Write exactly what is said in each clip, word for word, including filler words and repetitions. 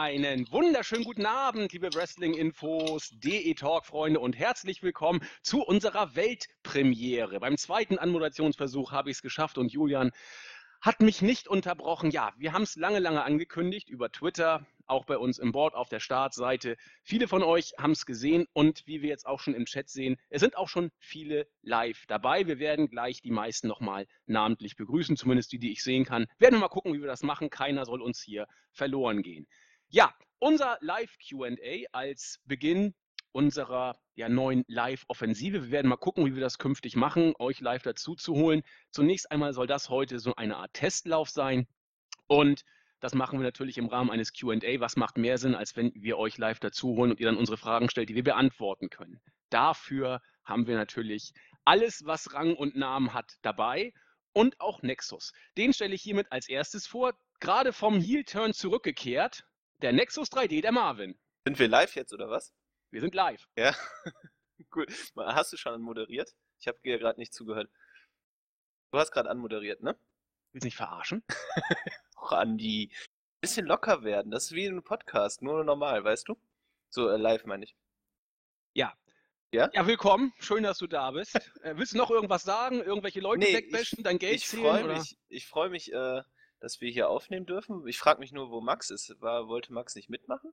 Einen wunderschönen guten Abend, liebe Wrestling-Infos, D E-Talk-Freunde und herzlich willkommen zu unserer Weltpremiere. Beim zweiten Anmoderationsversuch habe ich es geschafft und Julian hat mich nicht unterbrochen. Ja, wir haben es lange, lange angekündigt über Twitter, auch bei uns im Board auf der Startseite. Viele von euch haben es gesehen und wie wir jetzt auch schon im Chat sehen, es sind auch schon viele live dabei. Wir werden gleich die meisten nochmal namentlich begrüßen, zumindest die, die ich sehen kann. Werden wir mal gucken, wie wir das machen. Keiner soll uns hier verloren gehen. Ja, unser Live-Q and A als Beginn unserer ja, neuen Live-Offensive. Wir werden mal gucken, wie wir das künftig machen, euch live dazu zu holen. Zunächst einmal soll das heute so eine Art Testlauf sein und das machen wir natürlich im Rahmen eines Q and A. Was macht mehr Sinn, als wenn wir euch live dazu holen und ihr dann unsere Fragen stellt, die wir beantworten können. Dafür haben wir natürlich alles, was Rang und Namen hat, dabei und auch Nexus. Den stelle ich hiermit als erstes vor, gerade vom Heel-Turn zurückgekehrt, der Nexus drei D, der Marvin. Sind wir live jetzt, oder was? Wir sind live. Ja, cool. Hast du schon moderiert? Ich habe dir gerade nicht zugehört. Du hast gerade anmoderiert, ne? Willst du nicht verarschen? Och, Andi. Bisschen locker werden. Das ist wie ein Podcast, nur normal, weißt du? So, äh, live meine ich. Ja. Ja? Ja, willkommen. Schön, dass du da bist. äh, willst du noch irgendwas sagen? Irgendwelche Leute Nee, wegbashen, ich, dein Geld ich zählen? freu oder? mich, ich freue mich, äh, dass wir hier aufnehmen dürfen. Ich frage mich nur, wo Max ist. War, wollte Max nicht mitmachen?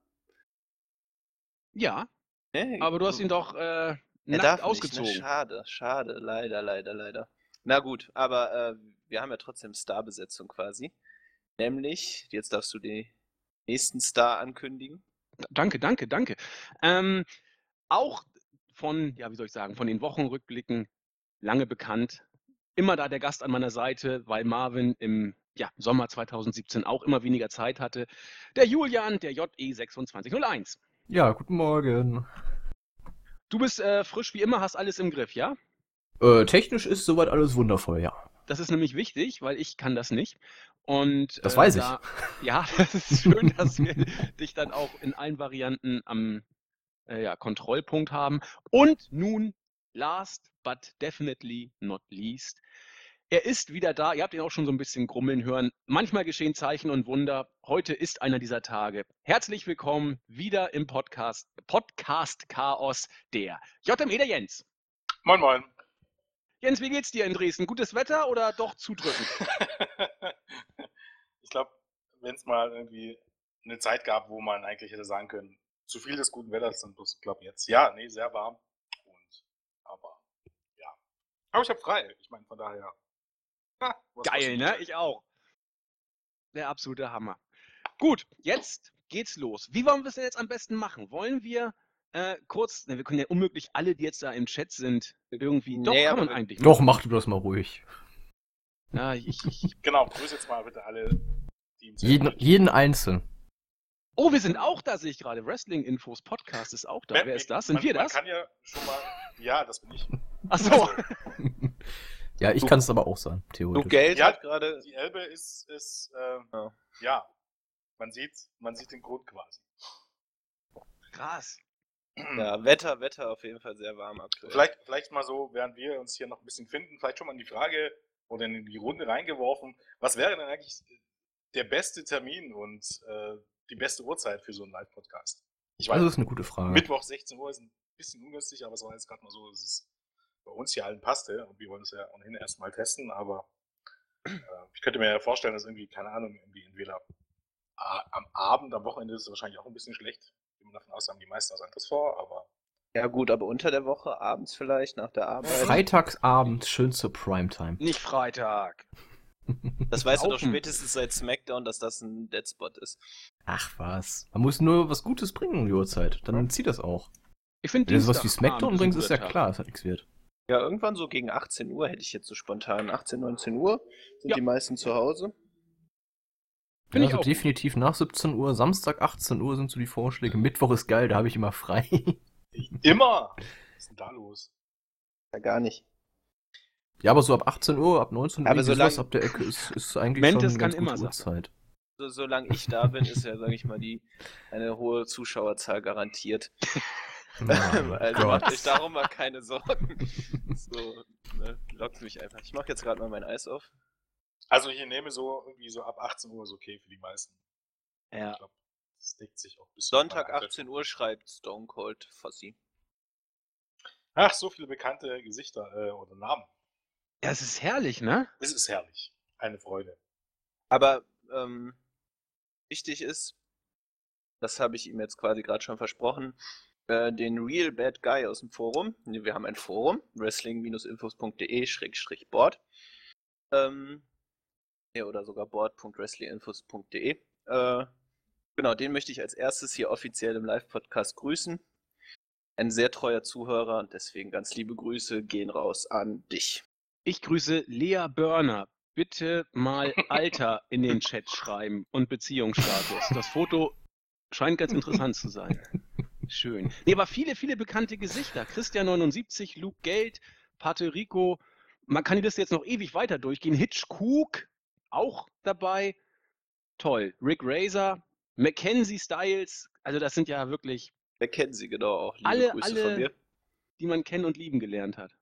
Ja, Nee, aber du hast ihn doch äh, er nackt darf ausgezogen. nicht, ne? Schade, schade. Leider, leider, leider. Na gut, aber äh, wir haben ja trotzdem Starbesetzung quasi. Nämlich, jetzt darfst du den nächsten Star ankündigen. Danke, danke, danke. Ähm, auch von, ja, wie soll ich sagen, von den Wochenrückblicken lange bekannt. Immer da der Gast an meiner Seite, weil Marvin im ja, Sommer zweitausendsiebzehn auch immer weniger Zeit hatte. Der Julian, der J E sechsundzwanzig null eins. Ja, guten Morgen. Du bist äh, frisch wie immer, hast alles im Griff, ja? Äh, technisch ist soweit alles wundervoll, ja. Das ist nämlich wichtig, weil ich kann das nicht. Und Das äh, weiß ich. da, ja, das ist schön, dass wir dich dann auch in allen Varianten am äh, ja, Kontrollpunkt haben. Und nun, last but definitely not least, er ist wieder da. Ihr habt ihn auch schon so ein bisschen grummeln hören. Manchmal geschehen Zeichen und Wunder. Heute ist einer dieser Tage. Herzlich willkommen wieder im Podcast, Podcast Chaos, der J M E, der Jens. Moin, moin. Jens, wie geht's dir in Dresden? Gutes Wetter oder doch zudrückend? Ich glaube, wenn es mal irgendwie eine Zeit gab, wo man eigentlich hätte sagen können, zu viel des guten Wetters, dann bloß, glaube jetzt. Ja, nee, sehr warm. Und, aber, ja. Aber ich habe frei. Ich meine, von daher. Ha, was Geil, ne? Ich auch. Der absolute Hammer. Gut, jetzt geht's los. Wie wollen wir es denn jetzt am besten machen? Wollen wir äh, kurz, ne, wir können ja unmöglich alle, die jetzt da im Chat sind, irgendwie. Doch, Nee, kann aber man eigentlich. Doch, mach du das mal ruhig. Ja, ich, ich, Genau, grüße jetzt mal bitte alle, die im Chat Jeden, sind. jeden einzeln. Oh, wir sind auch da, sehe ich gerade. Wrestling-Infos Podcast ist auch da. Man- Wer ist das? Sind man, wir man das? kann ja schon mal. Ja, das bin ich. Ach so. Ja, ich kann es aber auch sein, Du theoretisch. Geld Ja, hat gerade. Die Elbe ist, ist äh, Ja. ja, man sieht, man sieht den Grund quasi. Krass. Ja, Wetter, Wetter auf jeden Fall sehr warm aktuell. Vielleicht, vielleicht mal so, während wir uns hier noch ein bisschen finden, vielleicht schon mal in die Frage oder in die Runde reingeworfen, was wäre denn eigentlich der beste Termin und äh, die beste Uhrzeit für so einen Live-Podcast? Ich weiß, Das ist eine gute Frage. Mittwoch sechzehn Uhr ist ein bisschen ungünstig, aber es war jetzt gerade mal so, dass es bei uns hier allen passte und wir wollen es ja ohnehin erstmal testen, aber äh, ich könnte mir ja vorstellen, dass irgendwie, keine Ahnung, irgendwie entweder a- am Abend, am Wochenende ist es wahrscheinlich auch ein bisschen schlecht. Ich gehe davon aus, haben die meisten was anderes vor, aber Ja gut, aber unter der Woche, abends vielleicht, nach der Arbeit. Freitagsabend, schön zur Primetime. Nicht Freitag. Das weißt du doch Laufen. spätestens seit SmackDown, dass das ein Deadspot ist. Ach was. Man muss nur was Gutes bringen um die Uhrzeit. Dann zieht das auch. Ich finde Wenn du sowas wie Smackdown bringst, ist ja Tag. klar, dass das nichts wird. Ja, irgendwann so gegen achtzehn Uhr hätte ich jetzt so spontan. achtzehn, neunzehn Uhr sind Ja. die meisten zu Hause. Finde Ja, ich also auch. definitiv nach siebzehn Uhr, Samstag achtzehn Uhr sind so die Vorschläge. Mittwoch ist geil, da habe ich immer frei. immer! Was ist denn da los? Ja, gar nicht. Ja, aber so ab achtzehn Uhr, ab neunzehn Uhr, Aber irgendwie solange- sowas ab der Ecke ist, ist eigentlich Mentes schon eine kann ganz immer gute sagen. Uhrzeit. So, solange ich da bin, ist ja, sage ich mal, die eine hohe Zuschauerzahl garantiert. Oh also Gott. macht euch darum mal keine Sorgen. So, ne, lockt mich einfach. Ich mache jetzt gerade mal mein Eis auf. Also ich nehme so irgendwie so ab achtzehn Uhr ist okay für die meisten. Ja. Ich glaube, Das deckt sich auch ein bisschen. Sonntag mit meiner achtzehn Uhr schreibt Stone Cold Fossi. Ach, so viele bekannte Gesichter äh, oder Namen. Ja, es ist herrlich, ne? Es ist herrlich. Eine Freude. Aber ähm, wichtig ist, das habe ich ihm jetzt quasi gerade schon versprochen, äh, den Real Bad Guy aus dem Forum. Wir haben ein Forum, wrestling-infos.de-board. Ähm, ja, oder sogar board.wrestlinginfos.de. Äh, genau, den möchte ich als erstes hier offiziell im Live-Podcast grüßen. Ein sehr treuer Zuhörer und deswegen ganz liebe Grüße gehen raus an dich. Ich grüße Lea Börner. Bitte mal Alter in den Chat schreiben und Beziehungsstatus. Das Foto scheint ganz interessant zu sein. Schön. Nee, aber viele, viele bekannte Gesichter. Christian neunundsiebzig, Luke Geld, Paterico. Man kann die Liste jetzt noch ewig weiter durchgehen. Hitchcock auch dabei. Toll. Rick Razor, Mackenzie Styles. Also das sind ja wirklich Mackenzie, genau, auch liebe alle, Grüße alle, von mir. die man kennen und lieben gelernt hat.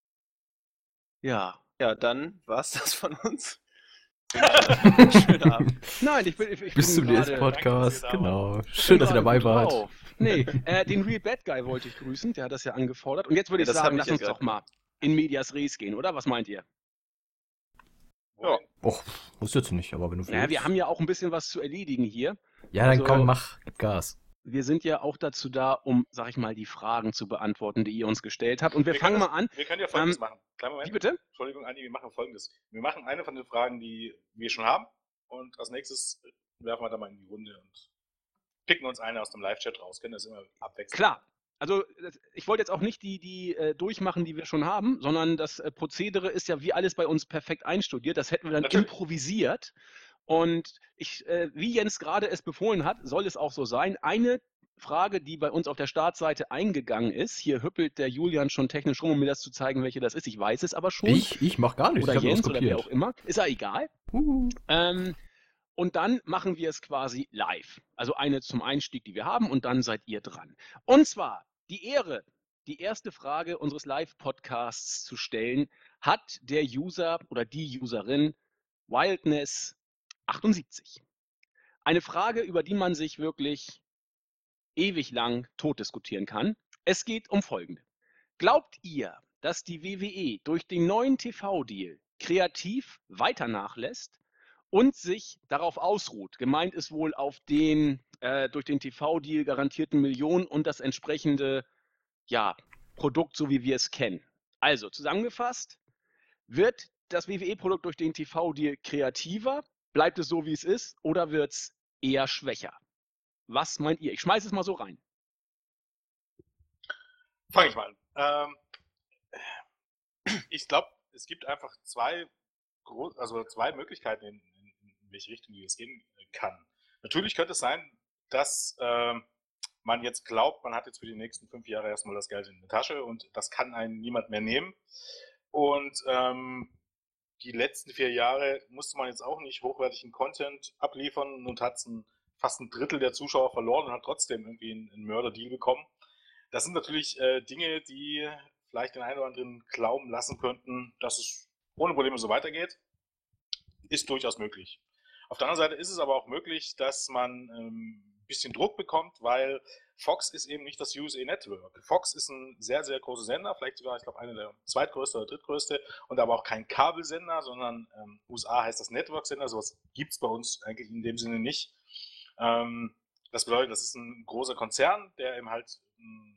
Ja. Ja, dann war's das von uns. Schönen Abend. Nein, ich bin, ich, ich Bis bin zum nächsten gerade- Podcast, Danke, dass ihr da genau. ich Schön, bin dass ihr gerade dabei gut wart. drauf. Nee, äh, den Real Bad Guy wollte ich grüßen, der hat das ja angefordert. Und jetzt würde Ja, ich das hab sagen, ich lass ja uns grad doch mal in medias res gehen, oder? Was meint ihr? Ja. Och, muss jetzt nicht, aber wenn du Naja, willst. wir haben ja auch ein bisschen was zu erledigen hier. Ja, dann also- komm, mach, gib Gas. Wir sind ja auch dazu da, um, sag ich mal, die Fragen zu beantworten, die ihr uns gestellt habt. Und wir, Wir fangen können mal an. Wir können ja Folgendes Ähm, machen. Kleinen Wie Moment. bitte? Entschuldigung, Andi, wir machen Folgendes. Wir machen eine von den Fragen, die wir schon haben. Und als nächstes werfen wir da mal in die Runde und picken uns eine aus dem Live-Chat raus. Können das immer abwechseln. Klar. Also das- ich wollte jetzt auch nicht die, die äh, durchmachen, die wir schon haben, sondern das äh, Prozedere ist ja wie alles bei uns perfekt einstudiert. Das hätten wir dann Natürlich. improvisiert. Und ich, äh, wie Jens gerade es befohlen hat, soll es auch so sein. Eine Frage, die bei uns auf der Startseite eingegangen ist, hier hüppelt der Julian schon technisch rum, um mir das zu zeigen, welche das ist. Ich weiß es aber schon. Ich, ich mach gar nichts. oder ich hab nur was Jens oder wer kopiert. auch immer. Ist ja egal. Huhu. Ähm, und dann machen wir es quasi live. Also eine zum Einstieg, die wir haben, und dann seid ihr dran. Und zwar die Ehre, die erste Frage unseres Live-Podcasts zu stellen, hat der User oder die Userin Wildness achtundsiebzig. Eine Frage, über die man sich wirklich ewig lang tot diskutieren kann. Es geht um Folgende. Glaubt ihr, dass die W W E durch den neuen T V-Deal kreativ weiter nachlässt und sich darauf ausruht? Gemeint ist wohl auf den äh, durch den T V-Deal garantierten Millionen und das entsprechende ja, Produkt, so wie wir es kennen. Also zusammengefasst, wird das W W E-Produkt durch den T V-Deal kreativer? Bleibt es so, wie es ist? Oder wird es eher schwächer? Was meint ihr? Ich schmeiße es mal so rein. Fange ich mal an. Ähm, ich glaube, es gibt einfach zwei, Gro also zwei Möglichkeiten, in, in, in welche Richtung die es gehen kann. Natürlich könnte es sein, dass ähm, man jetzt glaubt, man hat jetzt für die nächsten fünf Jahre erstmal das Geld in der Tasche und das kann einen niemand mehr nehmen. Und ähm, die letzten vier Jahre musste man jetzt auch nicht hochwertigen Content abliefern und hat ein, fast ein Drittel der Zuschauer verloren und hat trotzdem irgendwie einen, einen Mörder-Deal bekommen. Das sind natürlich äh, Dinge, die vielleicht den einen oder anderen glauben lassen könnten, dass es ohne Probleme so weitergeht. Ist durchaus möglich. Auf der anderen Seite ist es aber auch möglich, dass man ähm, ein bisschen Druck bekommt, weil Fox ist eben nicht das U S A Network. Fox ist ein sehr, sehr großer Sender, vielleicht sogar, ich glaube, einer der zweitgrößte oder drittgrößte und aber auch kein Kabelsender, sondern ähm, U S A heißt das Network-Sender. Sowas gibt es bei uns eigentlich in dem Sinne nicht. Ähm, das bedeutet, das ist ein großer Konzern, der eben halt ein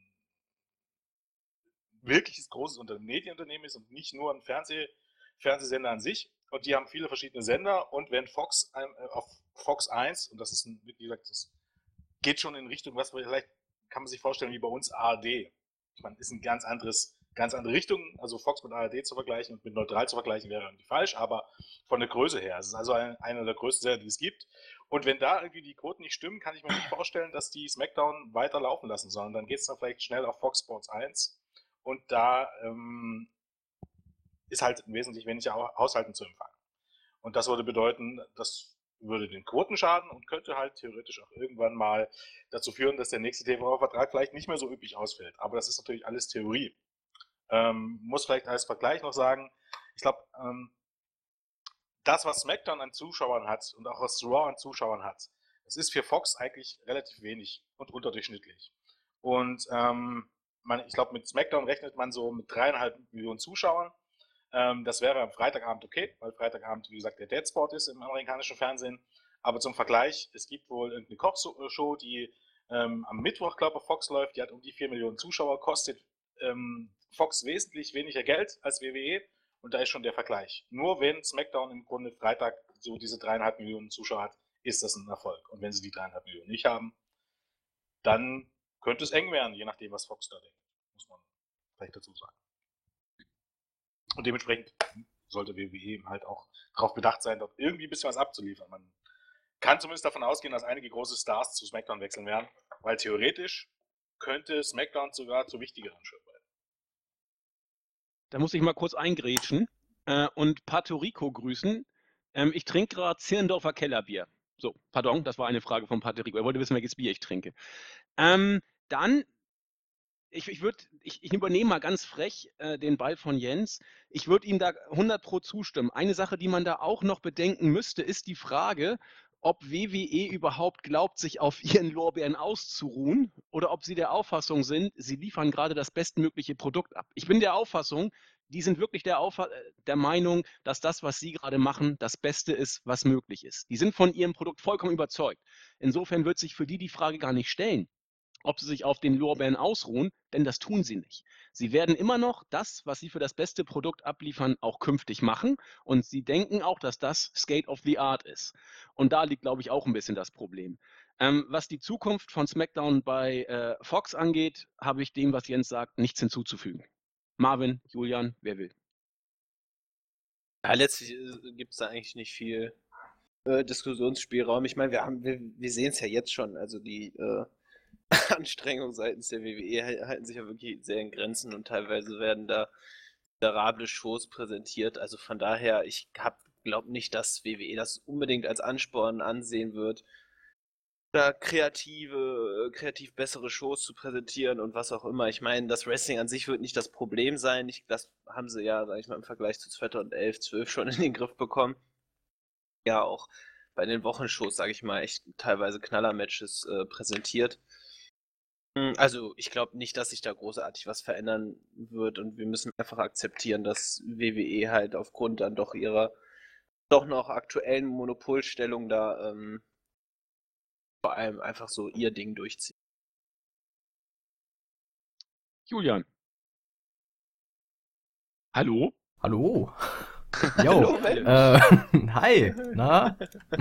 wirkliches großes Unter- Medienunternehmen ist und nicht nur ein Fernseh Fernsehsender an sich. Und die haben viele verschiedene Sender. Und wenn Fox äh, auf Fox eins, und das ist, ein, wie gesagt, das geht schon in Richtung, was vielleicht kann man sich vorstellen, wie bei uns A R D. Ich meine, ist ein ganz anderes, ganz andere Richtung. Also Fox mit A R D zu vergleichen und mit Neutral zu vergleichen wäre irgendwie falsch, aber von der Größe her. Es ist also ein, einer der größten Sender, die es gibt. Und wenn da irgendwie die Quoten nicht stimmen, kann ich mir nicht vorstellen, dass die SmackDown weiter laufen lassen, sondern dann geht es dann vielleicht schnell auf Fox Sports eins. Und da ähm, ist halt wesentlich weniger Haushalten zu empfangen. Und das würde bedeuten, das würde den Quoten schaden und könnte halt theoretisch auch irgendwann mal dazu führen, dass der nächste T V-Vertrag vielleicht nicht mehr so üppig ausfällt. Aber das ist natürlich alles Theorie. Ähm, muss vielleicht als Vergleich noch sagen, ich glaube, ähm, das, was SmackDown an Zuschauern hat und auch was Raw an Zuschauern hat, es ist für Fox eigentlich relativ wenig und unterdurchschnittlich. Und ähm, man, ich glaube, mit SmackDown rechnet man so mit dreieinhalb Millionen Zuschauern. Ähm, das wäre am Freitagabend okay, weil Freitagabend, wie gesagt, der Deadspot ist im amerikanischen Fernsehen. Aber zum Vergleich, es gibt wohl irgendeine Kochshow, die ähm, am Mittwoch, glaube ich, auf Fox läuft, die hat um die vier Millionen Zuschauer, kostet ähm, Fox wesentlich weniger Geld als W W E und da ist schon der Vergleich. Nur wenn SmackDown im Grunde Freitag so diese dreieinhalb Millionen Zuschauer hat, ist das ein Erfolg. Und wenn sie die dreieinhalb Millionen nicht haben, dann könnte es eng werden, je nachdem, was Fox da denkt, muss man vielleicht dazu sagen. Und dementsprechend sollte W W E halt auch darauf bedacht sein, dort irgendwie ein bisschen was abzuliefern. Man kann zumindest davon ausgehen, dass einige große Stars zu SmackDown wechseln werden, weil theoretisch könnte SmackDown sogar zu wichtigeren Show werden. Da muss ich mal kurz eingrätschen äh, und Puerto Rico grüßen. Ähm, ich trinke gerade Zirndorfer Kellerbier. So, pardon, das war eine Frage von Puerto Rico. Er wollte wissen, welches Bier ich trinke. Ähm, dann, ich, ich würde, ich, ich übernehme mal ganz frech äh, den Ball von Jens. Ich würde ihm da hundert Pro zustimmen. Eine Sache, die man da auch noch bedenken müsste, ist die Frage, ob W W E überhaupt glaubt, sich auf ihren Lorbeeren auszuruhen oder ob sie der Auffassung sind, sie liefern gerade das bestmögliche Produkt ab. Ich bin der Auffassung, die sind wirklich der, Auffa der Meinung, dass das, was sie gerade machen, das Beste ist, was möglich ist. Die sind von ihrem Produkt vollkommen überzeugt. Insofern wird sich für die die Frage gar nicht stellen, ob sie sich auf den Lorbeeren ausruhen, denn das tun sie nicht. Sie werden immer noch das, was sie für das beste Produkt abliefern, auch künftig machen und sie denken auch, dass das State of the Art ist. Und da liegt, glaube ich, auch ein bisschen das Problem. Ähm, was die Zukunft von SmackDown bei äh, Fox angeht, habe ich dem, was Jens sagt, nichts hinzuzufügen. Marvin, Julian, wer will? Ja, letztlich äh, gibt es da eigentlich nicht viel äh, Diskussionsspielraum. Ich meine, wir, haben, wir, wir sehen es ja jetzt schon. Also die äh, Anstrengungen seitens der W W E halten sich ja wirklich sehr in Grenzen und teilweise werden da miserable Shows präsentiert. Also von daher, ich glaube nicht, dass W W E das unbedingt als Ansporn ansehen wird, da kreative, kreativ bessere Shows zu präsentieren und was auch immer. Ich meine, das Wrestling an sich wird nicht das Problem sein. Ich, das haben sie ja, sag ich mal, im Vergleich zu zweitausendelf, zwölf schon in den Griff bekommen. Ja, auch bei den Wochenshows, sage ich mal, echt teilweise Knaller-Matches äh, präsentiert. Also ich glaube nicht, dass sich da großartig was verändern wird und wir müssen einfach akzeptieren, dass W W E halt aufgrund dann doch ihrer doch noch aktuellen Monopolstellung da ähm, vor allem einfach so ihr Ding durchzieht. Julian. Hallo? Hallo. Hallo, Jo, Mensch. äh, hi, na?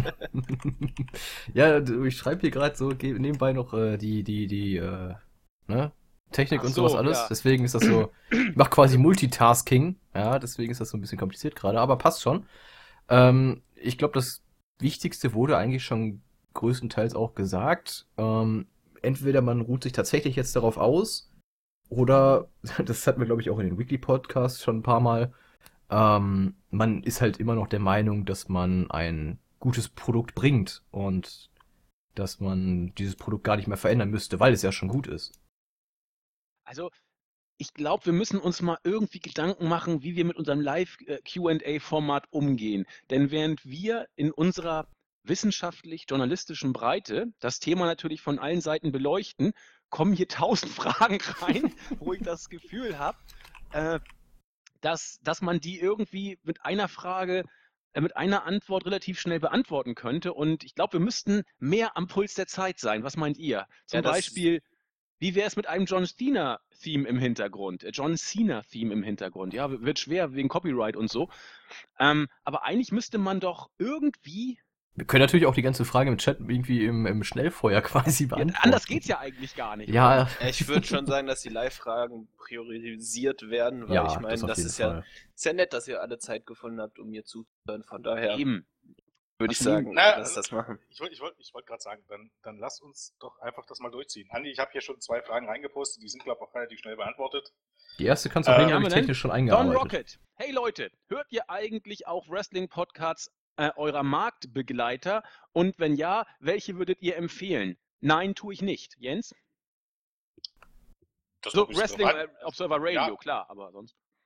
Ja, du, ich schreibe hier gerade so ge- nebenbei noch äh, die, die, die, äh, ne? Technik Ach und so, sowas alles. ja. Deswegen ist das so, ich mach quasi Multitasking. Ja, deswegen ist das so ein bisschen kompliziert gerade, aber passt schon. Ähm, ich glaube, das Wichtigste wurde eigentlich schon größtenteils auch gesagt. Ähm, entweder man ruht sich tatsächlich jetzt darauf aus, oder, das hatten wir, glaube ich, auch in den Weekly-Podcasts schon ein paar Mal, ähm, man ist halt immer noch der Meinung, dass man ein gutes Produkt bringt und dass man dieses Produkt gar nicht mehr verändern müsste, weil es ja schon gut ist. Also, ich glaube, wir müssen uns mal irgendwie Gedanken machen, wie wir mit unserem Live-Q and A-Format umgehen. Denn während wir in unserer wissenschaftlich-journalistischen Breite das Thema natürlich von allen Seiten beleuchten, kommen hier tausend Fragen rein, wo ich das Gefühl habe, äh, dass, dass man die irgendwie mit einer Frage, äh, mit einer Antwort relativ schnell beantworten könnte. Und ich glaube, wir müssten mehr am Puls der Zeit sein. Was meint ihr? Zum Ja, das- Beispiel, wie wäre es mit einem John Cena-Theme im Hintergrund? Äh, John Cena-Theme im Hintergrund. Ja, wird schwer wegen Copyright und so. Ähm, aber eigentlich müsste man doch irgendwie. Wir können natürlich auch die ganze Frage mit Chat irgendwie im, im Schnellfeuer quasi Ja, beantworten. anders geht's ja eigentlich gar nicht. Ja, oder? Ich würde schon sagen, dass die Live-Fragen priorisiert werden, weil ja, ich meine, das auf das, jeden ist ja, Fall. ist ja nett, dass ihr alle Zeit gefunden habt, um mir zuzuhören. Von daher Eben. würde ich Absolut. sagen, Na, lass das machen. Ich wollte ich wollt, ich wollt gerade sagen, dann, dann lass uns doch einfach das mal durchziehen. Andi, ich habe hier schon zwei Fragen reingepostet, die sind, glaube ich, auch relativ schnell beantwortet. Die erste kannst du auch Äh, nämlich haben wir denn? technisch schon Don eingearbeitet. Rocket. Hey Leute, hört ihr eigentlich auch Wrestling-Podcasts äh, eurer Marktbegleiter? Und wenn ja, welche würdet ihr empfehlen? Nein, tue ich nicht. Jens? Das So, kommt ein bisschen Wrestling drauf an. äh, Observer Radio, Ja. klar, aber sonst.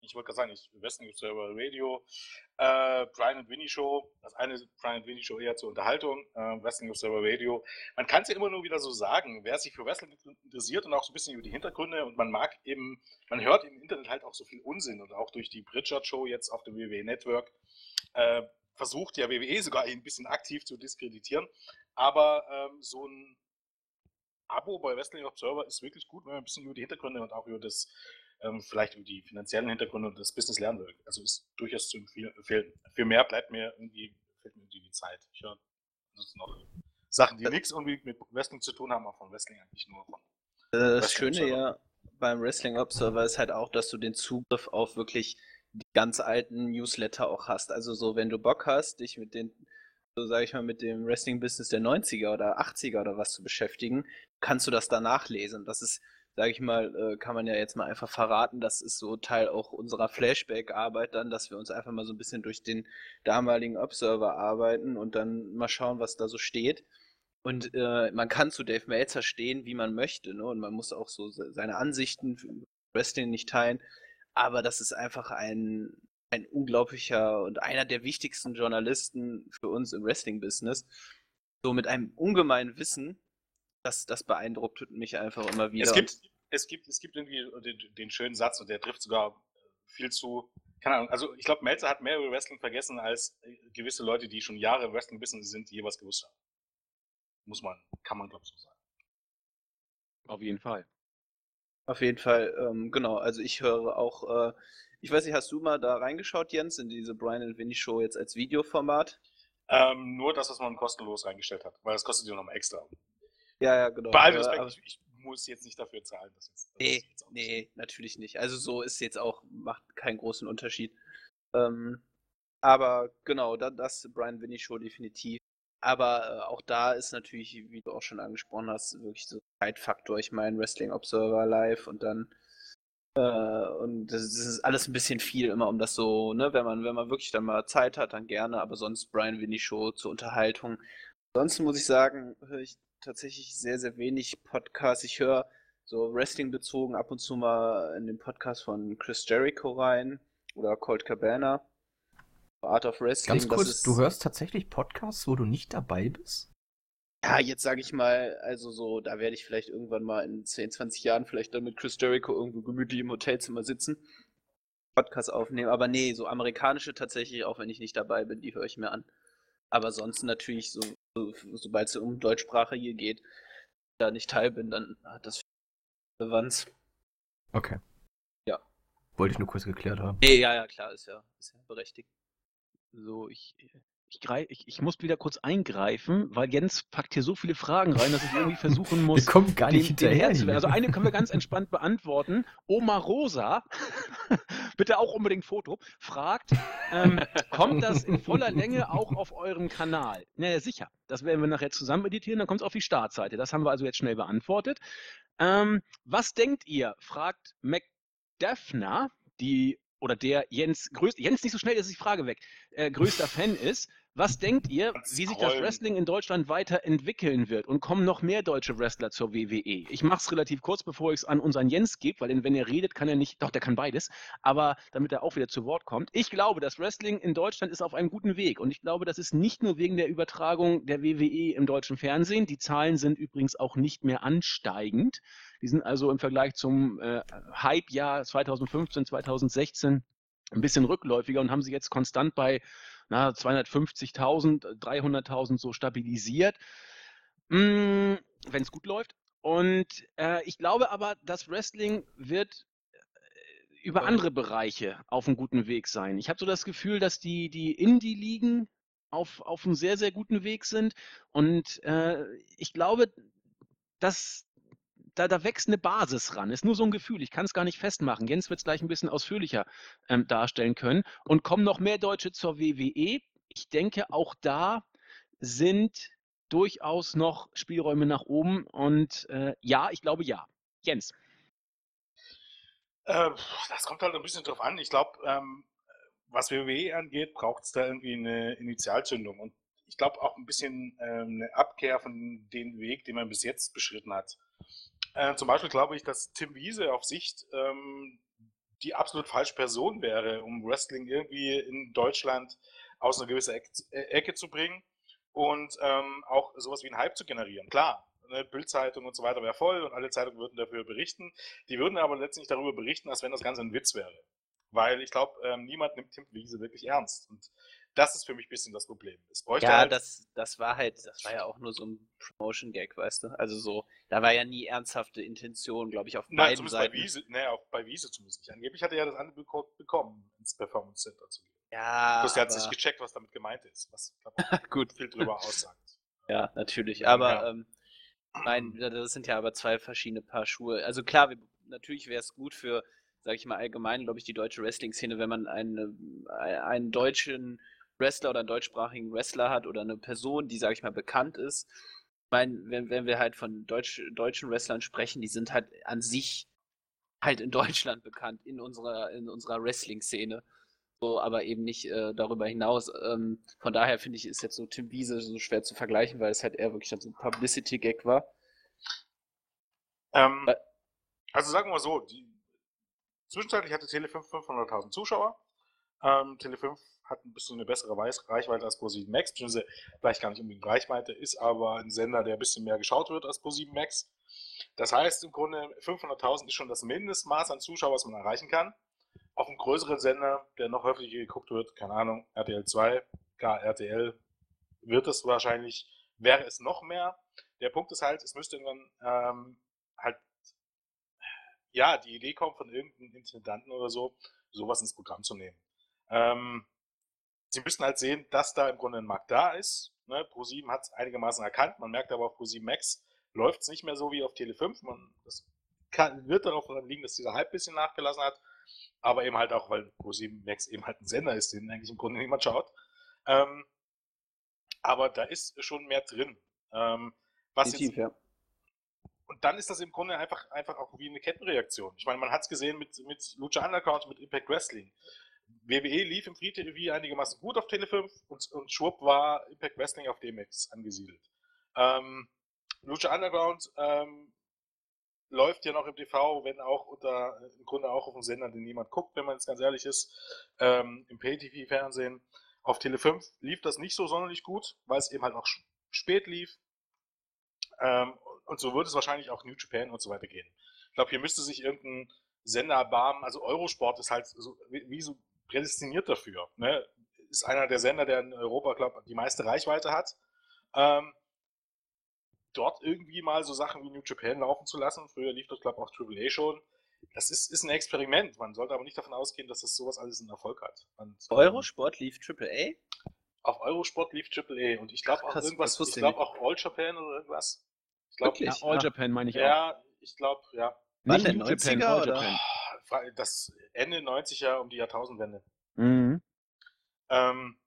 ich wollte gerade sagen, ich, Wrestling Observer Radio, äh, Brian und Winnie Show, das eine ist Brian und Winnie Show eher zur Unterhaltung, äh, Wrestling Observer Radio. Man kann es ja immer nur wieder so sagen, wer sich für Wrestling interessiert und auch so ein bisschen über die Hintergründe und man mag eben, man hört im Internet halt auch so viel Unsinn und auch durch die Pritchard Show jetzt auf dem W W E Network äh, versucht ja W W E sogar ein bisschen aktiv zu diskreditieren, aber ähm, so ein Abo bei Wrestling Observer ist wirklich gut, wenn man ein bisschen über die Hintergründe und auch über das, ähm, vielleicht über die finanziellen Hintergründe und das Business lernen will. Also ist durchaus zu empfehlen. Für mehr bleibt mir irgendwie, fehlt mir irgendwie die Zeit. Ich höre ansonsten noch Sachen, die nichts irgendwie mit Wrestling zu tun haben, aber von Wrestling eigentlich nur von. Das Wrestling Schöne Observer. ja beim Wrestling Observer ist halt auch, dass du den Zugriff auf wirklich die ganz alten Newsletter auch hast. Also so, wenn du Bock hast, dich mit den, so sage ich mal, mit dem Wrestling-Business der neunziger oder achtziger oder was zu beschäftigen, kannst du das da nachlesen. Das ist, sage ich mal, äh, kann man ja jetzt mal einfach verraten, das ist so Teil auch unserer Flashback-Arbeit dann, dass wir uns einfach mal so ein bisschen durch den damaligen Observer arbeiten und dann mal schauen, was da so steht. Und äh, man kann zu Dave Meltzer stehen, wie man möchte, ne? Und man muss auch so se- seine Ansichten für Wrestling nicht teilen. Aber das ist einfach ein, ein unglaublicher und einer der wichtigsten Journalisten für uns im Wrestling-Business. So mit einem ungemeinen Wissen, das, das beeindruckt mich einfach immer wieder. Es Und gibt, es gibt, es gibt irgendwie den, den schönen Satz und der trifft sogar viel zu. Keine Ahnung, also ich glaube, Meltzer hat mehr über Wrestling vergessen als äh, gewisse Leute, die schon Jahre im Wrestling-Business sind, die jeweils gewusst haben. Muss man, kann man glaube ich so sagen. Auf jeden Fall. auf jeden Fall, ähm, genau, also ich höre auch, äh, ich weiß nicht, hast du mal da reingeschaut, Jens, in diese Brian and Vinny Show jetzt als Videoformat? Ähm, nur das, was man kostenlos reingestellt hat, weil das kostet ja nochmal extra. Ja, ja, genau. Bei allem äh, Respekt, aber- ich, ich muss jetzt nicht dafür zahlen. Das jetzt, das Nee, ist jetzt auch nicht nee, natürlich nicht. Also so ist jetzt auch, macht keinen großen Unterschied. Ähm, aber genau, da, das Brian Vinny Show definitiv. Aber äh, auch da ist natürlich, wie du auch schon angesprochen hast, wirklich so Zeitfaktor. Ich meine, Wrestling Observer live und dann äh, und das ist, das ist alles ein bisschen viel immer, um das so, ne, wenn man, wenn man wirklich dann mal Zeit hat, dann gerne, aber sonst Brian Vinny Show zur Unterhaltung. Ansonsten muss ich sagen, höre ich tatsächlich sehr, sehr wenig Podcasts. Ich höre so Wrestling bezogen ab und zu mal in den Podcast von Chris Jericho rein oder Colt Cabana. Art of Wrestling. Ganz kurz, das ist, du hörst tatsächlich Podcasts, wo du nicht dabei bist? Ja, jetzt sage ich mal, also so, da werde ich vielleicht irgendwann mal in zehn, zwanzig Jahren vielleicht dann mit Chris Jericho irgendwo gemütlich im Hotelzimmer sitzen, Podcast aufnehmen. Aber nee, so amerikanische tatsächlich, auch wenn ich nicht dabei bin, die höre ich mir an. Aber sonst natürlich, so, so, sobald es um Deutschsprache hier geht, da nicht teil bin, dann hat das Relevanz. Okay. Ja. Wollte ich nur kurz geklärt haben. Nee, ja, ja, klar, ist ja, ist ja berechtigt. So, ich, ich, greif, ich, ich muss wieder kurz eingreifen, weil Jens packt hier so viele Fragen rein, dass ich irgendwie versuchen Wir muss, kommen gar nicht dem, dem hinterher Herr zu werden. hier. Also eine können wir ganz entspannt beantworten. Oma Rosa, bitte auch unbedingt Foto, fragt, ähm, kommt das in voller Länge auch auf euren Kanal? Naja, sicher. Das werden wir nachher zusammen editieren, dann kommt es auf die Startseite. Das haben wir also jetzt schnell beantwortet. Ähm, was denkt ihr? Fragt McDaphna, die oder der Jens größte, Jens nicht so schnell, dass die Frage weg, äh, größter Fan ist. Was denkt ihr, wie sich das Scrollen. Wrestling in Deutschland weiterentwickeln wird und kommen noch mehr deutsche Wrestler zur W W E? Ich mache es relativ kurz, bevor ich es an unseren Jens gebe, weil wenn er redet, kann er nicht, doch, der kann beides, aber damit er auch wieder zu Wort kommt. Ich glaube, das Wrestling in Deutschland ist auf einem guten Weg und ich glaube, das ist nicht nur wegen der Übertragung der W W E im deutschen Fernsehen. Die Zahlen sind übrigens auch nicht mehr ansteigend. Die sind also im Vergleich zum äh, Hype-Jahr zweitausendfünfzehn, zweitausendsechzehn ein bisschen rückläufiger und haben sich jetzt konstant bei na, zweihundertfünfzigtausend, dreihunderttausend so stabilisiert, mm, wenn es gut läuft. Und äh, ich glaube aber, das Wrestling wird äh, über andere Bereiche auf einem guten Weg sein. Ich habe so das Gefühl, dass die, die Indie-Ligen auf, auf einem sehr, sehr guten Weg sind. Und äh, ich glaube, dass da, da wächst eine Basis ran. Ist nur so ein Gefühl. Ich kann es gar nicht festmachen. Jens wird es gleich ein bisschen ausführlicher ähm, darstellen können. Und kommen noch mehr Deutsche zur W W E. Ich denke, auch da sind durchaus noch Spielräume nach oben. Und äh, ja, ich glaube ja. Jens. Äh, das kommt halt ein bisschen drauf an. Ich glaube, ähm, was W W E angeht, braucht es da irgendwie eine Initialzündung. Und ich glaube auch ein bisschen ähm, eine Abkehr von dem Weg, den man bis jetzt beschritten hat. Äh, zum Beispiel glaube ich, dass Tim Wiese auf Sicht ähm, die absolut falsche Person wäre, um Wrestling irgendwie in Deutschland aus einer gewissen Ecke, Ecke zu bringen und ähm, auch sowas wie einen Hype zu generieren. Klar, eine Bild-Zeitung und so weiter wäre voll und alle Zeitungen würden dafür berichten. Die würden aber letztlich darüber berichten, als wenn das Ganze ein Witz wäre. Weil ich glaube, ähm, niemand nimmt Tim Wiese wirklich ernst. Und das ist für mich ein bisschen das Problem. Es bräuchte Ja, halt, das, das war halt, das war ja auch nur so ein Promotion-Gag, weißt du? Also so, da war ja nie ernsthafte Intention, glaube ich, auf nein, beiden zumindest Seiten. bei Wiese, ne, auch bei Wiese zumindest nicht. Angeblich hat er ja das Angebot bekommen, ins Performance Center zu gehen. Ja, Bloß der hat nicht aber gecheckt, was damit gemeint ist. Was glaub, auch gut. viel drüber aussagt. Ja, natürlich. Ja, Aber ja. ähm, mein, das sind ja aber zwei verschiedene Paar Schuhe. Also klar, wir, natürlich wäre es gut für, sage ich mal, allgemein, glaube ich, die deutsche Wrestling-Szene, wenn man eine, einen deutschen Wrestler oder einen deutschsprachigen Wrestler hat oder eine Person, die, sage ich mal, bekannt ist. Ich meine, wenn, wenn wir halt von Deutsch, deutschen Wrestlern sprechen, die sind halt an sich halt in Deutschland bekannt, in unserer, in unserer Wrestling-Szene. So, aber eben nicht äh, darüber hinaus. Ähm, von daher finde ich, ist jetzt so Tim Wiese so schwer zu vergleichen, weil es halt eher wirklich so ein Publicity-Gag war. Ähm, Ä- also sagen wir mal so, die, zwischenzeitlich hatte Tele fünf fünfhunderttausend Zuschauer. Ähm, Tele fünf hat ein bisschen eine bessere Weiß- Reichweite als ProSieben Max, beziehungsweise vielleicht gar nicht unbedingt Reichweite, ist aber ein Sender, der ein bisschen mehr geschaut wird als ProSieben Max. Das heißt im Grunde, fünfhunderttausend ist schon das Mindestmaß an Zuschauern, was man erreichen kann. Auf einem größeren Sender, der noch häufiger geguckt wird, keine Ahnung, R T L zwei, gar R T L, wird es wahrscheinlich, wäre es noch mehr. Der Punkt ist halt, es müsste irgendwann ähm, halt, ja, die Idee kommen von irgendeinem Intendanten oder so, sowas ins Programm zu nehmen. Ähm, Sie müssen halt sehen, dass da im Grunde ein Markt da ist. Ne? ProSieben hat es einigermaßen erkannt, man merkt aber auf ProSieben Max läuft es nicht mehr so wie auf Tele fünf. Man, das kann, wird darauf liegen, dass dieser Hype ein bisschen nachgelassen hat, aber eben halt auch, weil ProSieben Max eben halt ein Sender ist, den eigentlich im Grunde niemand schaut. Ähm, aber da ist schon mehr drin. Ähm, was jetzt, Definitiv, ja. und dann ist das im Grunde einfach, einfach auch wie eine Kettenreaktion. Ich meine, man hat es gesehen mit, mit Lucha Underground, mit Impact Wrestling. W W E lief im Free T V einigermaßen gut auf Tele fünf und, und schwupp war Impact Wrestling auf D M X angesiedelt. Ähm, Lucha Underground ähm, läuft ja noch im T V, wenn auch unter, im Grunde auch auf einem Sender, den niemand guckt, wenn man jetzt ganz ehrlich ist, ähm, im Pay T V-Fernsehen. Auf Tele fünf lief das nicht so sonderlich gut, weil es eben halt auch spät lief. Ähm, und so wird es wahrscheinlich auch New Japan und so weiter gehen. Ich glaube, hier müsste sich irgendein Sender erbarmen. Also Eurosport ist halt so, wie, wie so prädestiniert dafür. Ne? Ist einer der Sender, der in Europa, glaube ich, die meiste Reichweite hat. Ähm, dort irgendwie mal so Sachen wie New Japan laufen zu lassen. Früher lief das, glaube ich, auch Triple A schon. Das ist, ist ein Experiment. Man sollte aber nicht davon ausgehen, dass das sowas alles einen Erfolg hat. Und, ähm, Eurosport lief Triple A? auf Eurosport lief Triple A und ich glaube auch Krass, irgendwas, das wusste ich ich glaube nicht. auch All Japan oder irgendwas. Ich glaube, Wirklich? Ja, All Ah. Japan meine ich auch. ja, ich glaube, ja. Wann Nicht denn, New Japan, neunziger All oder? Japan. Fra- Das Ende neunziger um die Jahrtausendwende. Mhm. Ähm,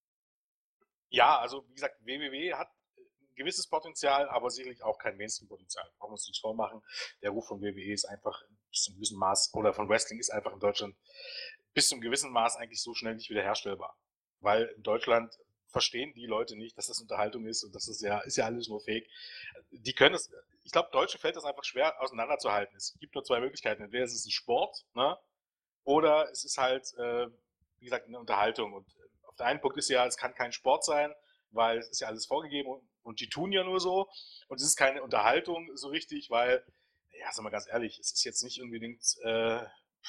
ja, also wie gesagt, W W E hat ein gewisses Potenzial, aber sicherlich auch kein Mainstream-Potenzial. Brauchen wir uns nicht vormachen. Der Ruf von W W E ist einfach bis zu einem gewissen Maß, oder von Wrestling ist einfach in Deutschland bis zu einem gewissen Maß eigentlich so schnell nicht wiederherstellbar. Weil in Deutschland verstehen die Leute nicht, dass das Unterhaltung ist und das ist ja, ist ja alles nur Fake. Die können es, ich glaube, Deutsche fällt das einfach schwer auseinanderzuhalten. Es gibt nur zwei Möglichkeiten. Entweder es ist ein Sport, ne? Oder es ist halt, äh, wie gesagt, eine Unterhaltung. Und auf der einen Punkt ist ja, es kann kein Sport sein, weil es ist ja alles vorgegeben und, und die tun ja nur so. Und es ist keine Unterhaltung so richtig, weil, ja, sagen wir ganz ehrlich, es ist jetzt nicht unbedingt, äh,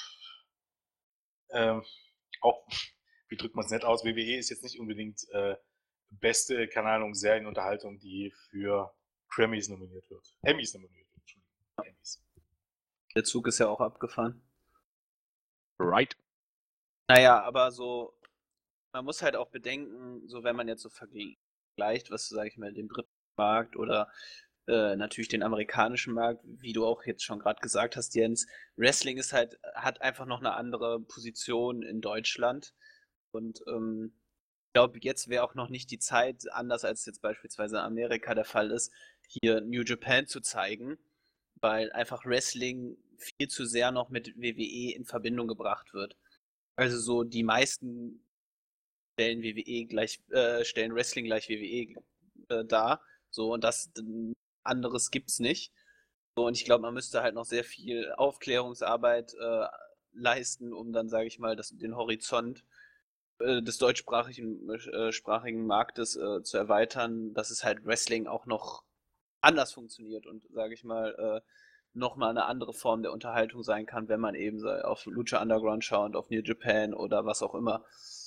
äh, auch, wie drückt man es nett aus, W W E ist jetzt nicht unbedingt äh, beste, keine Ahnung, Serienunterhaltung, die für Grammys nominiert wird. Emmys nominiert wird, Entschuldigung. Emmys. Der Zug ist ja auch abgefahren. Right. Naja, aber so, man muss halt auch bedenken, so wenn man jetzt so vergleicht, was, sage ich mal, den britischen Markt oder äh, natürlich den amerikanischen Markt, wie du auch jetzt schon gerade gesagt hast, Jens, Wrestling ist halt, hat einfach noch eine andere Position in Deutschland. Und ähm, ich glaube, jetzt wäre auch noch nicht die Zeit, anders als jetzt beispielsweise in Amerika der Fall ist, hier New Japan zu zeigen, weil einfach Wrestling viel zu sehr noch mit W W E in Verbindung gebracht wird. Also so die meisten stellen W W E gleich, äh, stellen Wrestling gleich W W E äh, dar. So, und das n- anderes gibt's nicht. So, und ich glaube, man müsste halt noch sehr viel Aufklärungsarbeit äh, leisten, um dann, sage ich mal, das, den Horizont äh, des deutschsprachigen äh, sprachigen Marktes äh, zu erweitern, dass es halt Wrestling auch noch anders funktioniert und, sage ich mal, äh, nochmal eine andere Form der Unterhaltung sein kann, wenn man eben auf Lucha Underground schaut, auf New Japan oder was auch immer.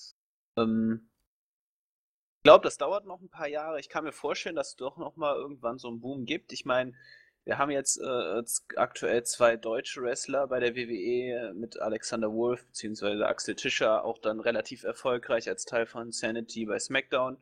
Ähm, ich glaube, das dauert noch ein paar Jahre. Ich kann mir vorstellen, dass es doch nochmal irgendwann so einen Boom gibt. Ich meine, wir haben jetzt, äh, jetzt aktuell zwei deutsche Wrestler bei der W W E mit Alexander Wolf bzw. Axel Tischer, auch dann relativ erfolgreich als Teil von Sanity bei SmackDown.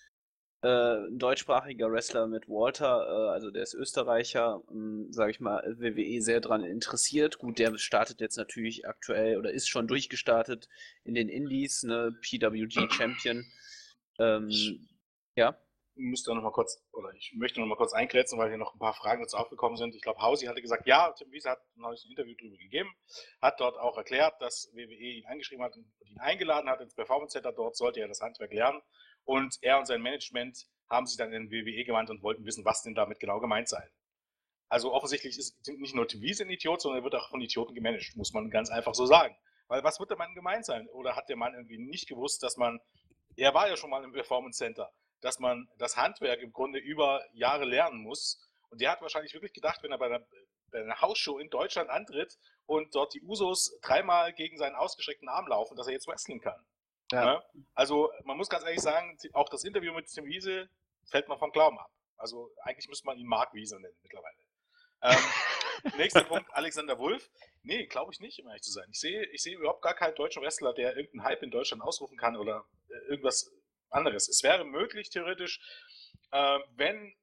Äh, ein deutschsprachiger Wrestler mit Walter, äh, also der ist Österreicher, sage ich mal, W W E sehr dran interessiert. Gut, der startet jetzt natürlich aktuell oder ist schon durchgestartet in den Indies, ne, P W G Champion. Ähm, ja. Ich müsste noch mal kurz, oder ich möchte noch mal kurz eingrätschen, weil hier noch ein paar Fragen dazu aufgekommen sind. Ich glaube, Hausi hatte gesagt, ja, Tim Wiese hat ein neues Interview darüber gegeben, hat dort auch erklärt, dass W W E ihn angeschrieben hat und ihn eingeladen hat ins Performance Center. Dort sollte er das Handwerk lernen. Und er und sein Management haben sich dann in W W E gewandt und wollten wissen, was denn damit genau gemeint sei. Also offensichtlich ist nicht nur Tim Wiese ein Idiot, sondern er wird auch von Idioten gemanagt, muss man ganz einfach so sagen. Weil was wird der Mann gemeint sein? Oder hat der Mann irgendwie nicht gewusst, dass man, er war ja schon mal im Performance Center, dass man das Handwerk im Grunde über Jahre lernen muss. Und der hat wahrscheinlich wirklich gedacht, wenn er bei einer, bei einer Hausshow in Deutschland antritt und dort die Usos dreimal gegen seinen ausgestreckten Arm laufen, dass er jetzt wrestlen kann. Ja. Ne? Also man muss ganz ehrlich sagen, auch das Interview mit Tim Wiese fällt man vom Glauben ab. Also eigentlich müsste man ihn Mark Wiese nennen mittlerweile. Ähm, nächster Punkt, Alexander Wolf. Nee, glaube ich nicht, um ehrlich zu sein. Ich sehe, ich sehe überhaupt gar keinen deutschen Wrestler, der irgendeinen Hype in Deutschland ausrufen kann oder äh, irgendwas anderes. Es wäre möglich, theoretisch, äh, wenn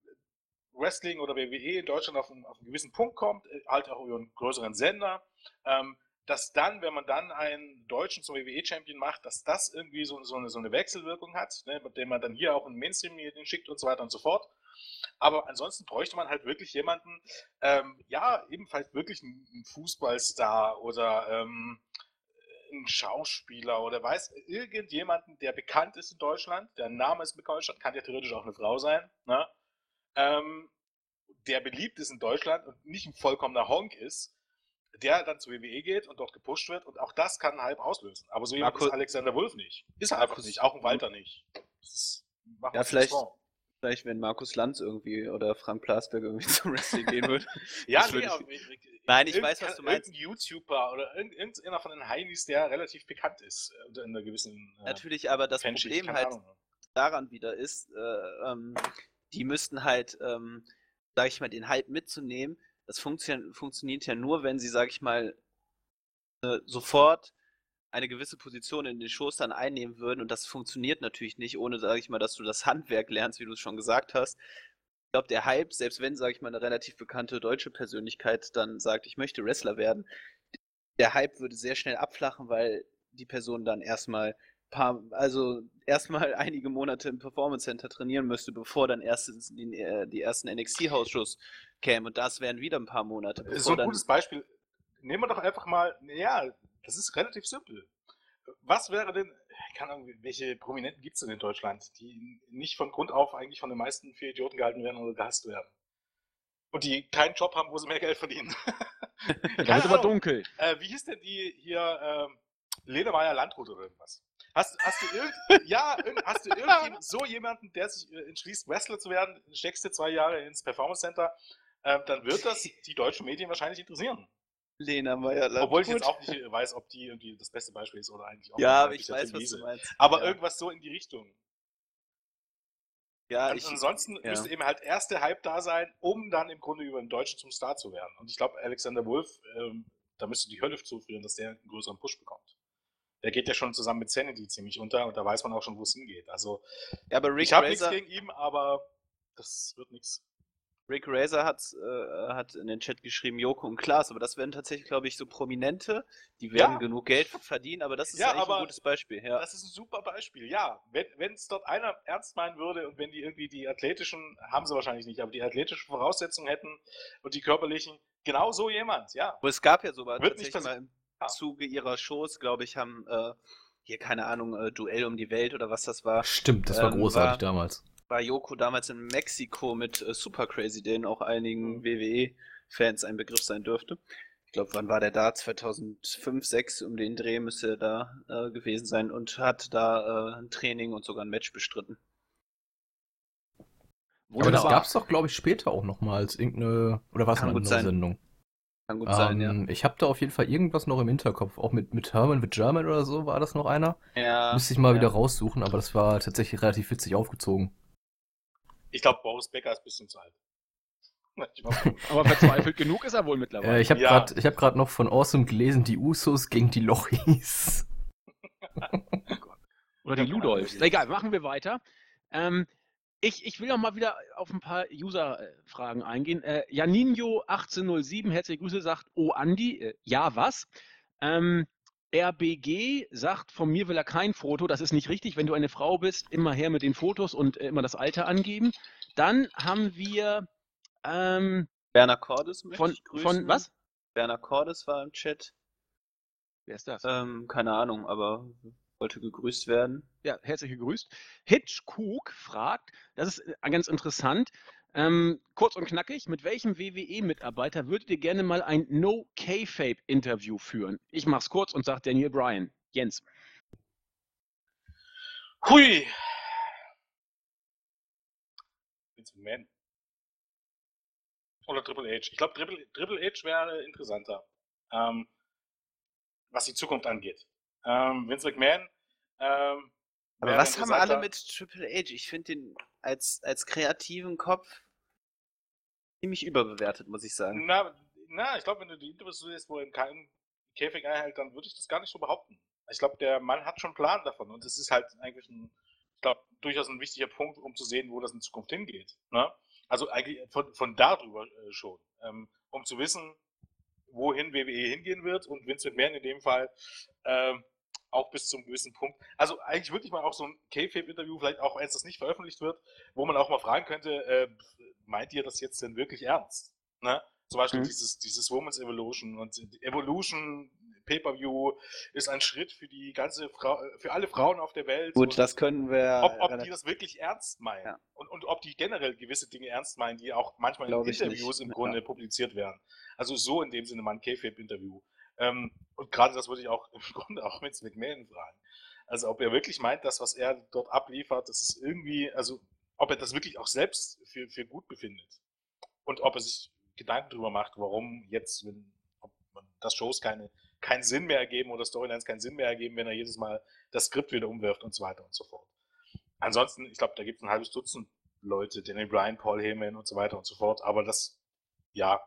Wrestling oder W W E in Deutschland auf einen, auf einen gewissen Punkt kommt, halt auch über einen größeren Sender, ähm, dass dann, wenn man dann einen Deutschen zum W W E-Champion macht, dass das irgendwie so, so, eine, so eine Wechselwirkung hat, ne, mit dem man dann hier auch einen Mainstream-Medien schickt und so weiter und so fort. Aber ansonsten bräuchte man halt wirklich jemanden, ähm, ja, ebenfalls wirklich einen Fußballstar oder ähm, einen Schauspieler oder weiß irgendjemanden, der bekannt ist in Deutschland, der Name ist in Deutschland, kann ja theoretisch auch eine Frau sein, ne? ähm, der beliebt ist in Deutschland und nicht ein vollkommener Honk ist, der dann zu W W E geht und dort gepusht wird und auch das kann einen Hype auslösen. Aber so jemand Markus, ist Alexander Wolf nicht. Ist er einfach Markus, nicht, auch ein Walter nicht. Das ist, ja, vielleicht, vielleicht, wenn Markus Lanz irgendwie oder Frank Plasberg irgendwie zum Wrestling gehen würde. Ja, nee, ich, aber, nein, ich weiß, was du meinst. Irgendein YouTuber oder irgendeiner von den Heinis, der relativ bekannt ist unter einer gewissen äh, Natürlich, aber das Fanschicht, Problem halt Ahnung. daran wieder ist, äh, ähm, die müssten halt, ähm, sag ich mal, den Hype mitzunehmen. Das funktio- funktioniert ja nur, wenn sie, sag ich mal, äh, sofort eine gewisse Position in den Shows dann einnehmen würden. Und das funktioniert natürlich nicht, ohne, sag ich mal, dass du das Handwerk lernst, wie du es schon gesagt hast. Ich glaube, der Hype, selbst wenn, sag ich mal, eine relativ bekannte deutsche Persönlichkeit dann sagt, ich möchte Wrestler werden, der Hype würde sehr schnell abflachen, weil die Person dann erstmal paar, also erstmal einige Monate im Performance Center trainieren müsste, bevor dann erst die, die ersten N X T-House-Shows kämen. Und das wären wieder ein paar Monate. So ein gutes Beispiel. Nehmen wir doch einfach mal, ja, das ist relativ simpel. Was wäre denn, keine Ahnung, welche Prominenten gibt es denn in Deutschland, die nicht von Grund auf eigentlich von den meisten für Idioten gehalten werden oder gehasst werden? Und die keinen Job haben, wo sie mehr Geld verdienen. Da ist aber dunkel. Äh, wie hieß denn die hier, ähm, Lene Meyer-Landrut oder irgendwas? Hast, hast du irgend, ja, hast du irgendjemand, so jemanden, der sich entschließt, Wrestler zu werden, steckst du zwei Jahre ins Performance Center, äh, dann wird das die deutschen Medien wahrscheinlich interessieren. Lena Meyer-Landrut. Obwohl ich jetzt auch nicht weiß, ob die irgendwie das beste Beispiel ist oder eigentlich auch. Ja, aber ich weiß, was du meinst. Aber ja. irgendwas so in die Richtung. Ja, Und ich, ansonsten ja. müsste eben halt erst der Hype da sein, um dann im Grunde über den Deutschen zum Star zu werden. Und ich glaube, Alexander Wolf, ähm, da müsste die Hölle zufrieren, dass der einen größeren Push bekommt. Der geht ja schon zusammen mit Sanity ziemlich unter und da weiß man auch schon, wo es hingeht. Also, ja, aber Rick ich habe Razor, nichts gegen ihn, aber das wird nichts. Rick Razor hat, äh, hat in den Chat geschrieben, Joko und Klaas, aber das wären tatsächlich, glaube ich, so Prominente, die werden Ja. genug Geld verdienen, aber das ist Ja, eigentlich aber ein gutes Beispiel. Ja. Das ist ein super Beispiel, ja. Wenn es dort einer ernst meinen würde und wenn die irgendwie die athletischen, haben sie wahrscheinlich nicht, aber die athletischen Voraussetzungen hätten und die körperlichen, genau so jemand, ja. Aber es gab ja sogar Wird tatsächlich nicht mal im Ja. Zuge ihrer Shows, glaube ich, haben äh, hier, keine Ahnung, äh, Duell um die Welt oder was das war, Stimmt, das war Ähm, großartig war- damals. war Joko damals in Mexiko mit äh, Super Crazy, den auch einigen Mhm. W W E-Fans ein Begriff sein dürfte. ich glaube, wann war der da? zweitausendfünf, sechs um den Dreh müsste er da äh, gewesen sein und hat da äh, ein Training und sogar ein Match bestritten. Aber das Wunderbar. gab's doch, glaube ich, später auch nochmal als irgendeine, oder war es Kann eine gut andere sein. Sendung? Kann gut sein, Ähm, ich habe da auf jeden Fall irgendwas noch im Hinterkopf, auch mit, mit Herman with German oder so war das noch einer. ja. Ja, Müsste ich mal ja. wieder raussuchen, aber das war tatsächlich relativ witzig aufgezogen. Ich glaube, Boris Becker ist ein bisschen zu alt. Ich weiß nicht. Aber verzweifelt genug ist er wohl mittlerweile. Äh, ich habe Ja. gerade ich hab grad noch von Awesome gelesen, die Usos gegen die Lochis. Oder die Ludolfs. Egal, machen wir weiter. Ähm, ich, ich will noch mal wieder auf ein paar User-Fragen eingehen. Äh, Janinho achtzehnhundertsieben, herzliche Grüße, sagt, oh Andi, äh, ja was? Ähm, R B G sagt, von mir will er kein Foto. Das ist nicht richtig. Wenn du eine Frau bist, immer her mit den Fotos und äh, immer das Alter angeben. Dann haben wir ähm, Werner Cordes möchte von, ich grüßen. von was? Werner Cordes war im Chat. Wer ist das? Ähm, keine Ahnung, aber wollte gegrüßt werden. Ja, herzlich gegrüßt. Hitchcook fragt, das ist äh, ganz interessant, ähm, kurz und knackig, mit welchem W W E-Mitarbeiter würdet ihr gerne mal ein No-K-Fape-Interview führen? Ich mach's kurz und sag Daniel Bryan. Jens. Hui! Vince McMahon. Oder Triple H. Ich glaube, Triple, Triple H wäre interessanter, ähm, was die Zukunft angeht. Ähm, Vince McMahon. Ähm, Aber wäre was haben alle interessanter. mit Triple H? Ich finde den als, als kreativen Kopf ziemlich überbewertet, muss ich sagen. Na, na ich glaube, wenn du die Interviews siehst, wo er keinen Käfig einhält, dann würde ich das gar nicht so behaupten. Ich glaube, der Mann hat schon einen Plan davon und es ist halt eigentlich ein, ich glaube, durchaus ein wichtiger Punkt, um zu sehen, wo das in Zukunft hingeht. Ne? Also eigentlich von, von darüber äh, schon, ähm, um zu wissen, wohin W W E hingehen wird und Vince McMahon in dem Fall ähm, auch bis zum gewissen Punkt. Also eigentlich wirklich mal auch so ein K-Fape-Interview, vielleicht auch eins, das nicht veröffentlicht wird, wo man auch mal fragen könnte, äh, meint ihr das jetzt denn wirklich ernst? Ne? Zum Beispiel Mhm. dieses, dieses Women's Evolution und die Evolution Pay-Per-View ist ein Schritt für die ganze Frau, für alle Frauen auf der Welt. Gut, und das können wir. ob, ob die relativ- das wirklich ernst meinen Ja. und, und ob die generell gewisse Dinge ernst meinen, die auch manchmal in Glaub ich Interviews nicht. im Grunde Ja. publiziert werden. Also so in dem Sinne mal ein K-Fape-Interview. Ähm, und gerade das würde ich auch im Grunde auch mit McMahon fragen. Also ob er wirklich meint, das, was er dort abliefert, das ist irgendwie, also ob er das wirklich auch selbst für, für gut befindet. Und ob er sich Gedanken darüber macht, warum jetzt, wenn ob man das Shows keine, keinen Sinn mehr ergeben oder Storylines keinen Sinn mehr ergeben, wenn er jedes Mal das Skript wieder umwirft und so weiter und so fort. Ansonsten, ich glaube, da gibt es ein halbes Dutzend Leute, Daniel Bryan, Paul Heyman und so weiter und so fort, aber das, ja.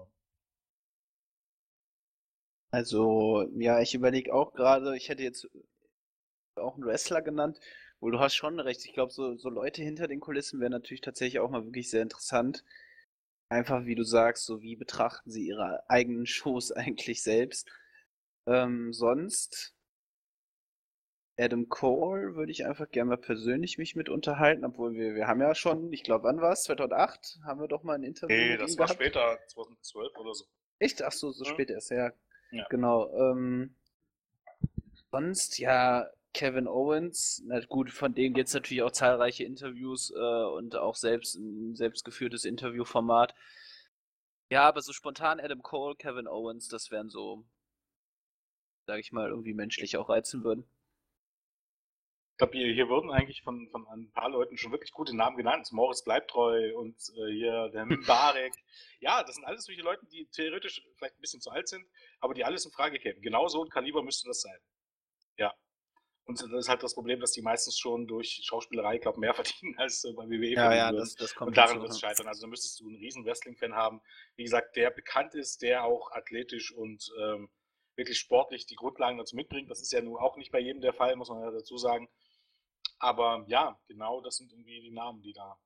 Also, ja, ich überlege auch gerade, ich hätte jetzt auch einen Wrestler genannt, wo du hast schon recht. Ich glaube, so, so Leute hinter den Kulissen wären natürlich tatsächlich auch mal wirklich sehr interessant. Einfach, wie du sagst, so wie betrachten sie ihre eigenen Shows eigentlich selbst. Ähm, sonst Adam Cole würde ich einfach gerne mal persönlich mich mit unterhalten, obwohl wir, wir haben ja schon, ich glaube, wann war es? zweitausendacht haben wir doch mal ein Interview Nee, mit das ihm war gehabt. später, zweitausendzwölf oder so. Echt? Ach so, so Hm. spät erst, ja. Ja. Genau. Ähm, sonst, ja, Kevin Owens, na gut, von dem gibt es natürlich auch zahlreiche Interviews äh, und auch selbst ein selbstgeführtes Interviewformat. Ja, aber so spontan Adam Cole, Kevin Owens, das wären so, sag ich mal, irgendwie menschlich auch reizen würden. Ich glaube, hier, hier wurden eigentlich von, von ein paar Leuten schon wirklich gute Namen genannt. Moritz Bleibtreu und äh, hier der Mbarek. Ja, das sind alles solche Leute, die theoretisch vielleicht ein bisschen zu alt sind, aber die alles in Frage kämen. Genau so ein Kaliber müsste das sein. Ja. Und das ist halt das Problem, dass die meistens schon durch Schauspielerei, glaube mehr verdienen als äh, bei W W E Ja, verdienen ja, würden. das, das kommt Und daran hinzu, wird es ja. scheitern. Also da müsstest du einen riesen Wrestling-Fan haben, wie gesagt, der bekannt ist, der auch athletisch und ähm, wirklich sportlich die Grundlagen dazu mitbringt. Das ist ja nun auch nicht bei jedem der Fall, muss man ja dazu sagen. Aber ja, genau das sind irgendwie die Namen, die da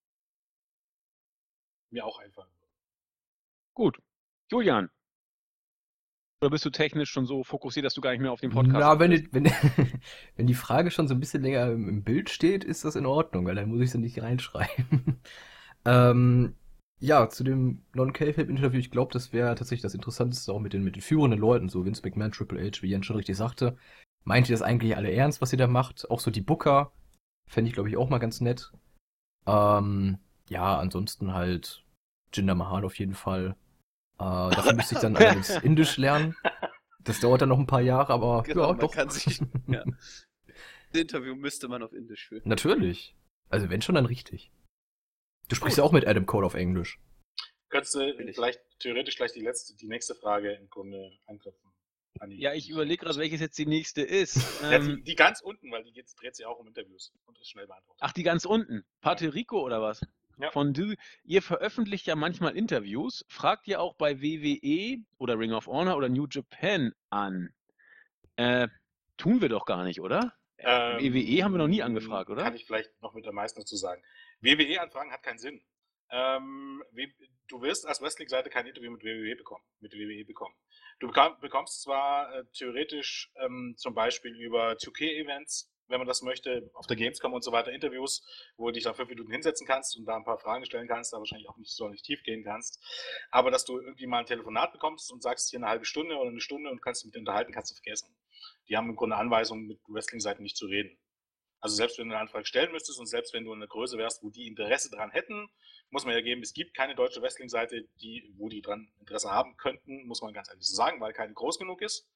mir auch einfallen. Gut. Julian. Oder bist du technisch schon so fokussiert, dass du gar nicht mehr auf den Podcast Na, wenn, bist? die, wenn, wenn die Frage schon so ein bisschen länger im, im Bild steht, ist das in Ordnung, weil dann muss ich sie nicht reinschreiben. ähm, ja, zu dem Non-K-Fape-Interview, ich glaube, das wäre tatsächlich das Interessanteste, auch mit den, mit den führenden Leuten, so Vince McMahon, Triple H, wie Jens schon richtig sagte. Meint ihr das eigentlich alle ernst, was ihr da macht? Auch so die Booker, fände ich, glaube ich, auch mal ganz nett. Ähm, ja, ansonsten halt Jinder Mahal auf jeden Fall. Äh, dafür müsste ich dann allerdings Indisch lernen. Das dauert dann noch ein paar Jahre, aber Genau, ja, man doch. kann sich- ja. Das Interview müsste man auf Indisch führen. Natürlich. Also wenn schon, dann richtig. Du sprichst Gut. ja auch mit Adam Cole auf Englisch. Könntest du Natürlich. vielleicht theoretisch gleich die letzte, die nächste Frage im Grunde anknüpfen? An die- Ja, ich überlege gerade, welches jetzt die nächste ist. Ja, die, Ähm, die ganz unten, weil die jetzt dreht sich auch um Interviews und ist schnell beantwortet. ach, die ganz unten. Puerto Rico oder was? Ja. Von Du. Ihr veröffentlicht ja manchmal Interviews. Fragt ihr auch bei W W E oder Ring of Honor oder New Japan an? Äh, tun wir doch gar nicht, oder? Ähm, W W E haben wir noch nie angefragt, oder? Kann ich vielleicht noch mit am meisten dazu sagen. W W E-Anfragen hat keinen Sinn. Ähm, w- du wirst als Wrestling-Seite kein Interview mit W W E bekommen. Mit W W E bekommen. Du bekam, bekommst zwar äh, theoretisch ähm, zum Beispiel über zwei K-Events, wenn man das möchte, auf der Gamescom und so weiter Interviews, wo du dich da fünf Minuten hinsetzen kannst und da ein paar Fragen stellen kannst, da wahrscheinlich auch nicht so nicht tief gehen kannst. Aber dass du irgendwie mal ein Telefonat bekommst und sagst hier eine halbe Stunde oder eine Stunde und kannst dich mit dir unterhalten, kannst du vergessen. Die haben im Grunde Anweisungen, mit Wrestling-Seiten nicht zu reden. Also selbst wenn du eine Anfrage stellen müsstest und selbst wenn du in einer Größe wärst, wo die Interesse dran hätten, muss man ja geben, es gibt keine deutsche Wrestling-Seite, die, wo die dran Interesse haben könnten, muss man ganz ehrlich so sagen, weil keine groß genug ist.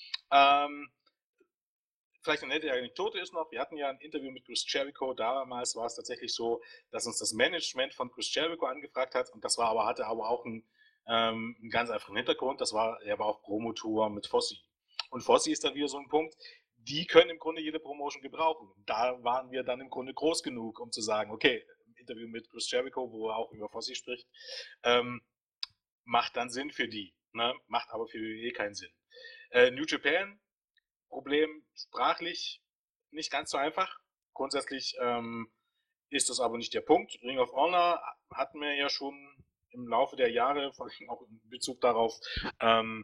Ähm, vielleicht eine nette Anekdote ist noch, wir hatten ja ein Interview mit Chris Jericho, damals war es tatsächlich so, dass uns das Management von Chris Jericho angefragt hat und das war aber, hatte aber auch einen, ähm, einen ganz einfachen Hintergrund, das war, er war auf Promotour mit Fossi. Und Fossi ist dann wieder so ein Punkt, die können im Grunde jede Promotion gebrauchen. Da waren wir dann im Grunde groß genug, um zu sagen, okay, im Interview mit Chris Jericho, wo er auch über Fossi spricht, ähm, macht dann Sinn für die, ne? Macht aber für W W E keinen Sinn. Äh, New Japan, Problem sprachlich nicht ganz so einfach. Grundsätzlich ähm, ist das aber nicht der Punkt. Ring of Honor hatten wir ja schon im Laufe der Jahre, vor allem auch in Bezug darauf, ähm,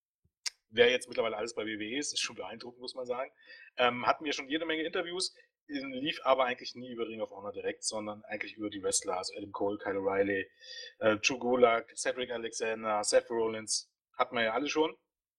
wer jetzt mittlerweile alles bei W W E ist, ist schon beeindruckend, muss man sagen. Ähm, hatten wir schon jede Menge Interviews, lief aber eigentlich nie über Ring of Honor direkt, sondern eigentlich über die Wrestler, also Adam Cole, Kyle O'Reilly, äh, Drew Gulak, Cedric Alexander, Seth Rollins, hatten wir ja alle schon.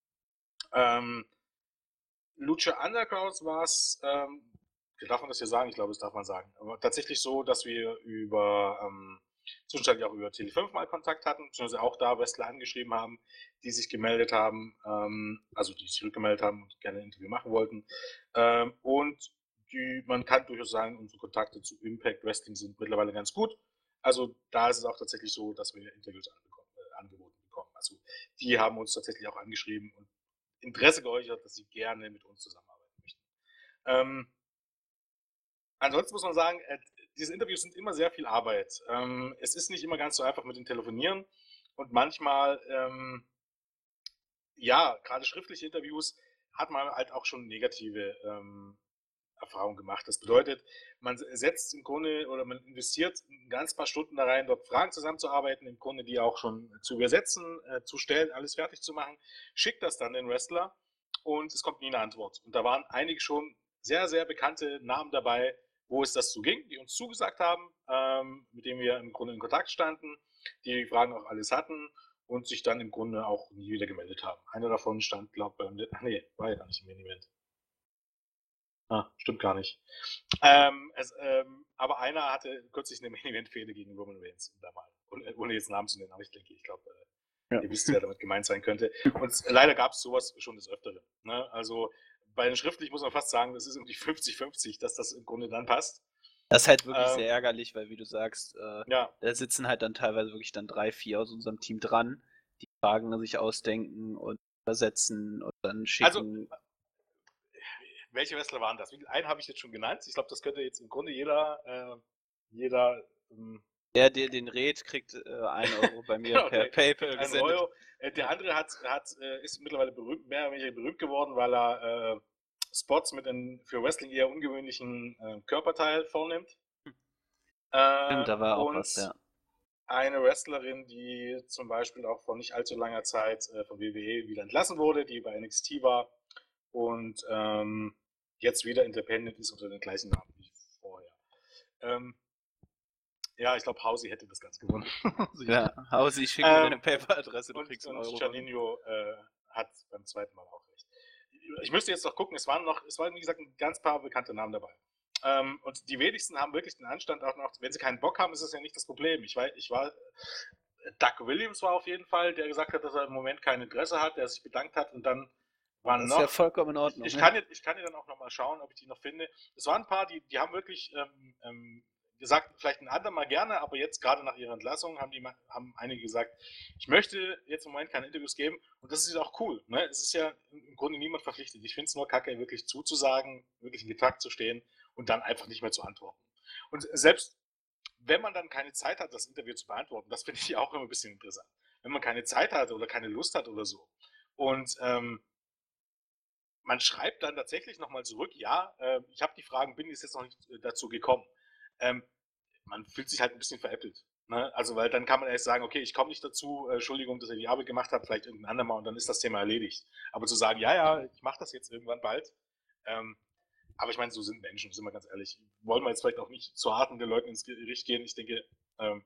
Ähm, Lucha Underground war es, ähm, darf man das hier sagen? Ich glaube, das darf man sagen. Aber tatsächlich so, dass wir über, ähm, zwischenzeitlich auch über Tele fünf mal Kontakt hatten, beziehungsweise auch da Wrestler angeschrieben haben, die sich gemeldet haben, ähm, also die sich rückgemeldet haben und gerne ein Interview machen wollten. Ähm, und die, man kann durchaus sagen, unsere Kontakte zu Impact Wrestling sind mittlerweile ganz gut. Also da ist es auch tatsächlich so, dass wir Interviews anbekommen, äh, angeboten bekommen. Also die haben uns tatsächlich auch angeschrieben und Interesse geäußert, dass sie gerne mit uns zusammenarbeiten möchten. Ähm, ansonsten muss man sagen, äh, diese Interviews sind immer sehr viel Arbeit. Ähm, es ist nicht immer ganz so einfach mit dem Telefonieren und manchmal, ähm, ja, gerade schriftliche Interviews hat man halt auch schon negative ähm, Erfahrungen gemacht. Das bedeutet, man setzt im Grunde oder man investiert ein ganz paar Stunden da rein, dort Fragen zusammenzuarbeiten, im Grunde die auch schon zu übersetzen, äh, zu stellen, alles fertig zu machen, schickt das dann den Wrestler und es kommt nie eine Antwort. Und da waren einige schon sehr, sehr bekannte Namen dabei, wo es das so ging, die uns zugesagt haben, ähm, mit denen wir im Grunde in Kontakt standen, die die Fragen auch alles hatten und sich dann im Grunde auch nie wieder gemeldet haben. Einer davon stand, glaube ich, beim, ach nee, war ja gar nicht im Main Event. Ah, stimmt gar nicht. Ähm, es, ähm, aber einer hatte kürzlich eine Main-Event-Fehde gegen Roman Reigns, da mal, ohne, ohne jetzt Namen zu nennen, aber ich denke, ich glaube, äh, Ja. ihr wisst, wer damit gemeint sein könnte. Und es, leider gab es sowas schon des Öfteren. Ne? Also bei den schriftlich muss man fast sagen, das ist irgendwie fünfzig fünfzig, dass das im Grunde dann passt. Das ist halt wirklich Ähm, sehr ärgerlich, weil wie du sagst, äh, Ja, da sitzen halt dann teilweise wirklich dann drei, vier aus unserem Team dran, die Fragen sich ausdenken und übersetzen und dann schicken. welche Wrestler waren das? Wie- Einen habe ich jetzt schon genannt. Ich glaube, das könnte jetzt im Grunde jeder, äh, jeder ähm, der, der den redet, kriegt äh, einen Euro bei mir Genau, per der PayPal ein gesendet. Euro. Äh, Der andere hat, hat, äh, ist mittlerweile berühmt, mehr oder weniger berühmt geworden, weil er äh, Spots mit einem für Wrestling eher ungewöhnlichen äh, Körperteil vornimmt. Äh, Stimmt, da war auch und was, ja. eine Wrestlerin, die zum Beispiel auch vor nicht allzu langer Zeit äh, von W W E wieder entlassen wurde, die bei N X T war und ähm, jetzt wieder independent ist unter den gleichen Namen wie vorher. Ähm, ja, ich glaube, Hausi hätte das Ganze gewonnen. Ja, Hausi, schick mir Ähm, deine PayPal-Adresse, du Und, kriegst einen und Euro. von mir. Giannino äh, hat beim zweiten Mal auch recht. Ich müsste jetzt noch gucken, es waren noch, es waren wie gesagt ein ganz paar bekannte Namen dabei. Ähm, und die wenigsten haben wirklich den Anstand auch noch, wenn sie keinen Bock haben, ist das ja nicht das Problem. Ich war, ich war Doug Williams war auf jeden Fall, der gesagt hat, dass er im Moment kein Interesse hat, der sich bedankt hat und dann waren Das noch... ist ja vollkommen in Ordnung. Ich, ich, ne? kann, dir- ich kann dir dann auch nochmal schauen, ob ich die noch finde. Es waren ein paar, die, die haben wirklich ähm, ähm, gesagt, vielleicht ein andermal gerne, aber jetzt gerade nach ihrer Entlassung haben, die, ma- haben einige gesagt, ich möchte jetzt im Moment keine Interviews geben und das ist auch cool. Ne? Es ist ja im Grunde niemand verpflichtet. Ich finde es nur kacke, wirklich zuzusagen, wirklich in Kontakt zu stehen und dann einfach nicht mehr zu antworten. Und selbst wenn man dann keine Zeit hat, das Interview zu beantworten, das finde ich auch immer ein bisschen interessant. Wenn man keine Zeit hat oder keine Lust hat oder so und ähm, man schreibt dann tatsächlich nochmal zurück, ja, äh, ich habe die Fragen, bin jetzt noch nicht äh, dazu gekommen. Ähm, man fühlt sich halt ein bisschen veräppelt. Ne? Also, weil dann kann man erst sagen, okay, ich komme nicht dazu, äh, Entschuldigung, dass ihr die Arbeit gemacht habt, vielleicht irgendein andermal und dann ist das Thema erledigt. Aber zu sagen, ja, ja, ich mache das jetzt irgendwann bald. Ähm, aber ich meine, so sind Menschen, sind wir ganz ehrlich. Wollen wir jetzt vielleicht auch nicht zu hart an den Leuten ins Gericht gehen. Ich denke, ähm,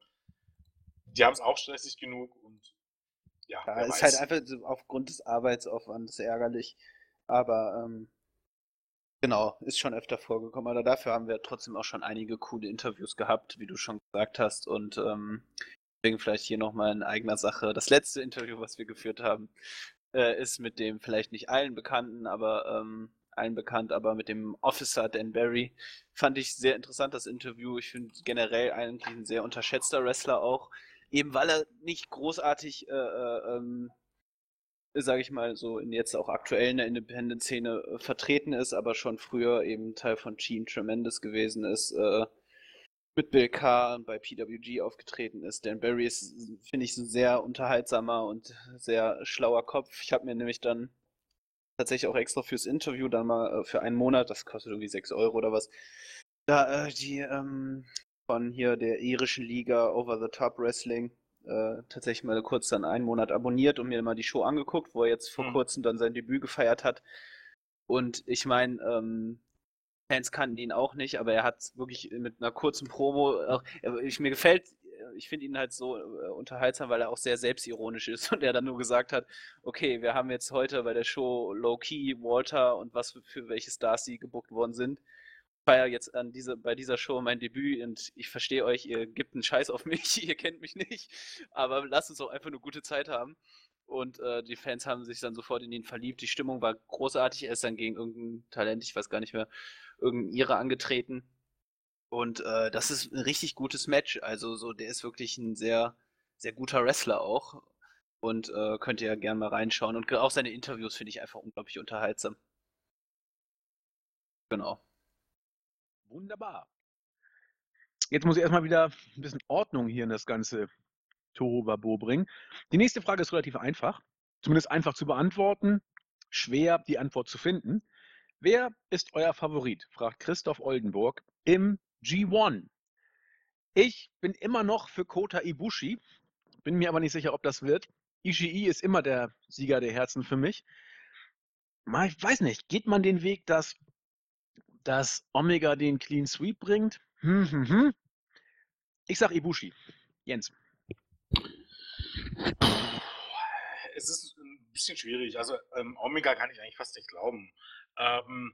die haben es auch stressig genug und ja, Ja, wer ist weiß. halt einfach so aufgrund des Arbeitsaufwandes ärgerlich. Aber ähm, genau, ist schon öfter vorgekommen. Aber dafür haben wir trotzdem auch schon einige coole Interviews gehabt, wie du schon gesagt hast. Und ähm, deswegen vielleicht hier nochmal in eigener Sache. Das letzte Interview, was wir geführt haben, äh, ist mit dem vielleicht nicht allen Bekannten, aber ähm, allen bekannt, aber mit dem Officer Dan Barry. Fand ich sehr interessant, das Interview. Ich finde generell eigentlich ein sehr unterschätzter Wrestler auch. Eben weil er nicht großartig, äh, äh, ähm, sage ich mal, so in jetzt auch aktuell in der Independent-Szene äh, vertreten ist, aber schon früher eben Teil von Team Tremendous gewesen ist, äh, mit Bill Carr bei P W G aufgetreten ist. Dan Barry ist, finde ich, ein sehr unterhaltsamer und sehr schlauer Kopf. Ich habe mir nämlich dann tatsächlich auch extra fürs Interview dann mal äh, für einen Monat, das kostet irgendwie sechs Euro oder was, da äh, die ähm, von hier der irischen Liga Over the Top Wrestling äh, tatsächlich mal kurz dann einen Monat abonniert und mir mal die Show angeguckt, wo er jetzt vor Hm. kurzem dann sein Debüt gefeiert hat. Und ich meine, ähm, Fans kannten ihn auch nicht, aber er hat wirklich mit einer kurzen Promo, auch, ich, mir gefällt, ich finde ihn halt so äh, unterhaltsam, weil er auch sehr selbstironisch ist und er dann nur gesagt hat, okay, wir haben jetzt heute bei der Show Low Key, Walter und was für, für welche Stars sie gebuckt worden sind. Ich feiere jetzt an diese, bei dieser Show mein Debüt und ich verstehe euch, ihr gebt einen Scheiß auf mich, ihr kennt mich nicht, aber lasst uns auch einfach eine gute Zeit haben. Und äh, die Fans haben sich dann sofort in ihn verliebt. Die Stimmung war großartig. Er ist dann gegen irgendein Talent, ich weiß gar nicht mehr, irgendein Ire angetreten. Und äh, das ist ein richtig gutes Match. Also so, der ist wirklich ein sehr, sehr guter Wrestler auch. Und äh, könnt ihr ja gerne mal reinschauen. Und auch seine Interviews finde ich einfach unglaublich unterhaltsam. Genau. Wunderbar. Jetzt muss ich erstmal wieder ein bisschen Ordnung hier in das ganze Tohuwabo bringen. Die nächste Frage ist relativ einfach. Zumindest einfach zu beantworten. Schwer, die Antwort zu finden. Wer ist euer Favorit? Fragt Christoph Oldenburg im G eins. Ich bin immer noch für Kota Ibushi, bin mir aber nicht sicher, ob das wird. Ishii ist immer der Sieger der Herzen für mich. Mal, ich weiß nicht, geht man den Weg, dass, dass Omega den Clean Sweep bringt? Hm, hm, hm. Ich sag Ibushi. Jens. Es ist ein bisschen schwierig. Also ähm, Omega kann ich eigentlich fast nicht glauben. Ähm,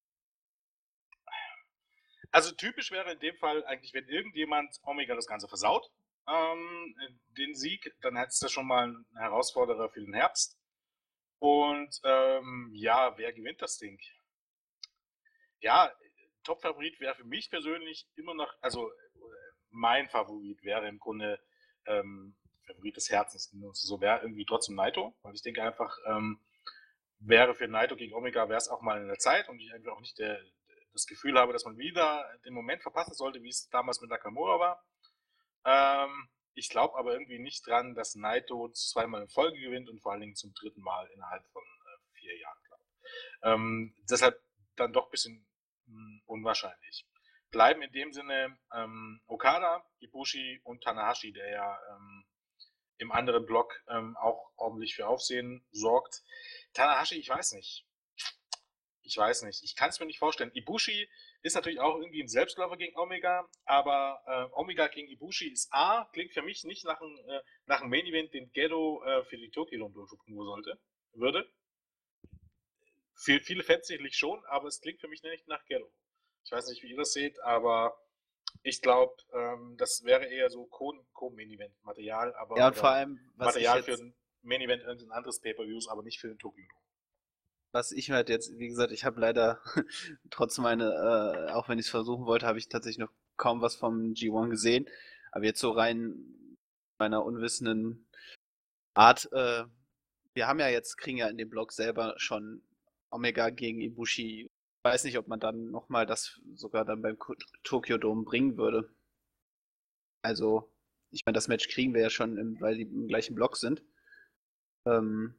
also typisch wäre in dem Fall eigentlich, wenn irgendjemand Omega das Ganze versaut, ähm, den Sieg, dann hättest du schon mal einen Herausforderer für den Herbst. Und ähm, ja, wer gewinnt das Ding? Ja, Top-Favorit wäre für mich persönlich immer noch, also äh, mein Favorit wäre im Grunde ähm, Favorit des Herzens. So wäre irgendwie trotzdem Naito, weil ich denke einfach, ähm, wäre für Naito gegen Omega wäre es auch mal in der Zeit und ich einfach auch nicht der, das Gefühl habe, dass man wieder den Moment verpassen sollte, wie es damals mit Nakamura war. Ähm, ich glaube aber irgendwie nicht dran, dass Naito zweimal in Folge gewinnt und vor allen Dingen zum dritten Mal innerhalb von äh, vier Jahren, glaube ich. Ähm, deshalb dann doch ein bisschen mh, unwahrscheinlich. Bleiben in dem Sinne ähm, Okada, Ibushi und Tanahashi, der ja ähm, im anderen Block ähm, auch ordentlich für Aufsehen sorgt. Tanahashi, ich weiß nicht. Ich weiß nicht. Ich kann es mir nicht vorstellen. Ibushi ist natürlich auch irgendwie ein Selbstläufer gegen Omega, aber äh, Omega gegen Ibushi ist A, klingt für mich nicht nach einem, äh, nach einem Main Event, den Gedo äh, für die Tokyo Dome sollte, würde. Für viele Fans sicherlich schon, aber es klingt für mich nicht nach Gedo. Ich weiß nicht, wie ihr das seht, aber Ich glaube, ähm, das wäre eher so Co- Co-Main-Event-Material, aber Ja, und oder vor allem, was Material ich für jetzt, ein Main-Event irgendein anderes Pay-Per-Views, aber nicht für den Tokyo Dome. was ich halt jetzt, wie gesagt, ich habe leider trotz meine, äh, auch wenn ich es versuchen wollte, habe ich tatsächlich noch kaum was vom G eins gesehen. Aber jetzt so rein meiner unwissenden Art, äh, wir haben ja jetzt, kriegen ja in dem Blog selber schon Omega gegen Ibushi. Ich weiß nicht, ob man dann nochmal das sogar dann beim Ko- Tokyo Dome bringen würde. Also, ich meine, das Match kriegen wir ja schon, im, weil die im gleichen Block sind. Ähm,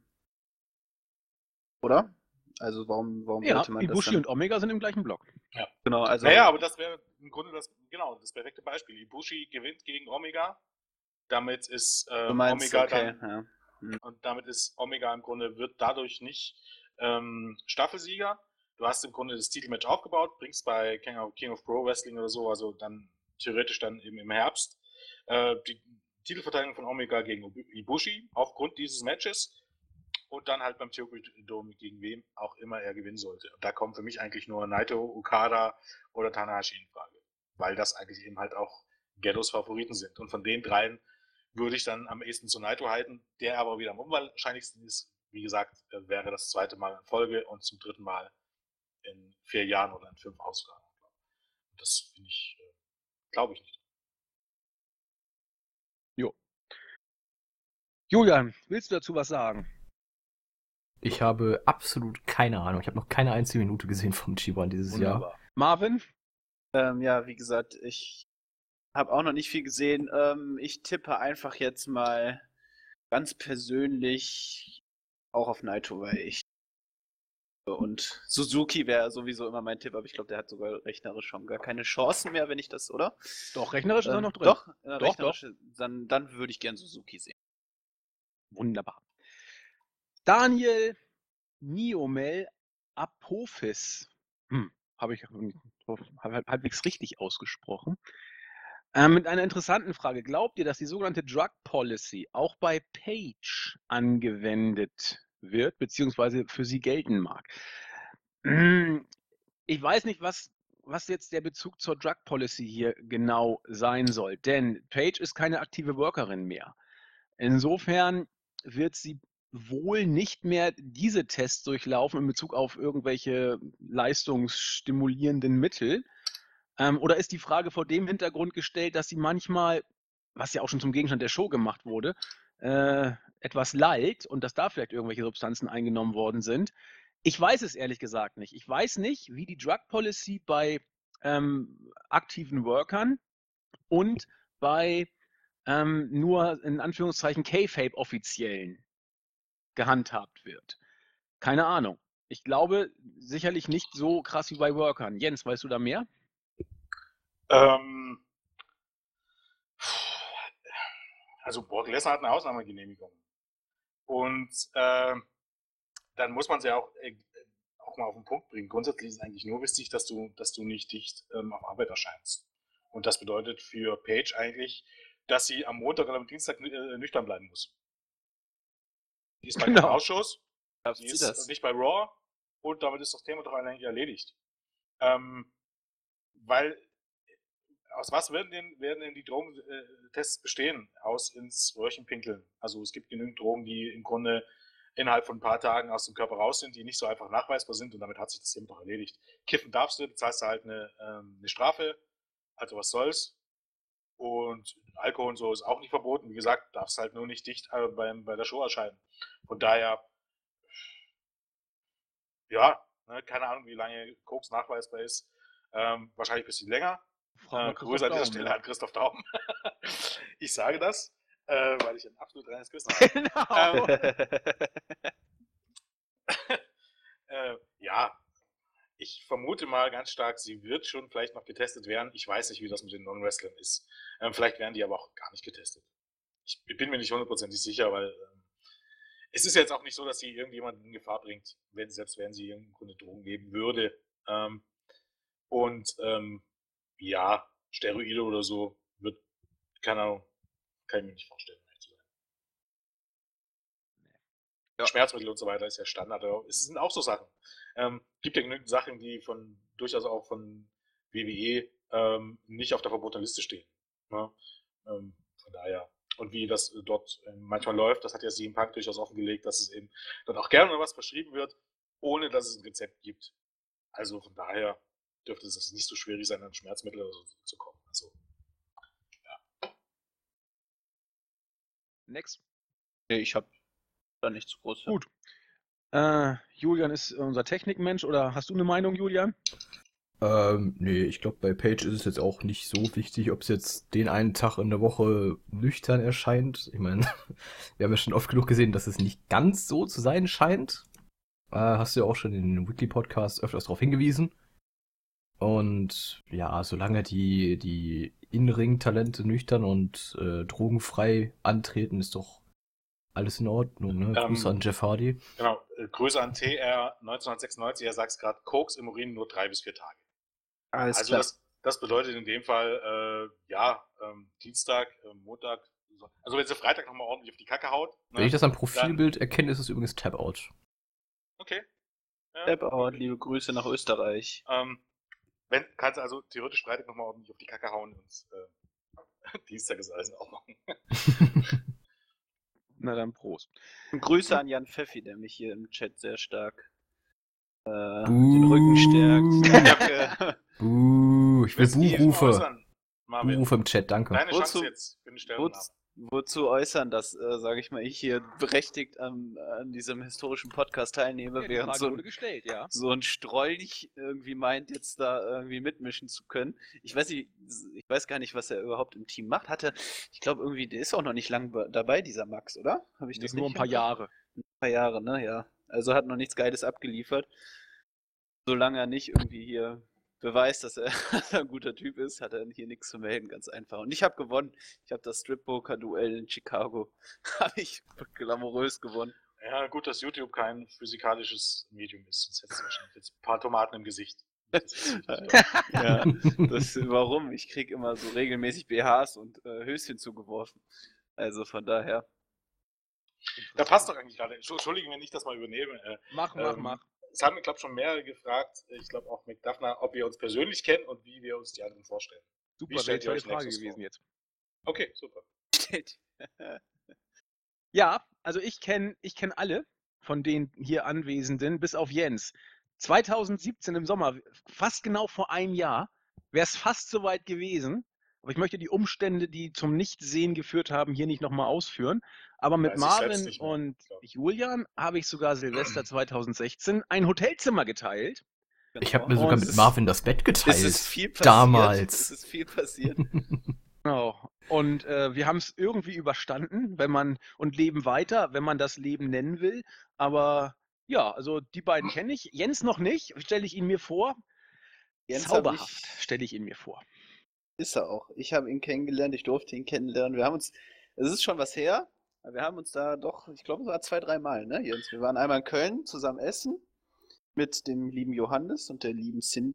oder? Also, warum, warum Ja, sollte man das Ibushi dann? und Omega sind im gleichen Block. Ja. Genau, also. Naja, aber das wäre im Grunde das, genau, das perfekte Beispiel. Ibushi gewinnt gegen Omega. Damit ist ähm, Du meinst, Omega okay, dann ja. Hm. und damit ist Omega im Grunde wird dadurch nicht ähm, Staffelsieger. Du hast im Grunde das Titelmatch aufgebaut, bringst bei King of, King of Pro Wrestling oder so, also dann theoretisch dann eben im Herbst äh, die Titelverteidigung von Omega gegen Ibushi aufgrund dieses Matches und dann halt beim Tokyo Dome gegen wem auch immer er gewinnen sollte. Und da kommen für mich eigentlich nur Naito, Okada oder Tanahashi in Frage, weil das eigentlich eben halt auch Gellos Favoriten sind. Und von den dreien würde ich dann am ehesten zu Naito halten, der aber wieder am unwahrscheinlichsten ist. Wie gesagt, wäre das zweite Mal in Folge und zum dritten Mal in vier Jahren oder in fünf Ausgaben. Das finde ich, glaube ich nicht. Jo. Julian, willst du dazu was sagen? Ich habe absolut keine Ahnung. Ich habe noch keine einzige Minute gesehen vom G eins dieses Jahr. Wunderbar. Marvin? Ähm, ja, wie gesagt, ich habe auch noch nicht viel gesehen. Ähm, ich tippe einfach jetzt mal ganz persönlich auch auf Naito, weil ich und Suzuki wäre sowieso immer mein Tipp, aber ich glaube, der hat sogar rechnerisch schon gar keine Chancen mehr, wenn ich das, oder? Doch, rechnerisch ist er Ähm, noch drin. Doch, äh, Doch, rechnerisch, dann, dann würde ich gern Suzuki sehen. Wunderbar. Daniel Niomel Apophis. Hm, habe ich halb- halbwegs richtig ausgesprochen. Ähm, mit einer interessanten Frage. Glaubt ihr, dass die sogenannte Drug Policy auch bei Page angewendet wird, beziehungsweise für sie gelten mag? Hm, Ich weiß nicht, was, was jetzt der Bezug zur Drug Policy hier genau sein soll, denn Page ist keine aktive Workerin mehr. Insofern wird sie wohl nicht mehr diese Tests durchlaufen in Bezug auf irgendwelche leistungsstimulierenden Mittel. Ähm, oder ist die Frage vor dem Hintergrund gestellt, dass sie manchmal, was ja auch schon zum Gegenstand der Show gemacht wurde, äh, etwas lallt und dass da vielleicht irgendwelche Substanzen eingenommen worden sind? Ich weiß es ehrlich gesagt nicht. Ich weiß nicht, wie die Drug Policy bei ähm, aktiven Workern und bei ähm, nur in Anführungszeichen K-Fape-Offiziellen gehandhabt wird. Keine Ahnung. Ich glaube sicherlich nicht so krass wie bei Workern. Jens, weißt du da mehr? Ähm, also Brock Lesnar hat eine Ausnahmegenehmigung. Und äh, dann muss man es ja auch, äh, auch mal auf den Punkt bringen. Grundsätzlich ist es eigentlich nur wichtig, dass du, dass du nicht dicht ähm, auf Arbeit erscheinst. Und das bedeutet für Paige eigentlich, dass sie am Montag oder am Dienstag äh, nüchtern bleiben muss. Die ist bei Genau. keinen Ausschuss, Schafft die sie ist das? nicht bei Raw und damit ist das Thema doch eigentlich erledigt. Ähm, weil aus was werden denn, werden denn die Drogentests bestehen? Aus ins Röhrchen pinkeln. Also es gibt genügend Drogen, die im Grunde innerhalb von ein paar Tagen aus dem Körper raus sind, die nicht so einfach nachweisbar sind und damit hat sich das Thema doch erledigt. Kiffen darfst du, bezahlst du halt eine, ähm, eine Strafe, also was soll's. Und Alkohol und so ist auch nicht verboten. Wie gesagt, darfst halt nur nicht dicht äh, beim, bei der Show erscheinen. Von daher, ja, ne, keine Ahnung, wie lange Koks nachweisbar ist. Ähm, wahrscheinlich ein bisschen länger. Frag mal Äh, Christoph Grüße an dieser Daum, Stelle ja. an Christoph Daum. Ich sage das, äh, weil ich ein absolut reines Gewissen habe. Genau. Ähm, äh, ja, ich vermute mal ganz stark, sie wird schon vielleicht noch getestet werden. Ich weiß nicht, wie das mit den Non-Wrestlern ist. Ähm, vielleicht werden die aber auch gar nicht getestet. Ich bin mir nicht hundertprozentig sicher, weil ähm, es ist jetzt auch nicht so, dass sie irgendjemanden in Gefahr bringt, wenn, selbst wenn sie im Grunde Drogen geben würde. Ähm, und ähm, ja, Steroide oder so wird, keine Ahnung, kann ich mir nicht vorstellen. um ehrlich zu sein. Ja. Schmerzmittel und so weiter ist ja Standard. Aber es sind auch so Sachen. Ähm, gibt ja genügend Sachen, die von durchaus auch von W W E ähm, nicht auf der verbotenen Liste stehen. Ne? Ähm, von daher. Und wie das äh, dort äh, manchmal läuft, das hat ja C M Punk durchaus offengelegt, dass es eben dann auch gerne mal was verschrieben wird, ohne dass es ein Rezept gibt. Also von daher dürfte es nicht so schwierig sein, an Schmerzmittel oder so zu kommen. Also, Next. Nee, ich habe da nichts Großes. Gut. Äh, Julian ist unser Technikmensch, oder hast du eine Meinung, Julian? Ähm, nee, ich glaube, bei Page ist es jetzt auch nicht so wichtig, ob es jetzt den einen Tag in der Woche nüchtern erscheint. Ich meine, wir haben ja schon oft genug gesehen, dass es nicht ganz so zu sein scheint. Äh, hast du ja auch schon in den Weekly-Podcasts öfters darauf hingewiesen. Und ja, solange die, die In-Ring-Talente nüchtern und äh, drogenfrei antreten, ist doch alles in Ordnung, ne? Ähm, Grüße an Jeff Hardy. genau. Äh, Grüße an T R neunzehnhundertsechsundneunzig. Er sagt es gerade, Koks im Urin nur drei bis vier Tage. Alles also klar. das, das bedeutet in dem Fall, äh, ja, ähm, Dienstag, äh, Montag. So. Also wenn sie Freitag nochmal ordentlich auf die Kacke haut. Ne, Wenn ich das am dann, Profilbild erkenne, ist es übrigens Tap-Out. okay. Ja, Step-Out, liebe Grüße nach Österreich. Ähm, wenn, kannst du also theoretisch Freitag nochmal ordentlich auf die Kacke hauen und äh, Dienstag ist alles in Ordnung. Na dann Prost. Und Grüße an Jan Pfeffi, der mich hier im Chat sehr stark äh, Buh. den Rücken stärkt. Danke. Buh, ich will Willst du dich Buhrufe. äußern, Marvin? Buhrufe im Chat, danke. Deine Wozu- Chance jetzt für den Sterbennamen. Wozu, wozu äußern, dass, äh, sage ich mal, ich hier berechtigt an, an diesem historischen Podcast teilnehme, Ja, die während Frage so wurde ein, gestellt, ja. so ein Strolch irgendwie meint, jetzt da irgendwie mitmischen zu können. Ich weiß nicht, ich weiß gar nicht, was er überhaupt im Team macht. Hatte, ich glaube irgendwie, der ist auch noch nicht lang be- dabei, dieser Max, oder? Habe ich Das das nur ein nicht paar im Kopf? Jahre. Ein paar Jahre, ne? Ja. Also hat noch nichts Geiles abgeliefert. Solange er nicht irgendwie hier beweist, dass er ein guter Typ ist, hat er hier nichts zu melden, ganz einfach. Und ich habe gewonnen. Ich habe das Strip-Poker-Duell in Chicago, habe ich glamourös gewonnen. Ja, gut, dass YouTube kein physikalisches Medium ist, sonst hättest du wahrscheinlich jetzt ein paar Tomaten im Gesicht. Das ist ziemlich toll. Ja, das, warum? Ich kriege immer so regelmäßig B Hs und äh, Höschen zugeworfen. Also von daher. Da passt doch eigentlich gerade. Entschuldigen, wenn ich das mal übernehme. Äh, Mach, mach, ähm, mach. Es haben, glaube ich, schon mehrere gefragt, ich glaube auch McDuffner, ob wir uns persönlich kennen und wie wir uns die anderen vorstellen. Super, wie wäre stellt ihr tolle euch Frage Nexus gewesen vor? jetzt. Okay, super. Ja, also ich kenne ich kenn alle von den hier Anwesenden, bis auf Jens. zweitausendsiebzehn im Sommer, fast genau vor einem Jahr, wäre es fast soweit gewesen. Aber ich möchte die Umstände, die zum Nichtsehen geführt haben, hier nicht nochmal ausführen. Aber mit Weiß ich selbst Marvin nicht mehr, und glaub. Julian habe ich sogar Silvester zweitausendsechzehn ein Hotelzimmer geteilt. Ich habe mir Genau. sogar Und mit es- Marvin das Bett geteilt. Es ist viel passiert. Damals. Es ist viel passiert. Genau. Und äh, wir haben es irgendwie überstanden, wenn man und leben weiter, wenn man das Leben nennen will. Aber ja, also die beiden kenne ich. Jens noch nicht, stelle ich ihn mir vor. Jens hab Zauberhaft ich- stelle ich ihn mir vor. Ist er auch. Ich habe ihn kennengelernt, ich durfte ihn kennenlernen. Wir haben uns, es ist schon was her, aber wir haben uns da doch, ich glaube, es war zwei, drei Mal, ne, Jens? Wir waren einmal in Köln zusammen essen mit dem lieben Johannes und der lieben Cindy.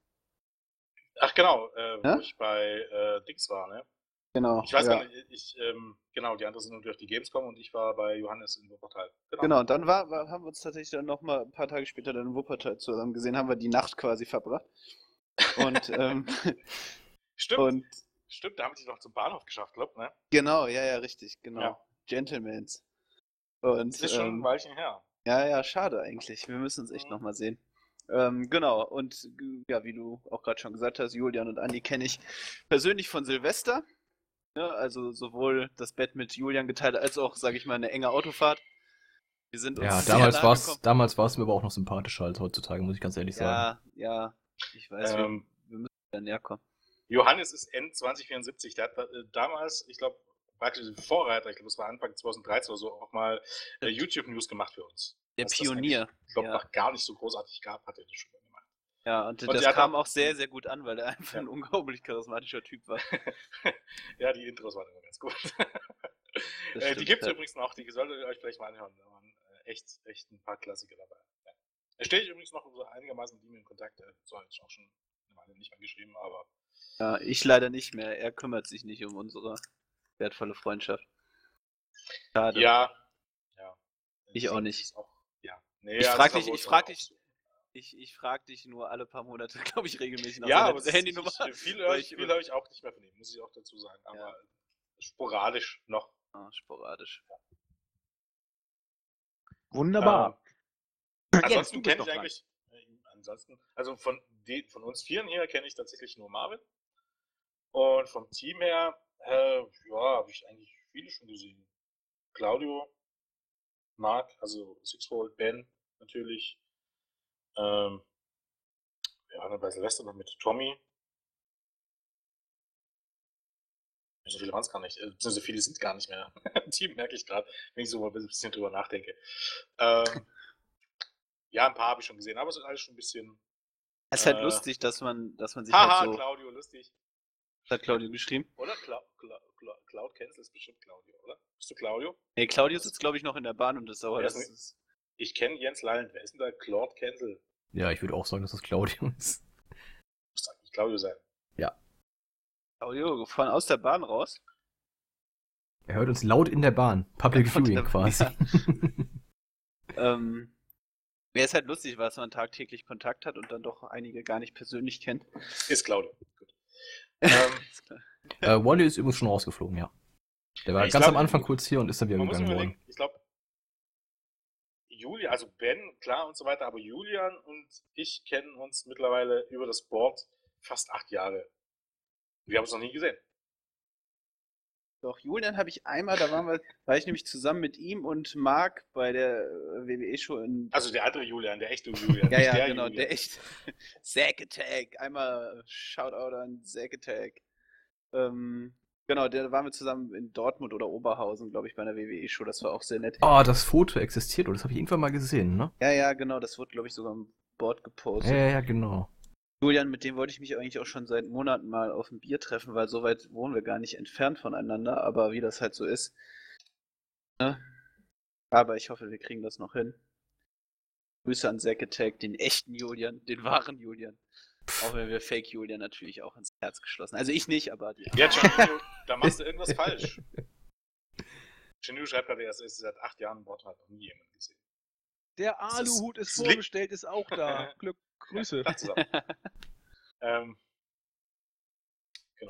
Ach genau, äh, Ja? wo ich bei äh, Dings war, ne? Genau. Ich weiß ja. gar nicht, ich, ähm, genau, die anderen sind nur durch die Gamescom und ich war bei Johannes in Wuppertal. Genau, und dann war, war, haben wir uns tatsächlich dann nochmal ein paar Tage später dann in Wuppertal zusammen gesehen, haben wir die Nacht quasi verbracht. Und, ähm, Stimmt, und stimmt, da haben sie noch zum Bahnhof geschafft, glaub, ne? genau, ja, ja, richtig, genau. Ja. Gentlemans. Und, Das ist schon ein ähm, Weilchen her. ja, ja, schade eigentlich. Wir müssen uns echt Mhm. nochmal sehen. Ähm, genau, und g- ja, wie du auch gerade schon gesagt hast, Julian und Andi kenne ich persönlich von Silvester. Ne? Also sowohl das Bett mit Julian geteilt, als auch, sage ich mal, eine enge Autofahrt. Wir sind uns Ja, sehr damals nahe war's, gekommen. damals war es mir aber auch noch sympathischer als heutzutage, muss ich ganz ehrlich sagen. Ja, ja, ich weiß, Ähm, wir, wir müssen da näher kommen. Johannes ist Ende zwanzig vierundsiebzig. Der hat äh, damals, ich glaube, praktisch den Vorreiter, ich glaube, es war Anfang zweitausenddreizehn oder so, auch mal äh, YouTube-News gemacht für uns. Der Was das Pionier. eigentlich, Ich glaube, Ja. noch gar nicht so großartig gab, hat er das schon mal gemacht. Ja, und, Und das der hat kam auch- auch sehr, sehr gut an, weil er einfach Ja. ein unglaublich charismatischer Typ war. Ja, die Intros waren immer ganz gut. Das äh, die stimmt, gibt es ja. übrigens noch, die solltet ihr euch vielleicht mal anhören. Da waren äh, echt, echt ein paar Klassiker dabei. Ja. Da stehe ich übrigens noch so einigermaßen mit ihm in Kontakt. Er so hat auch schon eine Weile nicht mehr geschrieben, aber Ja, ich leider nicht mehr. Er kümmert sich nicht um unsere wertvolle Freundschaft. Schade. ja. ja. Ich auch Das nicht. ist Auch, ja. Nee, Ich ja, frag das ist dich- aber ich uns frag auch dich- so. Ich, ich frage dich nur alle paar Monate, glaube ich, regelmäßig nach Ja, seiner aber es ist, Handynummer. ich, viel weil höre ich, ich viel immer- höre ich auch nicht mehr von ihm, muss ich auch dazu sagen. Aber Ja. sporadisch noch. Ah, sporadisch. Wunderbar. Ähm, Jens, ansonsten du bist kenne ich noch dran. eigentlich, äh, ansonsten, also von, die, von uns Vieren hier kenne ich tatsächlich nur Marvin. Und vom Team her, äh, ja, habe ich eigentlich viele schon gesehen. Claudio, Marc, also Sixfold, Ben natürlich. Ähm, ja, dann bei Silvester noch mit Tommy. So viele waren es gar nicht. äh, So viele sind gar nicht mehr im Team, merke ich gerade, wenn ich so mal ein bisschen drüber nachdenke. Ähm, ja, ein paar habe ich schon gesehen, aber es ist alles schon ein bisschen. Es ist halt Äh, lustig, dass man, dass man sich Haha, halt so. Claudio, lustig. Hat Claudio geschrieben? Oder? Cla Cla Cla Cloud Cancel ist bestimmt Claudio, oder? Bist du Claudio? Nee, Claudio sitzt, glaube ich, noch in der Bahn und ist sauer. Wer Das ist ist, Ich kenne Jens Lalland. Wer ist denn da Claude Cancel? Ja, ich würde auch sagen, dass das Claudio ist. Muss eigentlich Claudio sein. Claudio von aus der Bahn raus. Er hört uns laut in der Bahn. Public Laut in Viewing der- quasi. Ähm, Wäre es halt lustig, weil man tagtäglich Kontakt hat und dann doch einige gar nicht persönlich kennt. Ist Claudio. Gut. Ähm, Ist klar. äh, Wally ist übrigens schon rausgeflogen, ja. Der war Ja, ich ganz glaub, am Anfang kurz hier und ist dann wieder man muss gegangen überlegen, worden. ich glaube, Julia, also Ben, klar und so weiter, aber Julian und ich kennen uns mittlerweile über das Board fast acht Jahre. Wir haben es noch nie gesehen. Doch, Julian habe ich einmal, da waren wir, war ich nämlich zusammen mit ihm und Marc bei der äh, W W E-Show in. Also der andere Julian, der echte Julian. ja, nicht ja, der genau, Julian. der echt. Zack Attack, einmal Shoutout an Zack Attack. Ähm, genau, da waren wir zusammen in Dortmund oder Oberhausen, glaube ich, bei einer W W E-Show, das war auch sehr nett. Oh, das Foto existiert, oder das habe ich irgendwann mal gesehen, ne? Ja, ja, genau, das wurde, glaube ich, sogar im Board gepostet. Ja, ja, ja, genau. Julian, mit dem wollte ich mich eigentlich auch schon seit Monaten mal auf ein Bier treffen, weil so weit wohnen wir gar nicht entfernt voneinander, aber wie das halt so ist. Ne? Aber ich hoffe, wir kriegen das noch hin. Grüße an Zack Attack, den echten Julian, den wahren Julian. Auch wenn wir Fake Julian natürlich auch ins Herz geschlossen. Also ich nicht, aber die Ja, Gianino, da machst du irgendwas falsch. Gianino schreibt gerade, er ist seit acht Jahren im Board, hat noch nie jemand gesehen. Der Das ist- Aluhut ist das liegt- vorbestellt, ist auch da. Glück, Grüße. Tag zusammen. ähm, genau.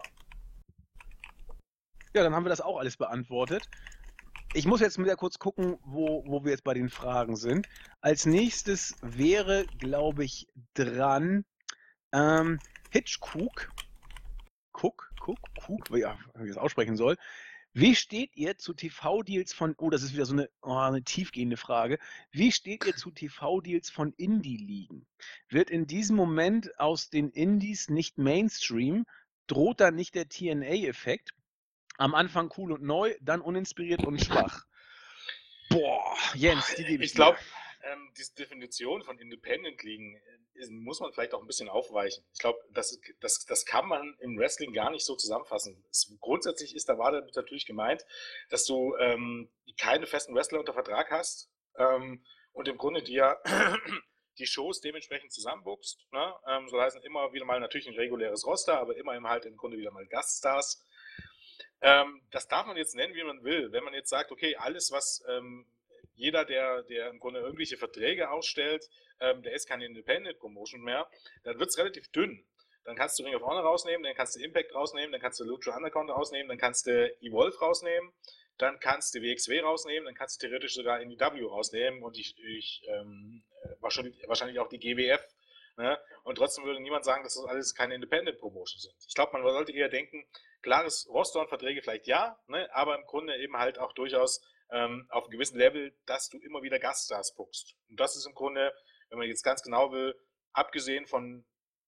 Ja, dann haben wir das auch alles beantwortet. Ich muss jetzt wieder kurz gucken, wo, wo wir jetzt bei den Fragen sind. Als nächstes wäre, glaube ich, dran ähm, Hitchcock. Cook, Cook, Cook, ja, wie ich das aussprechen soll. Wie steht ihr zu T V-Deals von, oh, das ist wieder so eine, oh, eine tiefgehende Frage. Wie steht ihr zu T V-Deals von Indie-Ligen? Wird in diesem Moment aus den Indies nicht Mainstream? Droht da nicht der T N A-Effekt? Am Anfang cool und neu, dann uninspiriert und schwach. Boah, Jens, die gebe ich Ich glaube, dir. ähm, diese Definition von Independent Ligen äh, muss man vielleicht auch ein bisschen aufweichen. Ich glaube, das, das, das kann man im Wrestling gar nicht so zusammenfassen. Es, grundsätzlich ist da war damit natürlich gemeint, dass du ähm, keine festen Wrestler unter Vertrag hast ähm, und im Grunde dir die Shows dementsprechend zusammenbuchst. Ne? Ähm, so heißen immer wieder mal natürlich ein reguläres Roster, aber immer halt im Grunde wieder mal Gaststars. Ähm, das darf man jetzt nennen, wie man will. Wenn man jetzt sagt, okay, alles, was ähm, jeder, der, der im Grunde irgendwelche Verträge ausstellt, ähm, der ist keine Independent Promotion mehr, dann wird es relativ dünn. Dann kannst du Ring of Honor rausnehmen, dann kannst du Impact rausnehmen, dann kannst du Lucha Underground rausnehmen, dann kannst du Evolve rausnehmen, dann kannst du W X W rausnehmen, dann kannst du theoretisch sogar N E W rausnehmen und ich, ich ähm, wahrscheinlich, wahrscheinlich auch die G W F. Ne? Und trotzdem würde niemand sagen, dass das alles keine Independent Promotion sind. Ich glaube, man sollte eher denken, klares Roster und Verträge vielleicht ja, ne? Aber im Grunde eben halt auch durchaus ähm, auf einem gewissen Level, dass du immer wieder Gaststars buchst. Und das ist im Grunde, wenn man jetzt ganz genau will, abgesehen von,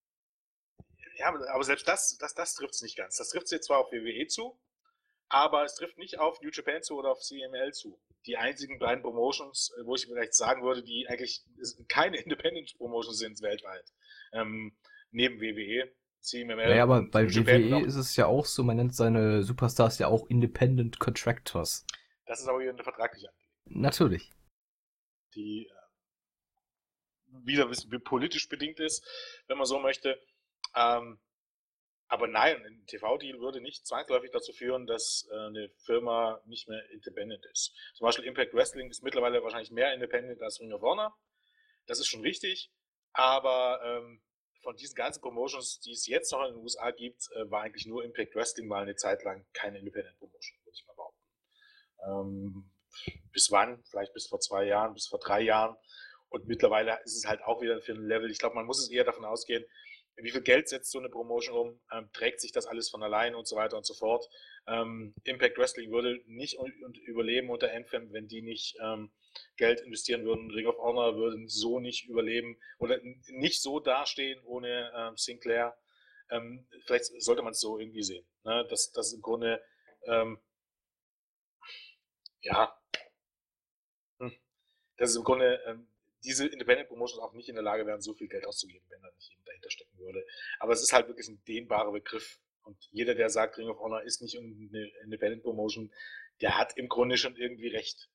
ja, aber selbst das, das, das trifft es nicht ganz. Das trifft es jetzt zwar auf W W E zu, aber es trifft nicht auf New Japan zu oder auf C M L zu. Die einzigen beiden Promotions, wo ich vielleicht sagen würde, die eigentlich keine Independent Promotions sind weltweit, ähm, neben W W E. C M L Naja, aber und bei New Japan W W E auch- ist es ja auch so, man nennt seine Superstars ja auch Independent Contractors. Das ist aber wieder eine vertragliche Angelegenheit, Natürlich. die äh, wieder ein bisschen politisch bedingt ist, wenn man so möchte. Ähm, aber nein, ein T V-Deal würde nicht zwangsläufig dazu führen, dass äh, eine Firma nicht mehr independent ist. Zum Beispiel Impact Wrestling ist mittlerweile wahrscheinlich mehr independent als Ring of Honor. Das ist schon richtig. aber ähm, von diesen ganzen Promotions, die es jetzt noch in den U S A gibt, äh, war eigentlich nur Impact Wrestling mal eine Zeit lang keine Independent Promotion, würde ich mal behaupten. Ähm, bis wann? Vielleicht bis vor zwei Jahren, bis vor drei Jahren. Und mittlerweile ist es halt auch wieder für ein Level. Ich glaube, man muss es eher davon ausgehen, wie viel Geld setzt so eine Promotion um, ähm, trägt sich das alles von alleine und so weiter und so fort. Ähm, Impact Wrestling würde nicht un und überleben unter Anthem, wenn die nicht ähm, Geld investieren würden. Ring of Honor würde so nicht überleben oder nicht so dastehen ohne ähm, Sinclair. Ähm, vielleicht sollte man es so irgendwie sehen, ne? dass das im Grunde ähm, ja, dass es im Grunde ähm, diese Independent Promotions auch nicht in der Lage wären, so viel Geld auszugeben, wenn da nicht jemand dahinter stecken würde. Aber es ist halt wirklich ein dehnbarer Begriff. Und jeder, der sagt, Ring of Honor ist nicht eine Independent Promotion, der hat im Grunde schon irgendwie recht.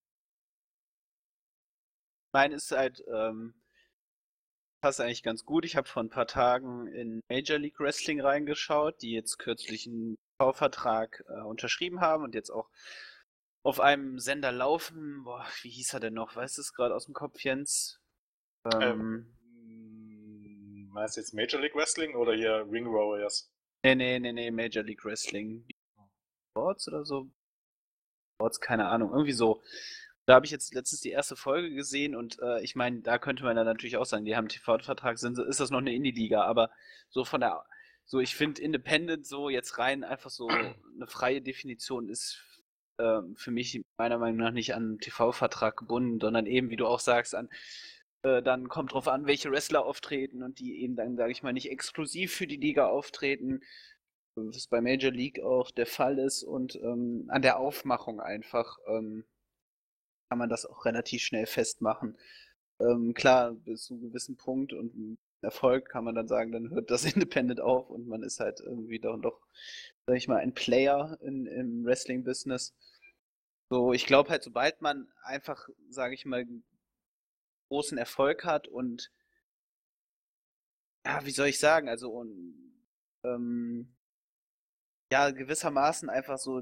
Mein ist halt, ähm, passt eigentlich ganz gut. Ich habe vor ein paar Tagen in Major League Wrestling reingeschaut, die jetzt kürzlich einen Kaufvertrag äh, unterschrieben haben und jetzt auch auf einem Sender laufen. Boah, wie hieß er denn noch? Weißt du es gerade aus dem Kopf, Jens? Ähm, Ähm, meinst du jetzt Major League Wrestling oder hier Ring Warriors? nee, nee, nee, nee, Major League Wrestling. Sports oder so? Sports, keine Ahnung, irgendwie so. Da habe ich jetzt letztens die erste Folge gesehen und äh, ich meine, da könnte man dann natürlich auch sagen, die haben einen T V-Vertrag, sind, ist das noch eine Indie-Liga, aber so von der, so ich finde Independent so jetzt rein einfach so eine freie Definition ist ähm, für mich meiner Meinung nach nicht an einen T V-Vertrag gebunden, sondern eben, wie du auch sagst, an äh, dann kommt drauf an, welche Wrestler auftreten und die eben dann, sage ich mal, nicht exklusiv für die Liga auftreten, was bei Major League auch der Fall ist und ähm, an der Aufmachung einfach ähm, kann man das auch relativ schnell festmachen. Ähm, klar, bis zu einem gewissen Punkt und Erfolg kann man dann sagen, dann hört das Independent auf und man ist halt irgendwie doch, doch sag ich mal, ein Player in, im Wrestling-Business. So, ich glaube halt, sobald man einfach, sage ich mal, großen Erfolg hat und ja, wie soll ich sagen, also und ähm, ja, gewissermaßen einfach so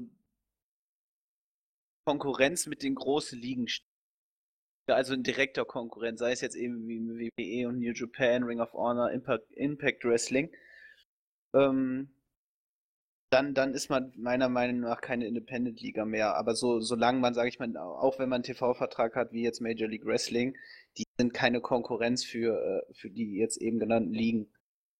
Konkurrenz mit den großen Ligen steht. Ja, also in direkter Konkurrenz, sei es jetzt eben wie W W E und New Japan, Ring of Honor, Impact, Impact Wrestling, ähm, dann, dann ist man meiner Meinung nach keine Independent-Liga mehr. Aber so, solange man, sage ich mal, auch wenn man einen T V-Vertrag hat, wie jetzt Major League Wrestling, die sind keine Konkurrenz für, äh, für die jetzt eben genannten Ligen.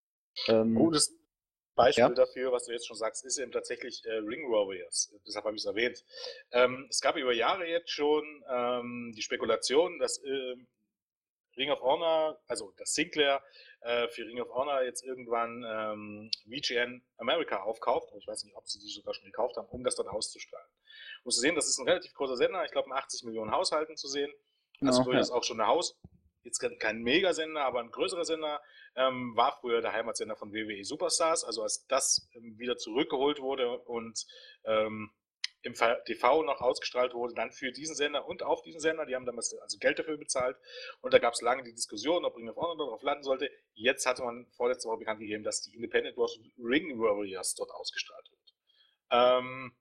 Ähm, Gutes Beispiel ja. dafür, was du jetzt schon sagst, ist eben tatsächlich äh, Ring Warriors. Deshalb habe ich es erwähnt. Ähm, es gab über Jahre jetzt schon ähm, die Spekulation, dass ähm, Ring of Honor, also dass Sinclair äh, für Ring of Honor jetzt irgendwann ähm, V G N America aufkauft. Ich weiß nicht, ob sie die sogar schon gekauft haben, um das dann auszustrahlen. Muss sehen, das ist ein relativ großer Sender, ich glaube in achtzig Millionen Haushalten zu sehen. Also Genau, durchaus ja. auch schon ein Haus. Jetzt kein Megasender, aber ein größerer Sender. Ähm, war früher der Heimatsender von W W E Superstars. Also als das ähm, wieder zurückgeholt wurde und ähm, im T V noch ausgestrahlt wurde, dann für diesen Sender und auf diesen Sender. Die haben damals also Geld dafür bezahlt. Und da gab es lange die Diskussion, ob Ring of Honor darauf landen sollte. Jetzt hatte man vorletzte Woche bekannt gegeben, dass die Independent Ring Warriors dort ausgestrahlt wird. Ähm,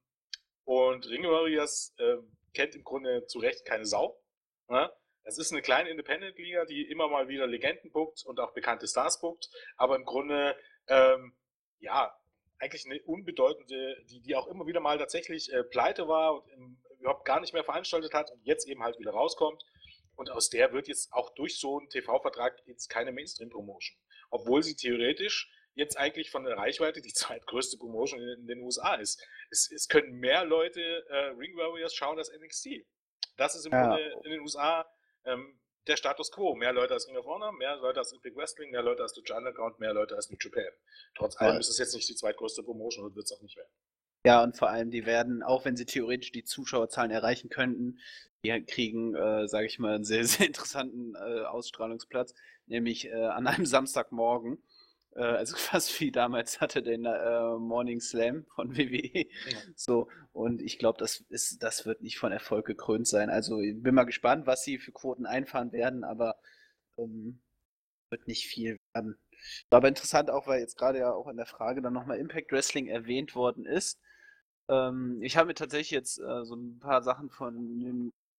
und Ring Warriors äh, kennt im Grunde zu Recht keine Sau. Ne? Es ist eine kleine Independent-Liga, die immer mal wieder Legenden buckt und auch bekannte Stars buckt, aber im Grunde, ähm, ja, eigentlich eine unbedeutende, die, die auch immer wieder mal tatsächlich äh, pleite war und im, überhaupt gar nicht mehr veranstaltet hat und jetzt eben halt wieder rauskommt. Und aus der wird jetzt auch durch so einen T V-Vertrag jetzt keine Mainstream-Promotion. Obwohl sie theoretisch jetzt eigentlich von der Reichweite die zweitgrößte Promotion in, in den U S A ist. Es, es können mehr Leute äh, Ring Warriors schauen als N X T. Das ist im Ja. Grunde in den U S A ähm, der Status quo. Mehr Leute als Ring of Honor, mehr Leute als Impact Wrestling, mehr Leute als Lucha Underground, mehr Leute als New Japan. Trotz allem Ja. ist es jetzt nicht die zweitgrößte Promotion und wird es auch nicht werden. Ja, und vor allem, die werden, auch wenn sie theoretisch die Zuschauerzahlen erreichen könnten, die kriegen, äh, sage ich mal, einen sehr, sehr interessanten äh, Ausstrahlungsplatz, nämlich äh, an einem Samstagmorgen. Äh, also fast wie damals hatte den äh, Morning Slam von W W E. Ja. So, und ich glaube, das ist, das wird nicht von Erfolg gekrönt sein. Also ich bin mal gespannt, was sie für Quoten einfahren werden, aber ähm, wird nicht viel werden. War aber interessant auch, weil jetzt gerade ja auch in der Frage dann nochmal Impact Wrestling erwähnt worden ist. Ähm, ich habe mir tatsächlich jetzt äh, so ein paar Sachen von dem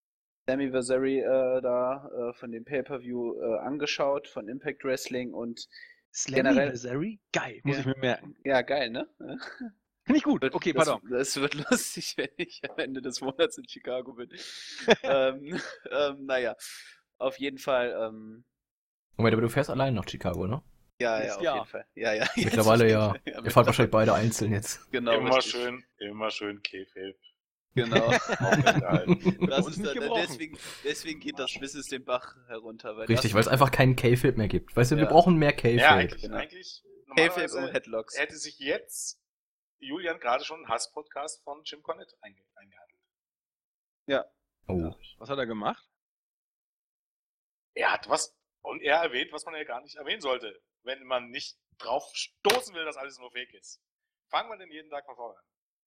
Slammiversary äh, da äh, von dem Pay-Per-View äh, angeschaut, von Impact Wrestling und generell. Slammiversary? Geil, muss Ja. ich mir merken. Ja, geil, ne? Ja. Finde ich gut. Wird, Okay, das, pardon. das wird lustig, wenn ich am Ende des Monats in Chicago bin. ähm, ähm, naja, auf jeden Fall. Ähm, Moment, aber du fährst allein nach Chicago, ne? ja, Jetzt ja, auf ja. jeden Fall. Ja, ja. jetzt Mittlerweile auf jeden ja. Fall. Ihr fahrt mittlerweile. wahrscheinlich beide einzeln jetzt. Genau, immer richtig. schön, immer schön Kayfabe. Genau. aufrechterhalten. Das uns ist nicht dann, gebrochen. deswegen, deswegen geht das Business den Bach herunter. Weil Richtig, das, weil es einfach keinen K-Film mehr gibt. Weißt du, wir Ja. brauchen mehr Ja, K-Film. eigentlich, Genau. eigentlich Kayfabe normalerweise und Headlocks. hätte sich jetzt Julian gerade schon einen Hass-Podcast von Jim Cornette einge eingehandelt. Ja. Oh. Was hat er gemacht? Er hat was, und er erwähnt, was man ja gar nicht erwähnen sollte, wenn man nicht drauf stoßen will, dass alles nur Fake ist. Fangen wir denn jeden Tag von vorne an.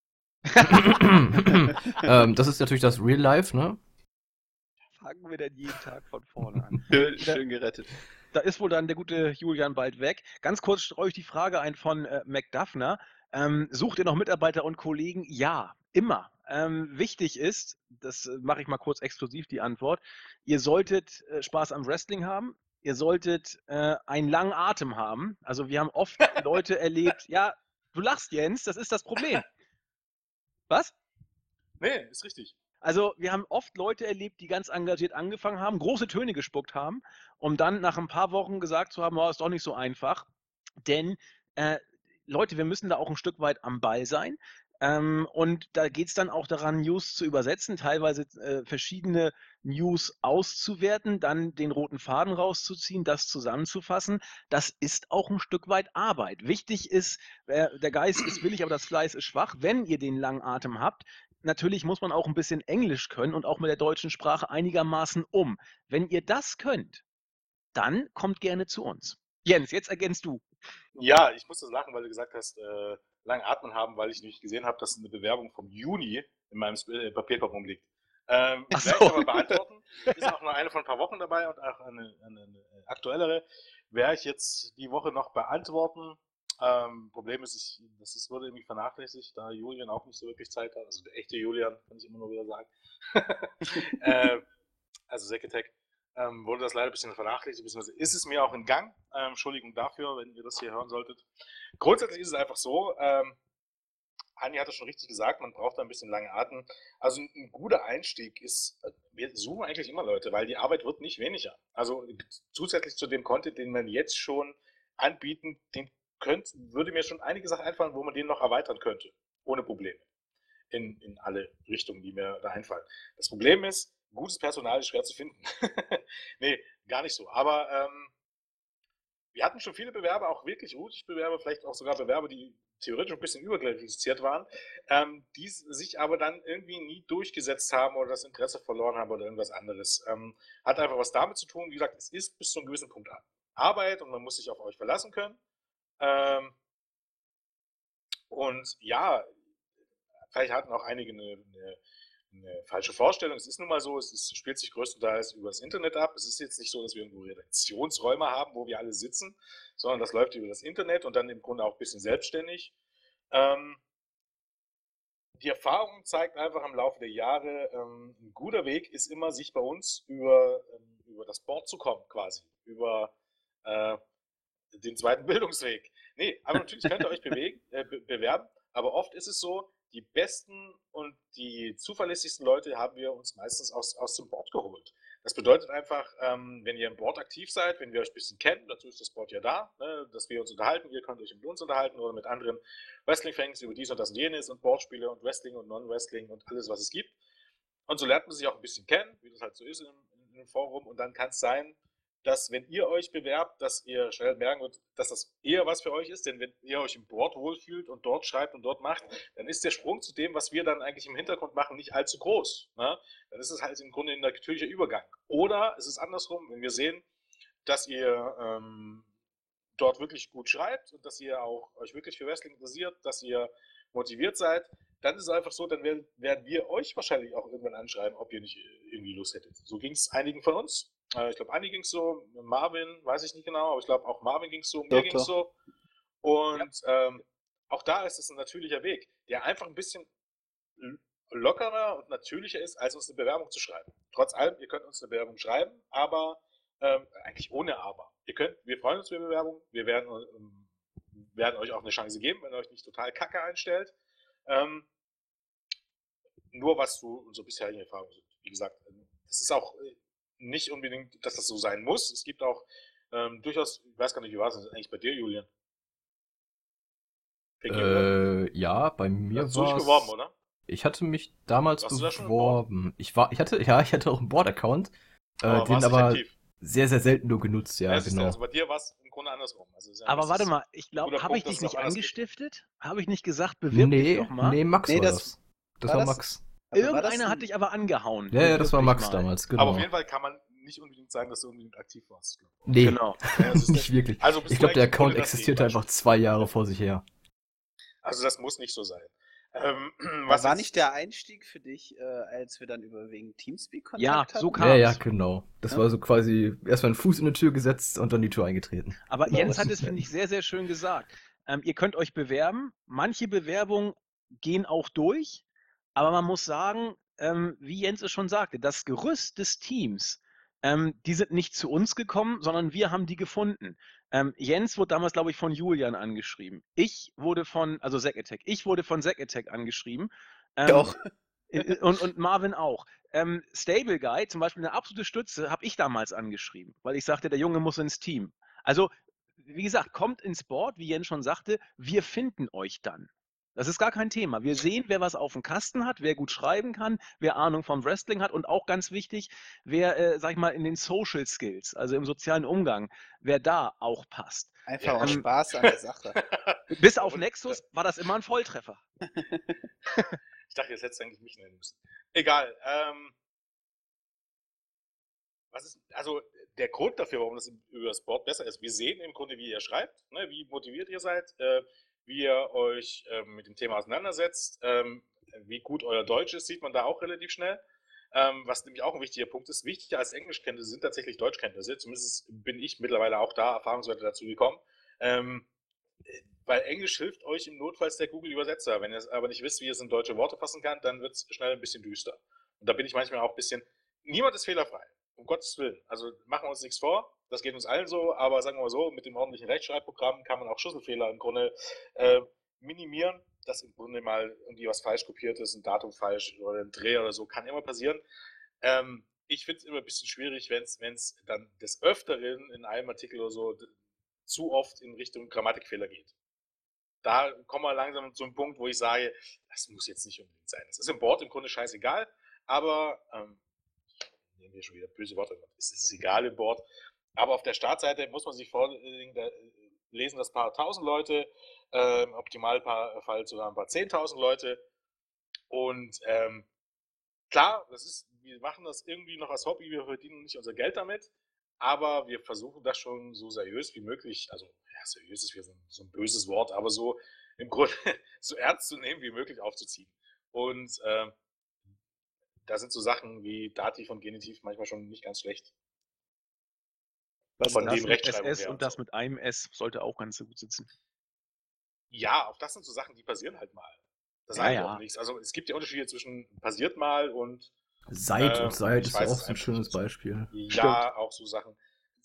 ähm, das ist natürlich das Real Life, ne? Fangen wir denn jeden Tag von vorne an. Schön, schön gerettet. Da ist wohl dann der gute Julian bald weg. Ganz kurz streue ich die Frage ein von äh, McDuffner. Ähm, sucht ihr noch Mitarbeiter und Kollegen? Ja, immer. Ähm, wichtig ist, das äh, mache ich mal kurz exklusiv die Antwort, ihr solltet äh, Spaß am Wrestling haben. Ihr solltet äh, einen langen Atem haben. Also wir haben oft Leute erlebt, ja, du lachst, Jens, das ist das Problem. Was? Nee, ist richtig. Also wir haben oft Leute erlebt, die ganz engagiert angefangen haben, große Töne gespuckt haben, um dann nach ein paar Wochen gesagt zu haben, oh, ist doch nicht so einfach. Denn äh, Leute, wir müssen da auch ein Stück weit am Ball sein. Ähm, und da geht es dann auch daran, News zu übersetzen, teilweise äh, verschiedene News auszuwerten, dann den roten Faden rauszuziehen, das zusammenzufassen. Das ist auch ein Stück weit Arbeit. Wichtig ist, äh, der Geist ist willig, aber das Fleiß ist schwach. Wenn ihr den langen Atem habt, natürlich muss man auch ein bisschen Englisch können und auch mit der deutschen Sprache einigermaßen um. Wenn ihr das könnt, dann kommt gerne zu uns. Jens, jetzt ergänzt du. Ja, ich musste lachen, weil du gesagt hast, äh, lang atmen haben, weil ich nicht gesehen habe, dass eine Bewerbung vom Juni in meinem äh, Papierkorb rumliegt. Ähm, Ach werde so. ich aber beantworten. Ist auch nur eine von ein paar Wochen dabei und auch eine, eine, eine aktuellere. Werde ich jetzt die Woche noch beantworten. Ähm, Problem ist, ich, das ist, wurde irgendwie vernachlässigt, da Julian auch nicht so wirklich Zeit hat. Also der echte Julian, kann ich immer nur wieder sagen. äh, also Seketech. Ähm, wurde das leider ein bisschen vernachlässigt, beziehungsweise ist es mir auch in Gang. Ähm, Entschuldigung dafür, wenn ihr das hier hören solltet. Grundsätzlich ist es einfach so, ähm, Anni hat es schon richtig gesagt, man braucht da ein bisschen lange Atem. Also ein, ein guter Einstieg ist, wir suchen eigentlich immer Leute, weil die Arbeit wird nicht weniger. Also zusätzlich zu dem Content, den wir jetzt schon anbieten, den könnt, würde mir schon einige Sachen einfallen, wo man den noch erweitern könnte. Ohne Probleme. In, in alle Richtungen, die mir da einfallen. Das Problem ist, gutes Personal ist schwer zu finden. Nee, gar nicht so. Aber ähm, wir hatten schon viele Bewerber, auch wirklich ruhig Bewerber, vielleicht auch sogar Bewerber, die theoretisch ein bisschen überqualifiziert waren, ähm, die sich aber dann irgendwie nie durchgesetzt haben oder das Interesse verloren haben oder irgendwas anderes. Ähm, hat einfach was damit zu tun, wie gesagt, es ist bis zu einem gewissen Punkt Arbeit und man muss sich auf euch verlassen können. Ähm, und ja, vielleicht hatten auch einige eine, eine, eine falsche Vorstellung. Es ist nun mal so, es ist, spielt sich größtenteils über das Internet ab. Es ist jetzt nicht so, dass wir irgendwo Redaktionsräume haben, wo wir alle sitzen, sondern das läuft über das Internet und dann im Grunde auch ein bisschen selbstständig. Ähm, die Erfahrung zeigt einfach im Laufe der Jahre, ähm, ein guter Weg ist immer, sich bei uns über, ähm, über das Board zu kommen, quasi. Über äh, den zweiten Bildungsweg. Nee, aber natürlich könnt ihr euch bewegen, äh, be bewerben, aber oft ist es so, die besten und die zuverlässigsten Leute haben wir uns meistens aus, aus dem Board geholt. Das bedeutet einfach, ähm, wenn ihr im Board aktiv seid, wenn wir euch ein bisschen kennen, dazu ist das Board ja da, ne, dass wir uns unterhalten, ihr könnt euch mit uns unterhalten oder mit anderen Wrestling-Fans über dies und das und jenes und Boardspiele und Wrestling und Non-Wrestling und alles, was es gibt. Und so lernt man sich auch ein bisschen kennen, wie das halt so ist in, in einem Forum. Und dann kann es sein, dass wenn ihr euch bewerbt, dass ihr schnell merken wird, dass das eher was für euch ist. Denn wenn ihr euch im Board wohlfühlt und dort schreibt und dort macht, dann ist der Sprung zu dem, was wir dann eigentlich im Hintergrund machen, nicht allzu groß. Ne? Dann ist es halt im Grunde ein natürlicher Übergang. Oder es ist andersrum, wenn wir sehen, dass ihr ähm, dort wirklich gut schreibt und dass ihr auch euch wirklich für Wrestling interessiert, dass ihr motiviert seid, dann ist es einfach so, dann werden, werden wir euch wahrscheinlich auch irgendwann anschreiben, ob ihr nicht irgendwie Lust hättet. So ging es einigen von uns. Äh, ich glaube, Anni ging es so, Marvin, weiß ich nicht genau, aber ich glaube auch Marvin ging es so, mir ging es so. Und ja. ähm, auch da ist es ein natürlicher Weg, der einfach ein bisschen lockerer und natürlicher ist, als uns eine Bewerbung zu schreiben. Trotz allem, ihr könnt uns eine Bewerbung schreiben, aber ähm, eigentlich ohne Aber. Ihr könnt, wir freuen uns über Bewerbungen, wir werden, ähm, werden euch auch eine Chance geben, wenn ihr euch nicht total kacke einstellt. Ähm, nur was zu unserer bisherigen Erfahrung sind. Wie gesagt, es ist auch nicht unbedingt, dass das so sein muss. Es gibt auch ähm, durchaus, ich weiß gar nicht, wie war es denn eigentlich bei dir, Julian? Äh, ja, bei Du mir hast du dich war beworben, oder? Ich hatte mich damals Warst du da schon im Board? beworben. Ich war, ich hatte, ja, ich hatte auch einen Board-Account, äh, Aber den warst nicht aber aktiv. sehr, sehr selten nur genutzt, ja, Ja, siehst du, genau. also bei dir war es im Grunde andersrum. Also es ist ja Aber das warte ist mal, ich ein glaube, guter habe ich Punkt, dass dich es auch nicht anders geht. angestiftet? Habe ich nicht gesagt, bewirb dich Nee, doch mal? nee, Max Nee, war das- das. Das war war das- Max. Aber war das Irgendeiner ein- hat dich aber angehauen. Ja, ja, das war Bewirb Max dich mal. damals, Aber genau. auf jeden Fall kann man nicht unbedingt sagen, dass du unbedingt aktiv warst. Nee, Genau. Ja, das ist nicht wirklich. Also bist Ich du glaube, der eigentlich Account ohne das existierte einfach Gegenbeispiel. zwei Jahre vor sich her. Also das muss nicht so sein. Ähm, Was was war jetzt- nicht der Einstieg für dich, äh, als wir dann über wegen Teamspeak Kontakt Ja, hatten? so kam- Ja, ja, Kam's. genau. Das Ja. war so quasi erstmal einen Fuß in die Tür gesetzt und dann die Tür eingetreten. Aber Genau, Jens das hat ist es, finde ich, sehr, sehr schön gesagt. Ähm, ihr könnt euch bewerben. Manche Bewerbungen gehen auch durch. Aber man muss sagen, ähm, wie Jens es schon sagte, das Gerüst des Teams, ähm, die sind nicht zu uns gekommen, sondern wir haben die gefunden. Ähm, Jens wurde damals, glaube ich, von Julian angeschrieben. Ich wurde von, also Zack Attack, ich wurde von Zack Attack angeschrieben. Ähm, auch. äh, Und, und Marvin auch. Ähm, Stable Guy, zum Beispiel eine absolute Stütze, habe ich damals angeschrieben, weil ich sagte, der Junge muss ins Team. Also, wie gesagt, kommt ins Board, wie Jens schon sagte, wir finden euch dann. Das ist gar kein Thema. Wir sehen, wer was auf dem Kasten hat, wer gut schreiben kann, wer Ahnung vom Wrestling hat und auch ganz wichtig, wer, äh, sag ich mal, in den Social Skills, also im sozialen Umgang, wer da auch passt. Einfach Ja, auch ähm, Spaß an der Sache. Bis auf Und- Nexus war das immer ein Volltreffer. Ich dachte, jetzt hättest du eigentlich mich nennen müssen. Egal. Ähm, was ist, also der Grund dafür, warum das über das Board besser ist, wir sehen im Grunde, wie ihr schreibt, ne, wie motiviert ihr seid, äh, wie ihr euch ähm, mit dem Thema auseinandersetzt, ähm, wie gut euer Deutsch ist, sieht man da auch relativ schnell. Ähm, was nämlich auch ein wichtiger Punkt ist, wichtiger als Englischkenntnisse sind tatsächlich Deutschkenntnisse. Zumindest bin ich mittlerweile auch da Erfahrungswerte dazu gekommen. Ähm, weil Englisch hilft euch im Notfall der Google-Übersetzer. Wenn ihr es aber nicht wisst, wie ihr es in deutsche Worte fassen kann, dann wird es schnell ein bisschen düster. Und da bin ich manchmal auch ein bisschen, niemand ist fehlerfrei. Um Gottes Willen. Also machen wir uns nichts vor. Das geht uns allen so. Aber sagen wir mal so, mit dem ordentlichen Rechtschreibprogramm kann man auch Schlüsselfehler im Grunde äh, minimieren. Dass im Grunde mal irgendwie was falsch kopiert ist, ein Datum falsch oder ein Dreh oder so, kann immer passieren. Ähm, ich finde es immer ein bisschen schwierig, wenn es dann des Öfteren in einem Artikel oder so zu oft in Richtung Grammatikfehler geht. Da kommen wir langsam zu einem Punkt, wo ich sage, das muss jetzt nicht unbedingt sein. Das ist im Board im Grunde scheißegal, aber ähm, nehmen wir schon wieder böse Worte, es ist egal im Board. Aber auf der Startseite muss man sich vorlegen, da lesen das paar tausend Leute, äh, im Optimalfall sogar ein paar zehntausend Leute. Und ähm, klar, das ist, wir machen das irgendwie noch als Hobby, wir verdienen nicht unser Geld damit, aber wir versuchen das schon so seriös wie möglich, also ja, seriös ist wieder so ein, so ein böses Wort, aber so im Grunde so ernst zu nehmen wie möglich aufzuziehen. Und äh, da sind so Sachen wie Dativ und Genitiv manchmal schon nicht ganz schlecht. Was Von das dem Das mit Rechtschreibung S S her und das so. mit einem S sollte auch ganz gut sitzen. Ja, auch das sind so Sachen, die passieren halt mal. Das Ja, sage ich ja. auch nichts. Also es gibt ja Unterschiede zwischen passiert mal und Seid Ähm, und Seid ich ist weiß auch es so ein einfach schönes nicht. Beispiel. ja, auch so Sachen.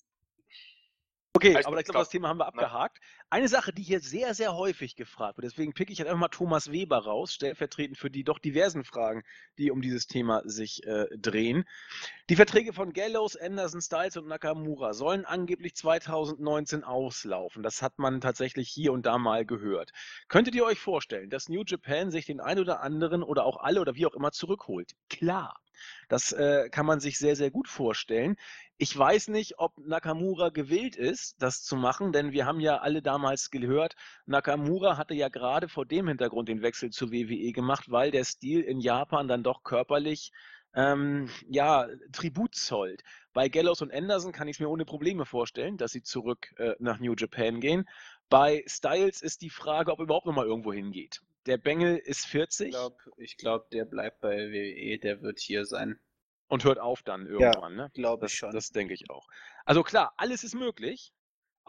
Okay, Also ich aber ich glaube, glaub- das Thema haben wir na. abgehakt. Eine Sache, die hier sehr, sehr häufig gefragt wird, deswegen picke ich jetzt einfach mal Thomas Weber raus, stellvertretend für die doch diversen Fragen, die um dieses Thema sich äh, drehen. Die Verträge von Gallows, Anderson, Styles und Nakamura sollen angeblich zweitausendneunzehn auslaufen. Das hat man tatsächlich hier und da mal gehört. Könntet ihr euch vorstellen, dass New Japan sich den ein oder anderen oder auch alle oder wie auch immer zurückholt? Klar. Das äh, kann man sich sehr, sehr gut vorstellen. Ich weiß nicht, ob Nakamura gewillt ist, das zu machen, denn wir haben ja alle damals gehört, Nakamura hatte ja gerade vor dem Hintergrund den Wechsel zur W W E gemacht, weil der Stil in Japan dann doch körperlich ähm, ja, Tribut zollt. Bei Gallows und Anderson kann ich es mir ohne Probleme vorstellen, dass sie zurück äh, nach New Japan gehen. Bei Styles ist die Frage, ob er überhaupt noch mal irgendwo hingeht. Der Bengel ist Ich vierzig glaube, ich glaub, der bleibt bei W W E, der wird hier sein. und hört auf dann irgendwann. Ne? Glaube Das, ich schon. das denke ich auch. Also klar, alles ist möglich.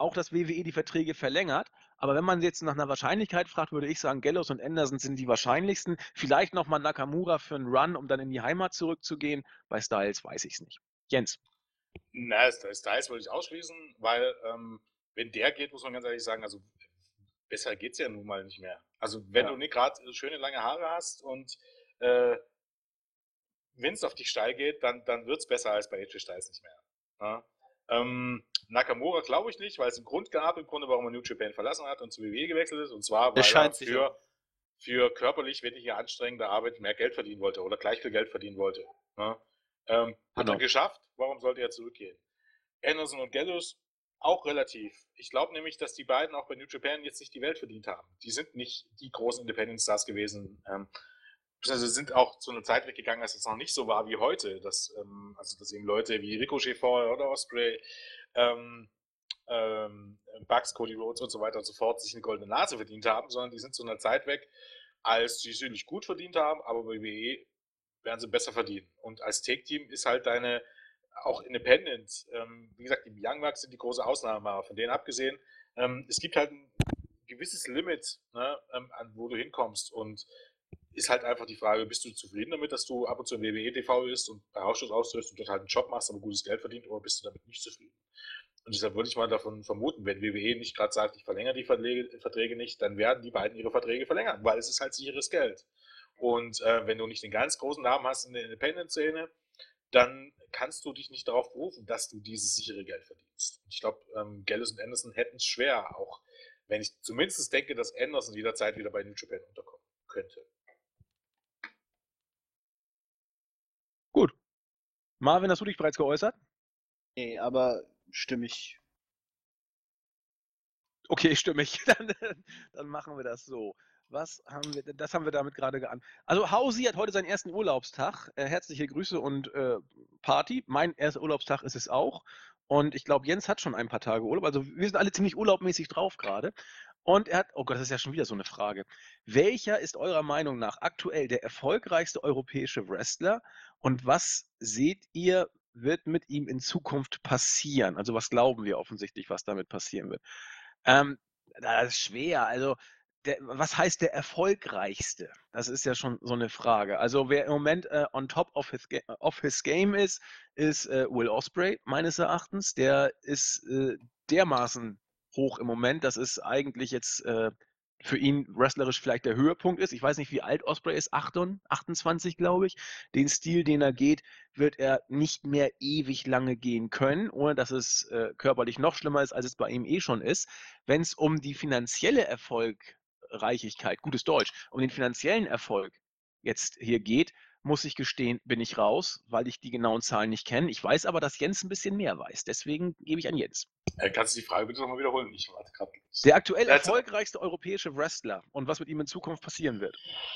auch, dass W W E die Verträge verlängert. Aber wenn man jetzt nach einer Wahrscheinlichkeit fragt, würde ich sagen, Gallows und Anderson sind die wahrscheinlichsten. Vielleicht nochmal Nakamura für einen Run, um dann in die Heimat zurückzugehen. Bei Styles weiß ich es nicht. Jens. Na, Styles würde ich ausschließen, weil ähm, wenn der geht, muss man ganz ehrlich sagen, also besser geht's ja nun mal nicht mehr. Also wenn Ja. du nicht gerade schöne lange Haare hast und äh, wenn es auf dich steil geht, dann, dann wird es besser als bei A J Styles nicht mehr. Ja? Ähm, Nakamura glaube ich nicht, weil es einen Grund gab, im Grunde, warum er New Japan verlassen hat und zu W W E gewechselt ist. Und zwar, weil er für, für körperlich weniger anstrengende Arbeit mehr Geld verdienen wollte oder gleich viel Geld verdienen wollte. Ja? Ähm, hat Genau. er geschafft, warum sollte er zurückgehen? Anderson und Gallows auch relativ. Ich glaube nämlich, dass die beiden auch bei New Japan jetzt nicht die Welt verdient haben. Die sind nicht die großen Independent Stars gewesen. Ähm, also sind auch zu einer Zeit weggegangen, als es noch nicht so war wie heute. Dass, ähm, also dass eben Leute wie Ricochet vorher oder Ospreay, ähm, ähm, Bucks, Cody Rhodes und so weiter und so fort sich eine goldene Nase verdient haben, sondern die sind zu einer Zeit weg, als die sie nicht gut verdient haben, aber bei W W E werden sie besser verdienen. Und als Take-Team ist halt deine, auch Independent, ähm, wie gesagt, die Young Bucks sind die große Ausnahme, aber von denen abgesehen, ähm, es gibt halt ein gewisses Limit, ne, ähm, an wo du hinkommst und ist halt einfach die Frage, bist du zufrieden damit, dass du ab und zu im W W E T V bist und bei Ausschuss austrittst und dort halt einen Job machst, aber gutes Geld verdient, oder bist du damit nicht zufrieden? Und deshalb würde ich mal davon vermuten, wenn W W E nicht gerade sagt, ich verlängere die Verträge, Verträge nicht, dann werden die beiden ihre Verträge verlängern, weil es ist halt sicheres Geld. Und äh, wenn du nicht den ganz großen Namen hast in der Independent-Szene, dann kannst du dich nicht darauf berufen, dass du dieses sichere Geld verdienst. Ich glaube, ähm, Gallows und Anderson hätten es schwer, auch wenn ich zumindest denke, dass Anderson jederzeit wieder bei New Japan unterkommen könnte. Gut. Marvin, hast du dich bereits geäußert? Nee, aber stimme ich. Okay, stimmig. Dann, dann machen wir das so. Was haben wir denn? Das haben wir damit gerade gean. Also Hausi hat heute seinen ersten Urlaubstag. Äh, herzliche Grüße und äh, Party. Mein erster Urlaubstag ist es auch. Und ich glaube, Jens hat schon ein paar Tage Urlaub. Also wir sind alle ziemlich urlaubmäßig drauf gerade. Und er hat, oh Gott, das ist ja schon wieder so eine Frage. Welcher ist eurer Meinung nach aktuell der erfolgreichste europäische Wrestler? Und was seht ihr, wird mit ihm in Zukunft passieren? Also was glauben wir offensichtlich, was damit passieren wird? Ähm, das ist schwer. Also, der, was heißt der erfolgreichste? Das ist ja schon so eine Frage. Also, wer im Moment äh, on top of his, of his game ist, ist äh, Will Ospreay, meines Erachtens. Der ist äh, dermaßen hoch im Moment. Das ist eigentlich jetzt äh, für ihn wrestlerisch vielleicht der Höhepunkt ist. Ich weiß nicht, wie alt Ospreay ist, achtundzwanzig, glaube ich. Den Stil, den er geht, wird er nicht mehr ewig lange gehen können, ohne dass es äh, körperlich noch schlimmer ist, als es bei ihm eh schon ist. Wenn es um die finanzielle Erfolgreichigkeit, gutes Deutsch, um den finanziellen Erfolg jetzt hier geht, muss ich gestehen, bin ich raus, weil ich die genauen Zahlen nicht kenne. Ich weiß aber, dass Jens ein bisschen mehr weiß. Deswegen gebe ich an Jens. Äh, kannst du die Frage bitte nochmal wiederholen? Ich warte gerade. Der aktuell Letzte- erfolgreichste europäische Wrestler und was mit ihm in Zukunft passieren wird.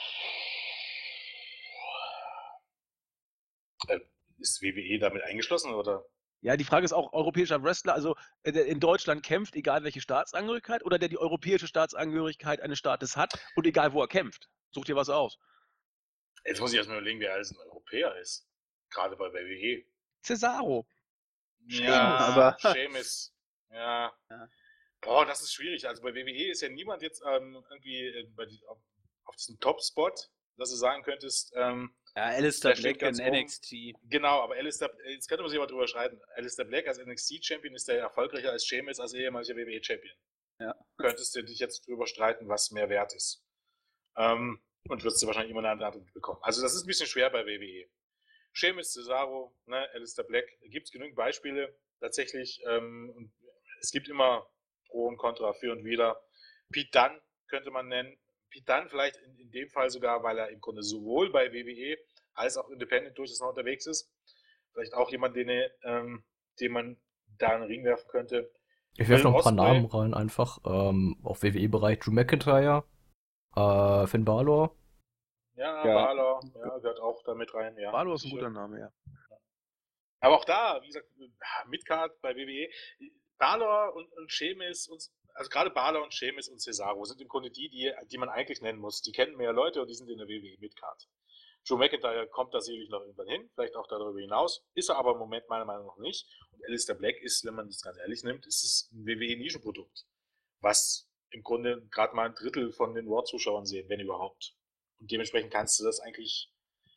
Äh, ist W W E damit eingeschlossen oder? Ja, die Frage ist auch, europäischer Wrestler, also äh, der in Deutschland kämpft, egal welche Staatsangehörigkeit, oder der die europäische Staatsangehörigkeit eines Staates hat und egal wo er kämpft. Such dir was aus. Jetzt muss ich erstmal überlegen, wer alles ein Europäer ist. Gerade bei W W E. Cesaro. Ja, aber- Sheamus. Ja. Ja. Boah, das ist schwierig. Also bei W W E ist ja niemand jetzt ähm, irgendwie äh, bei die, auf, auf diesem Top-Spot, dass du sagen könntest, ähm, Ja, Alistair Der steht Black in ganz oben. N X T. genau, aber Alistair, jetzt könnte man sich aber drüber streiten. Alistair Black als N X T-Champion ist der erfolgreicher als Sheamus als ehemaliger W W E-Champion. Ja. Könntest du dich jetzt drüber streiten, was mehr wert ist. Ähm, und wirst du wahrscheinlich immer eine andere Antwort bekommen. Also das ist ein bisschen schwer bei W W E. Sheamus, Cesaro, ne, Alistair Black, gibt es genügend Beispiele tatsächlich. Ähm, und es gibt immer Pro und Contra, für und wider. Pete Dunne könnte man nennen. Pete Dunne vielleicht in, in dem Fall sogar, weil er im Grunde sowohl bei W W E als auch Independent durchaus noch unterwegs ist. Vielleicht auch jemand, den, ähm, den man da in den Ring werfen könnte. Ich werfe Will noch ein paar Ospreay. Namen rein, einfach. Ähm, auf W W E-Bereich Drew McIntyre, äh, Finn Balor. Ja, Ja. Balor, ja, gehört auch da mit rein. Ja, Balor ist ein sicher. guter Name, ja. Aber auch da, wie gesagt, Midcard bei W W E, Balor und, und Sheamus, und, also gerade Balor und Sheamus und Cesaro sind im Grunde die, die, die man eigentlich nennen muss. Die kennen mehr Leute und die sind in der W W E Midcard. Drew McIntyre kommt da sicherlich noch irgendwann hin, vielleicht auch darüber hinaus, ist er aber im Moment meiner Meinung nach nicht. Und Aleister Black ist, wenn man das ganz ehrlich nimmt, ist es ein W W E-Nischenprodukt, was im Grunde gerade mal ein Drittel von den Raw-Zuschauern sehen, wenn überhaupt. Und dementsprechend kannst du das eigentlich,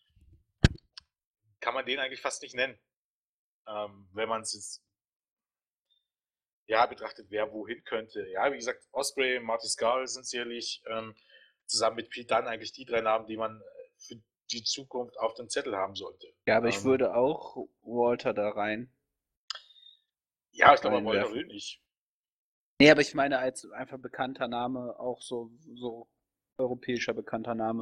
kann man den eigentlich fast nicht nennen, ähm, wenn man es jetzt ja, betrachtet, wer wohin könnte. Ja, wie gesagt, Ospreay, Marty Scurll sind sicherlich ähm, zusammen mit Pete Dunne eigentlich die drei Namen, die man für die Zukunft auf dem Zettel haben sollte. Ja, aber ähm, ich würde auch Walter da rein. Ja, ich glaube, Walter reinwerfen. will nicht. Nee, aber ich meine als einfach bekannter Name, auch so, so europäischer bekannter Name.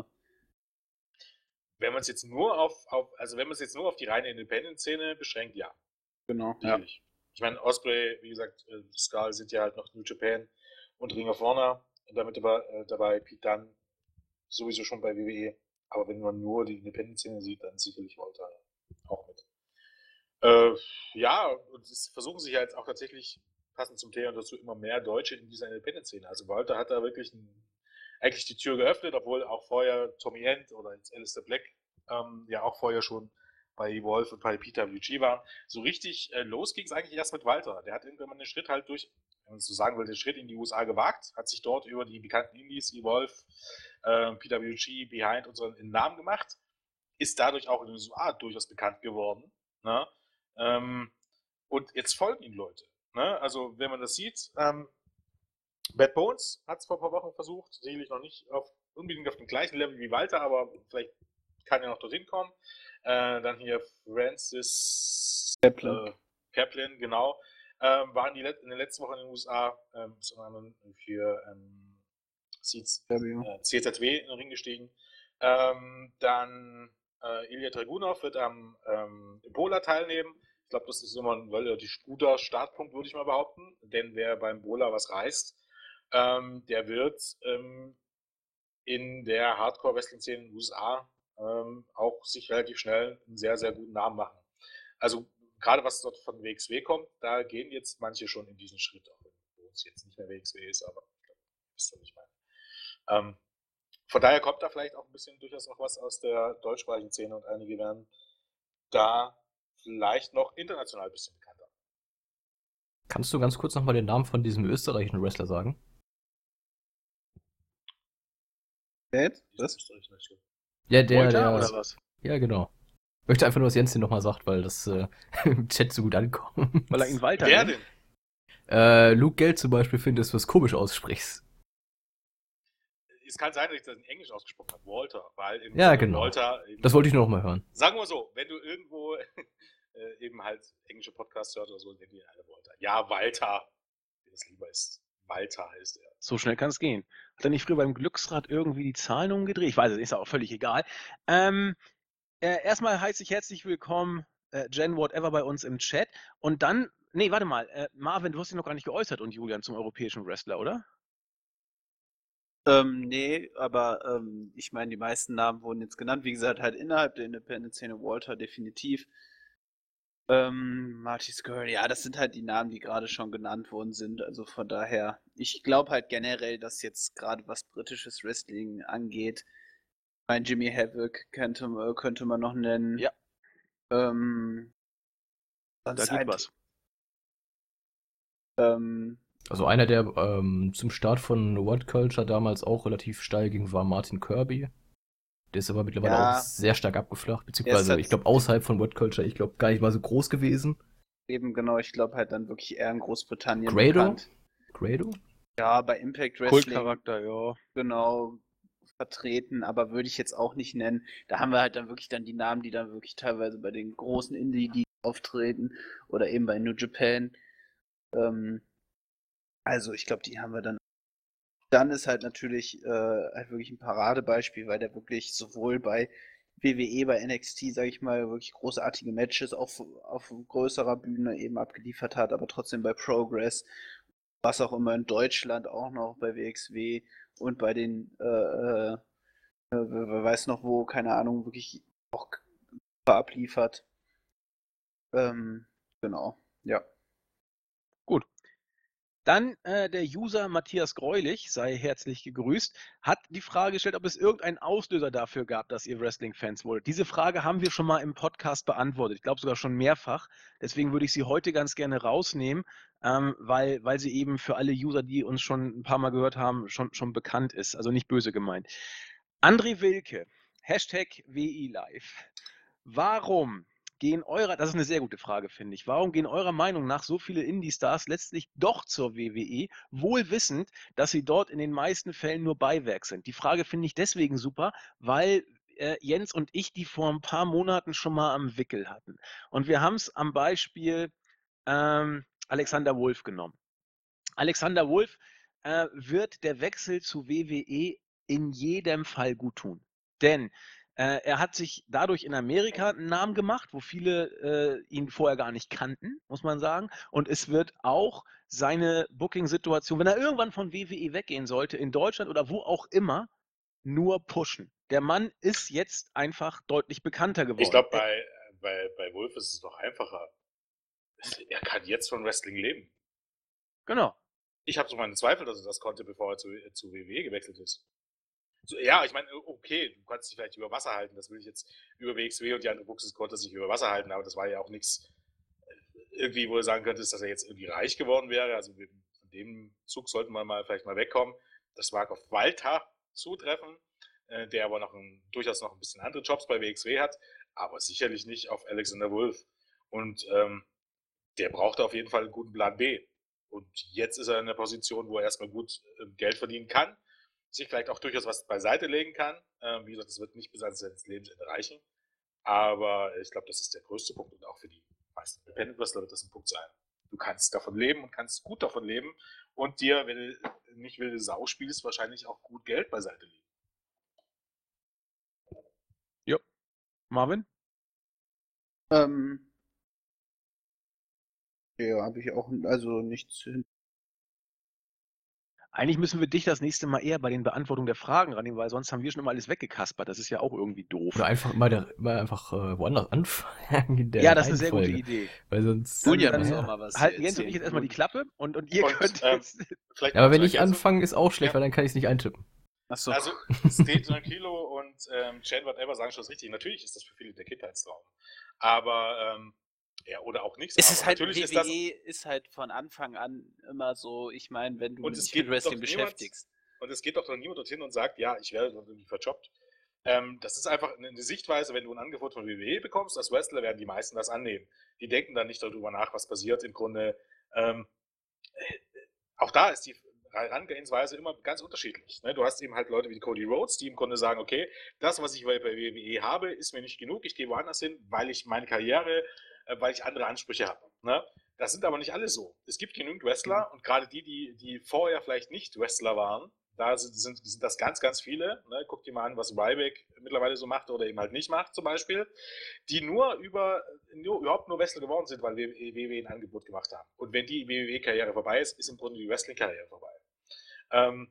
Wenn man es jetzt nur auf, auf also wenn man es jetzt nur auf die reine Independent-Szene beschränkt, ja. Genau, ja. Sicherlich. Ich meine, Ospreay, wie gesagt, äh, Skull sind ja halt noch New Japan und Ring of Honor damit dabei, äh, dabei Pete Dunne sowieso schon bei W W E. Aber wenn man nur die Independent-Szene sieht, dann sicherlich Walter auch mit. Äh, ja, und es versuchen sich ja jetzt auch tatsächlich, passend zum Thema dazu, immer mehr Deutsche in dieser Independent-Szene. Also Walter hat da wirklich ein, eigentlich die Tür geöffnet, obwohl auch vorher Tommy End oder jetzt Aleister Black ähm, ja auch vorher schon bei Wolf und bei P W G waren. So richtig äh, los ging es eigentlich erst mit Walter. Der hat irgendwann mal einen Schritt halt durch, wenn man so sagen will, den Schritt in die U S A gewagt, hat sich dort über die bekannten Indies, Evolve, äh, P W G, Behind und so einen Namen gemacht, ist dadurch auch in den U S A durchaus bekannt geworden. Ne? Ähm, und jetzt folgen ihm Leute. Ne? Also, wenn man das sieht, ähm, Bad Bones hat es vor ein paar Wochen versucht, sicherlich noch nicht auf, unbedingt auf dem gleichen Level wie Walter, aber vielleicht kann er noch dorthin kommen. Äh, dann hier Francis Kaplan. Äh, Kaplan, genau. Ähm, waren die in den letzten Wochen in den U S A ähm, für ähm, C Z W in den Ring gestiegen. Ähm, dann äh, Ilya Dragunov wird am ähm, Bola teilnehmen. Ich glaube, das ist immer ein relativ guter Startpunkt, würde ich mal behaupten. Denn wer beim Bola was reißt, ähm, der wird ähm, in der Hardcore-Wrestling-Szene in den U S A ähm, auch sich relativ schnell einen sehr, sehr guten Namen machen. Also gerade was dort von W X W kommt, da gehen jetzt manche schon in diesen Schritt, auch wenn es jetzt nicht mehr W X W ist, aber ich glaube, wisst ihr, was ich meine. Ähm, von daher kommt da vielleicht auch ein bisschen durchaus noch was aus der deutschsprachigen Szene und einige werden da vielleicht noch international ein bisschen bekannter. Kannst du ganz kurz nochmal den Namen von diesem österreichischen Wrestler sagen? Jetzt? Was? Ja, der, Walter der. oder was? Ja, genau. Ich möchte einfach nur, was Jens hier nochmal sagt, weil das äh, im Chat so gut ankommt. Weil er ihn Walter Wer nennt? denn? Äh, Luke Geld zum Beispiel findet, dass du es komisch aussprichst. Es kann sein, dass ich das in Englisch ausgesprochen habe, Walter, weil im Ja, genau. Walter. Das wollte ich nur noch mal hören. Sagen wir so, wenn du irgendwo äh, eben halt englische Podcasts hörst oder so, nennen die alle Walter. Ja, Walter, wie das lieber ist. Walter heißt er. So schnell kann es gehen. Hat er nicht früher beim Glücksrad irgendwie die Zahlen umgedreht? Ich weiß es, ist auch völlig egal. Ähm, äh, erstmal heiße ich herzlich willkommen, äh, Jen Whatever bei uns im Chat. Und dann, nee, warte mal, äh, Marvin, du hast dich noch gar nicht geäußert und Julian zum europäischen Wrestler, oder? Ähm, nee, aber ähm, ich meine, die meisten Namen wurden jetzt genannt. Wie gesagt, halt innerhalb der Independent-Szene Walter definitiv. Ähm, Marty Scurll, ja, das sind halt die Namen, die gerade schon genannt worden sind. Also von daher, ich glaube halt generell, dass jetzt gerade was britisches Wrestling angeht, mein Jimmy Havoc könnte, könnte man noch nennen. Ja. Ähm, Da sonst geht halt, was. Ähm, Also einer, der ähm, zum Start von What Culture damals auch relativ steil ging, war Martin Kirby. Der ist aber mittlerweile Ja. auch sehr stark abgeflacht, Er beziehungsweise ist halt- ich glaube außerhalb von What Culture, ich glaube gar nicht mal so groß gewesen. eben genau, ich glaube halt dann wirklich eher in Großbritannien Grado? bekannt. Grado? Ja, bei Impact Wrestling. Kultcharakter, ja. Genau, vertreten, aber würde ich jetzt auch nicht nennen. Da haben wir halt dann wirklich dann die Namen, die dann wirklich teilweise bei den großen Indie die auftreten oder eben bei New Japan. Ähm, also ich glaube, die haben wir dann. Dann ist halt natürlich äh, halt wirklich ein Paradebeispiel, weil der wirklich sowohl bei W W E, bei N X T, sage ich mal, wirklich großartige Matches auf, auf größerer Bühne eben abgeliefert hat, aber trotzdem bei Progress, was auch immer in Deutschland auch noch bei W X W und bei den, äh, äh, wer weiß noch wo, keine Ahnung, wirklich auch abliefert. Ähm, genau, ja. Gut. Dann äh, der User Matthias Greulich, sei herzlich gegrüßt, hat die Frage gestellt, ob es irgendeinen Auslöser dafür gab, dass ihr Wrestling-Fans wurdet. Diese Frage haben wir schon mal im Podcast beantwortet. Ich glaube sogar schon mehrfach. Deswegen würde ich sie heute ganz gerne rausnehmen, ähm, weil, weil sie eben für alle User, die uns schon ein paar Mal gehört haben, schon, schon bekannt ist. Also nicht böse gemeint. André Wilke, Hashtag W I Live. Warum gehen eurer, das ist eine sehr gute Frage, finde ich, warum gehen eurer Meinung nach so viele Indie-Stars letztlich doch zur W W E, wohl wissend, dass sie dort in den meisten Fällen nur Beiwerk sind? Die Frage finde ich deswegen super, weil äh, Jens und ich die vor ein paar Monaten schon mal am Wickel hatten. Und wir haben es am Beispiel ähm, Alexander Wolf genommen. Alexander Wolf äh, wird der Wechsel zu W W E in jedem Fall gut tun. Denn äh, er hat sich dadurch in Amerika einen Namen gemacht, wo viele äh, ihn vorher gar nicht kannten, muss man sagen. Und es wird auch seine Booking-Situation, wenn er irgendwann von W W E weggehen sollte, in Deutschland oder wo auch immer, nur pushen. Der Mann ist jetzt einfach deutlich bekannter geworden. Ich glaube, bei, bei, bei Wolf ist es noch einfacher. Er kann jetzt von Wrestling leben. Genau. Ich habe so meine Zweifel, dass er das konnte, bevor er zu, zu W W E gewechselt ist. So, ja, ich meine, okay, du kannst dich vielleicht über Wasser halten, das will ich jetzt über W X W und die andere Buchses konnte sich über Wasser halten, aber das war ja auch nichts irgendwie, wo du sagen könntest, dass er jetzt irgendwie reich geworden wäre. Also von dem Zug sollten wir mal vielleicht mal wegkommen. Das mag auf Walter zutreffen, äh, der aber noch ein, durchaus noch ein bisschen andere Jobs bei W X W hat, aber sicherlich nicht auf Alexander Wolf. Und ähm, der brauchte auf jeden Fall einen guten Plan B. Und jetzt ist er in der Position, wo er erstmal gut äh, Geld verdienen kann, sich vielleicht auch durchaus was beiseite legen kann. Ähm, wie gesagt, das wird nicht bis ans Lebensende reichen. Aber ich glaube, das ist der größte Punkt und auch für die meisten Independent Wrestler wird das ein Punkt sein. Du kannst davon leben und kannst gut davon leben und dir, wenn du nicht wilde Sau spielst, wahrscheinlich auch gut Geld beiseite legen. Ja. Marvin? Ähm, ja, habe ich auch also nichts hin. Eigentlich müssen wir dich das nächste Mal eher bei den Beantwortungen der Fragen rannehmen, weil sonst haben wir schon immer alles weggekaspert. Das ist ja auch irgendwie doof. Oder einfach mal, der, mal einfach äh, woanders anfangen. In der Ja, das ist eine sehr Reihenfolge. gute Idee. Weil sonst. Julian dann- muss ja. auch mal was Halten Jens und erzählen. ich jetzt erstmal die Klappe und, und ihr Und, könnt ähm, jetzt. Vielleicht Ja, aber noch wenn zur ich Ergänzung. anfange, ist auch schlecht, Ja. weil dann kann ich es nicht eintippen. Achso. Also, State Tranquilo und ähm, Shane Whatever sagen schon das richtig. Natürlich ist das für viele der Kindheitstraum. Aber, ähm, ja, oder auch nichts. Es aber ist halt, natürlich W ist das. W E ist halt von Anfang an immer so, ich meine, wenn du Und es dich geht mit Wrestling doch niemand- beschäftigst. Und es geht doch dann niemand dorthin und sagt, ja, ich werde dort irgendwie verjobbt. Ähm, das ist einfach eine Sichtweise, wenn du ein Angebot von W W E bekommst, als Wrestler werden die meisten das annehmen. Die denken dann nicht darüber nach, was passiert. Im Grunde, ähm, äh, auch da ist die Herangehensweise immer ganz unterschiedlich. Ne? Du hast eben halt Leute wie Cody Rhodes, die im Grunde sagen, okay, das, was ich bei W W E habe, ist mir nicht genug, ich gehe woanders hin, weil ich meine Karriere, äh, weil ich andere Ansprüche habe. Ne? Das sind aber nicht alle so. Es gibt genügend Wrestler und gerade die, die, die vorher vielleicht nicht Wrestler waren, da sind, sind, sind das ganz, ganz viele. Ne? Guck dir mal an, was Ryback mittlerweile so macht oder eben halt nicht macht, zum Beispiel, die nur über nur, überhaupt nur Wrestler geworden sind, weil W W E ein Angebot gemacht haben. Und wenn die W W E-Karriere vorbei ist, ist im Grunde die Wrestling-Karriere vorbei. Ähm,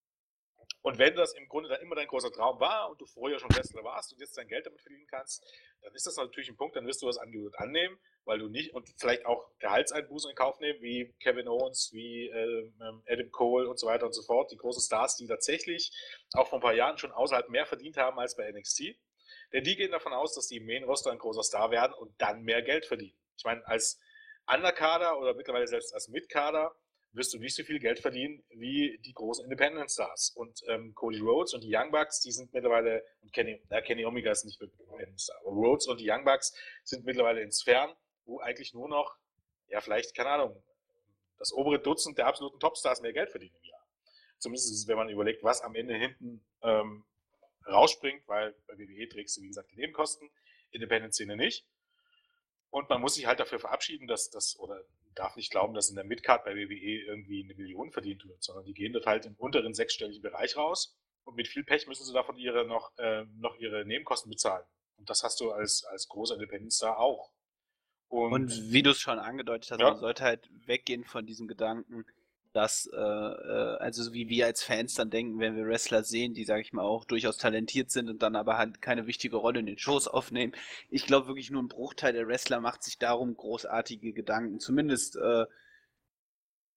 und wenn das im Grunde dann immer dein großer Traum war und du vorher schon Wrestler warst und jetzt dein Geld damit verdienen kannst, dann ist das natürlich ein Punkt, dann wirst du das Angebot annehmen, weil du nicht und vielleicht auch Gehaltseinbußen in Kauf nehmen, wie Kevin Owens, wie äh, Adam Cole und so weiter und so fort, die großen Stars, die tatsächlich auch vor ein paar Jahren schon außerhalb mehr verdient haben als bei N X T. Denn die gehen davon aus, dass die im Main-Roster ein großer Star werden und dann mehr Geld verdienen. Ich meine, als Underkader oder mittlerweile selbst als Midkader wirst du nicht so viel Geld verdienen wie die großen Independent Stars. Und ähm, Cody Rhodes und die Young Bucks, die sind mittlerweile, und Kenny, äh, Kenny Omega ist nicht wirklich Independent Star, aber Rhodes und die Young Bucks sind mittlerweile in Sphären, wo eigentlich nur noch, ja vielleicht, keine Ahnung, das obere Dutzend der absoluten Topstars mehr Geld verdienen im Jahr. Zumindest wenn man überlegt, was am Ende hinten ähm, rausspringt, weil bei W W E trägst du, wie gesagt, die Nebenkosten, Independent-Szene nicht. Und man muss sich halt dafür verabschieden, dass das, oder darf nicht glauben, dass in der Midcard bei W W E irgendwie eine Million verdient wird, sondern die gehen dort halt im unteren sechsstelligen Bereich raus und mit viel Pech müssen sie davon ihre noch, äh, noch ihre Nebenkosten bezahlen. Und das hast du als, als großer Independent-Star auch. Und, Und wie du es schon angedeutet hast, Ja. man sollte halt weggehen von diesem Gedanken, dass, äh, äh, also wie wir als Fans dann denken, wenn wir Wrestler sehen, die, sage ich mal, auch durchaus talentiert sind und dann aber halt keine wichtige Rolle in den Shows aufnehmen. Ich glaube wirklich nur ein Bruchteil der Wrestler macht sich darum großartige Gedanken. Zumindest, äh,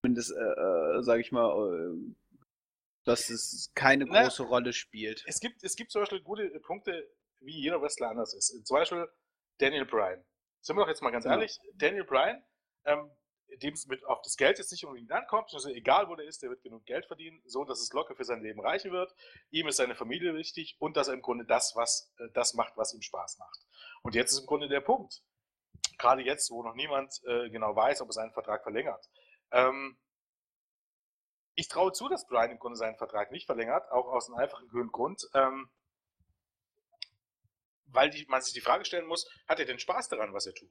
zumindest, äh, äh, sage ich mal, äh, dass es keine Na, große Rolle spielt. Es gibt, es gibt zum Beispiel gute Punkte, wie jeder Wrestler anders ist. Zum Beispiel Daniel Bryan. Sind wir doch jetzt mal ganz Genau. ehrlich, Daniel Bryan, ähm, dem es mit auf das Geld jetzt nicht unbedingt ankommt, also egal wo der ist, der wird genug Geld verdienen, so dass es locker für sein Leben reichen wird. Ihm ist seine Familie wichtig und dass er im Grunde das, was, äh, das macht, was ihm Spaß macht. Und jetzt ist im Grunde der Punkt. Gerade jetzt, wo noch niemand äh, genau weiß, ob er seinen Vertrag verlängert. Ähm, ich traue zu, dass Bryan im Grunde seinen Vertrag nicht verlängert, auch aus einem einfachen Grund, ähm, weil die, man sich die Frage stellen muss, hat er denn Spaß daran, was er tut?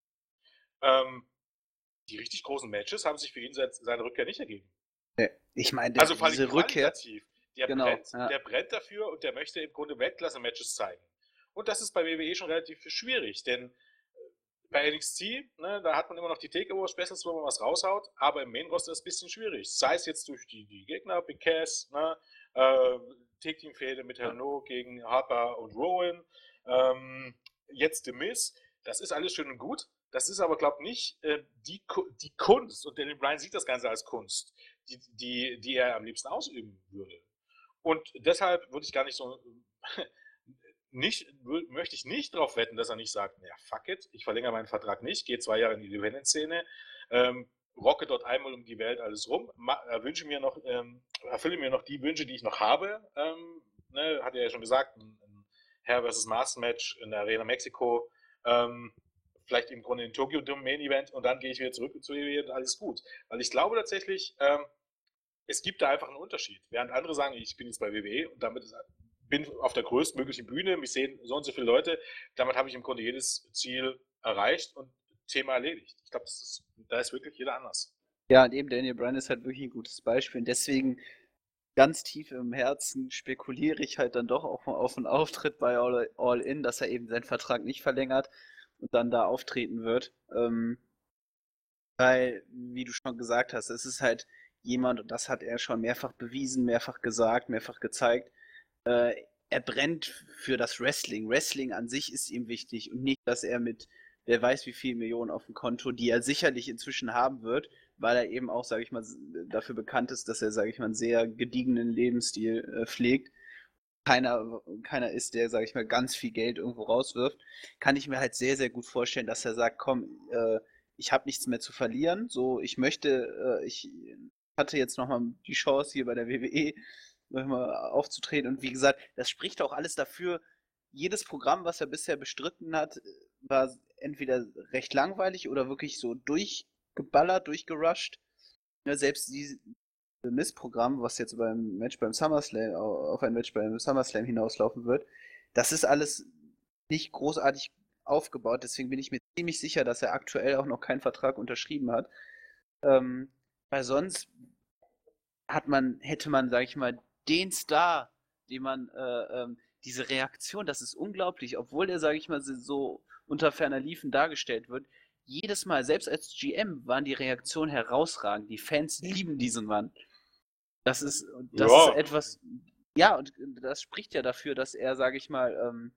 Ähm, die richtig großen Matches haben sich für ihn seit seiner Rückkehr nicht ergeben. Ich meine, Also vor allem diese Rückkehr, qualitativ. Der, genau, brennt, ja. der brennt dafür und der möchte im Grunde Weltklasse-Matches zeigen. Und das ist bei W W E schon relativ schwierig, denn bei N X T, ne, da hat man immer noch die Takeover-Specials, wo man was raushaut, aber im Main-Roster ist es ein bisschen schwierig. Sei es jetzt durch die, die Gegner, Big Cass, ne, äh, Take-Team-Fehde mit Hell No gegen Harper und Rowan, ähm, jetzt The Miz, das ist alles schön und gut. Das ist aber, glaube ich, nicht äh, die, die Kunst, und Daniel Bryan sieht das Ganze als Kunst, die, die, die er am liebsten ausüben würde. Und deshalb würde ich gar nicht so nicht, möchte ich nicht darauf wetten, dass er nicht sagt, naja, fuck it, ich verlängere meinen Vertrag nicht, gehe zwei Jahre in die Independent-Szene, ähm, rocke dort einmal um die Welt alles rum, ma, wünsche mir noch, ähm, erfülle mir noch die Wünsche, die ich noch habe, ähm, ne, hat er ja schon gesagt, ein, ein Hair versus. Mars Match in der Arena Mexiko, ähm, vielleicht im Grunde in Tokyo Dome Main Event und dann gehe ich wieder zurück zu W W E und alles gut. Weil ich glaube tatsächlich, ähm, es gibt da einfach einen Unterschied. Während andere sagen, ich bin jetzt bei W W E und damit ist, bin auf der größtmöglichen Bühne, mich sehen so und so viele Leute, damit habe ich im Grunde jedes Ziel erreicht und Thema erledigt. Ich glaube, ist, da ist wirklich jeder anders. Ja, und eben Daniel Bryan ist halt wirklich ein gutes Beispiel. Und deswegen ganz tief im Herzen spekuliere ich halt dann doch auch mal auf einen Auftritt bei All, All In, dass er eben seinen Vertrag nicht verlängert und dann da auftreten wird. Ähm, weil, wie du schon gesagt hast, es ist halt jemand, und das hat er schon mehrfach bewiesen, mehrfach gesagt, mehrfach gezeigt, äh, er brennt für das Wrestling. Wrestling an sich ist ihm wichtig und nicht, dass er mit wer weiß wie viel Millionen auf dem Konto, die er sicherlich inzwischen haben wird, weil er eben auch, sage ich mal, dafür bekannt ist, dass er, sage ich mal, einen sehr gediegenen Lebensstil äh, pflegt. Keiner, keiner ist, der, sage ich mal, ganz viel Geld irgendwo rauswirft. Kann ich mir halt sehr, sehr gut vorstellen, dass er sagt, komm, äh, ich habe nichts mehr zu verlieren. So, ich möchte, äh, ich hatte jetzt nochmal die Chance hier bei der W W E nochmal aufzutreten. Und wie gesagt, das spricht auch alles dafür. Jedes Programm, was er bisher bestritten hat, war entweder recht langweilig oder wirklich so durchgeballert, durchgerusht. Ja, selbst dieses Missprogramm, was jetzt beim Match beim SummerSlam, auf ein Match beim SummerSlam hinauslaufen wird, das ist alles nicht großartig aufgebaut. Deswegen bin ich mir ziemlich sicher, dass er aktuell auch noch keinen Vertrag unterschrieben hat. Ähm, weil sonst hat man, hätte man, sag ich mal, den Star, den man, äh, ähm, diese Reaktion, das ist unglaublich, obwohl er, sage ich mal, so unter ferner Liefen dargestellt wird. Jedes Mal, selbst als G M, waren die Reaktionen herausragend. Die Fans lieben diesen Mann. Das ist, das Ja. ist etwas, ja, und das spricht ja dafür, dass er, sage ich mal, ähm,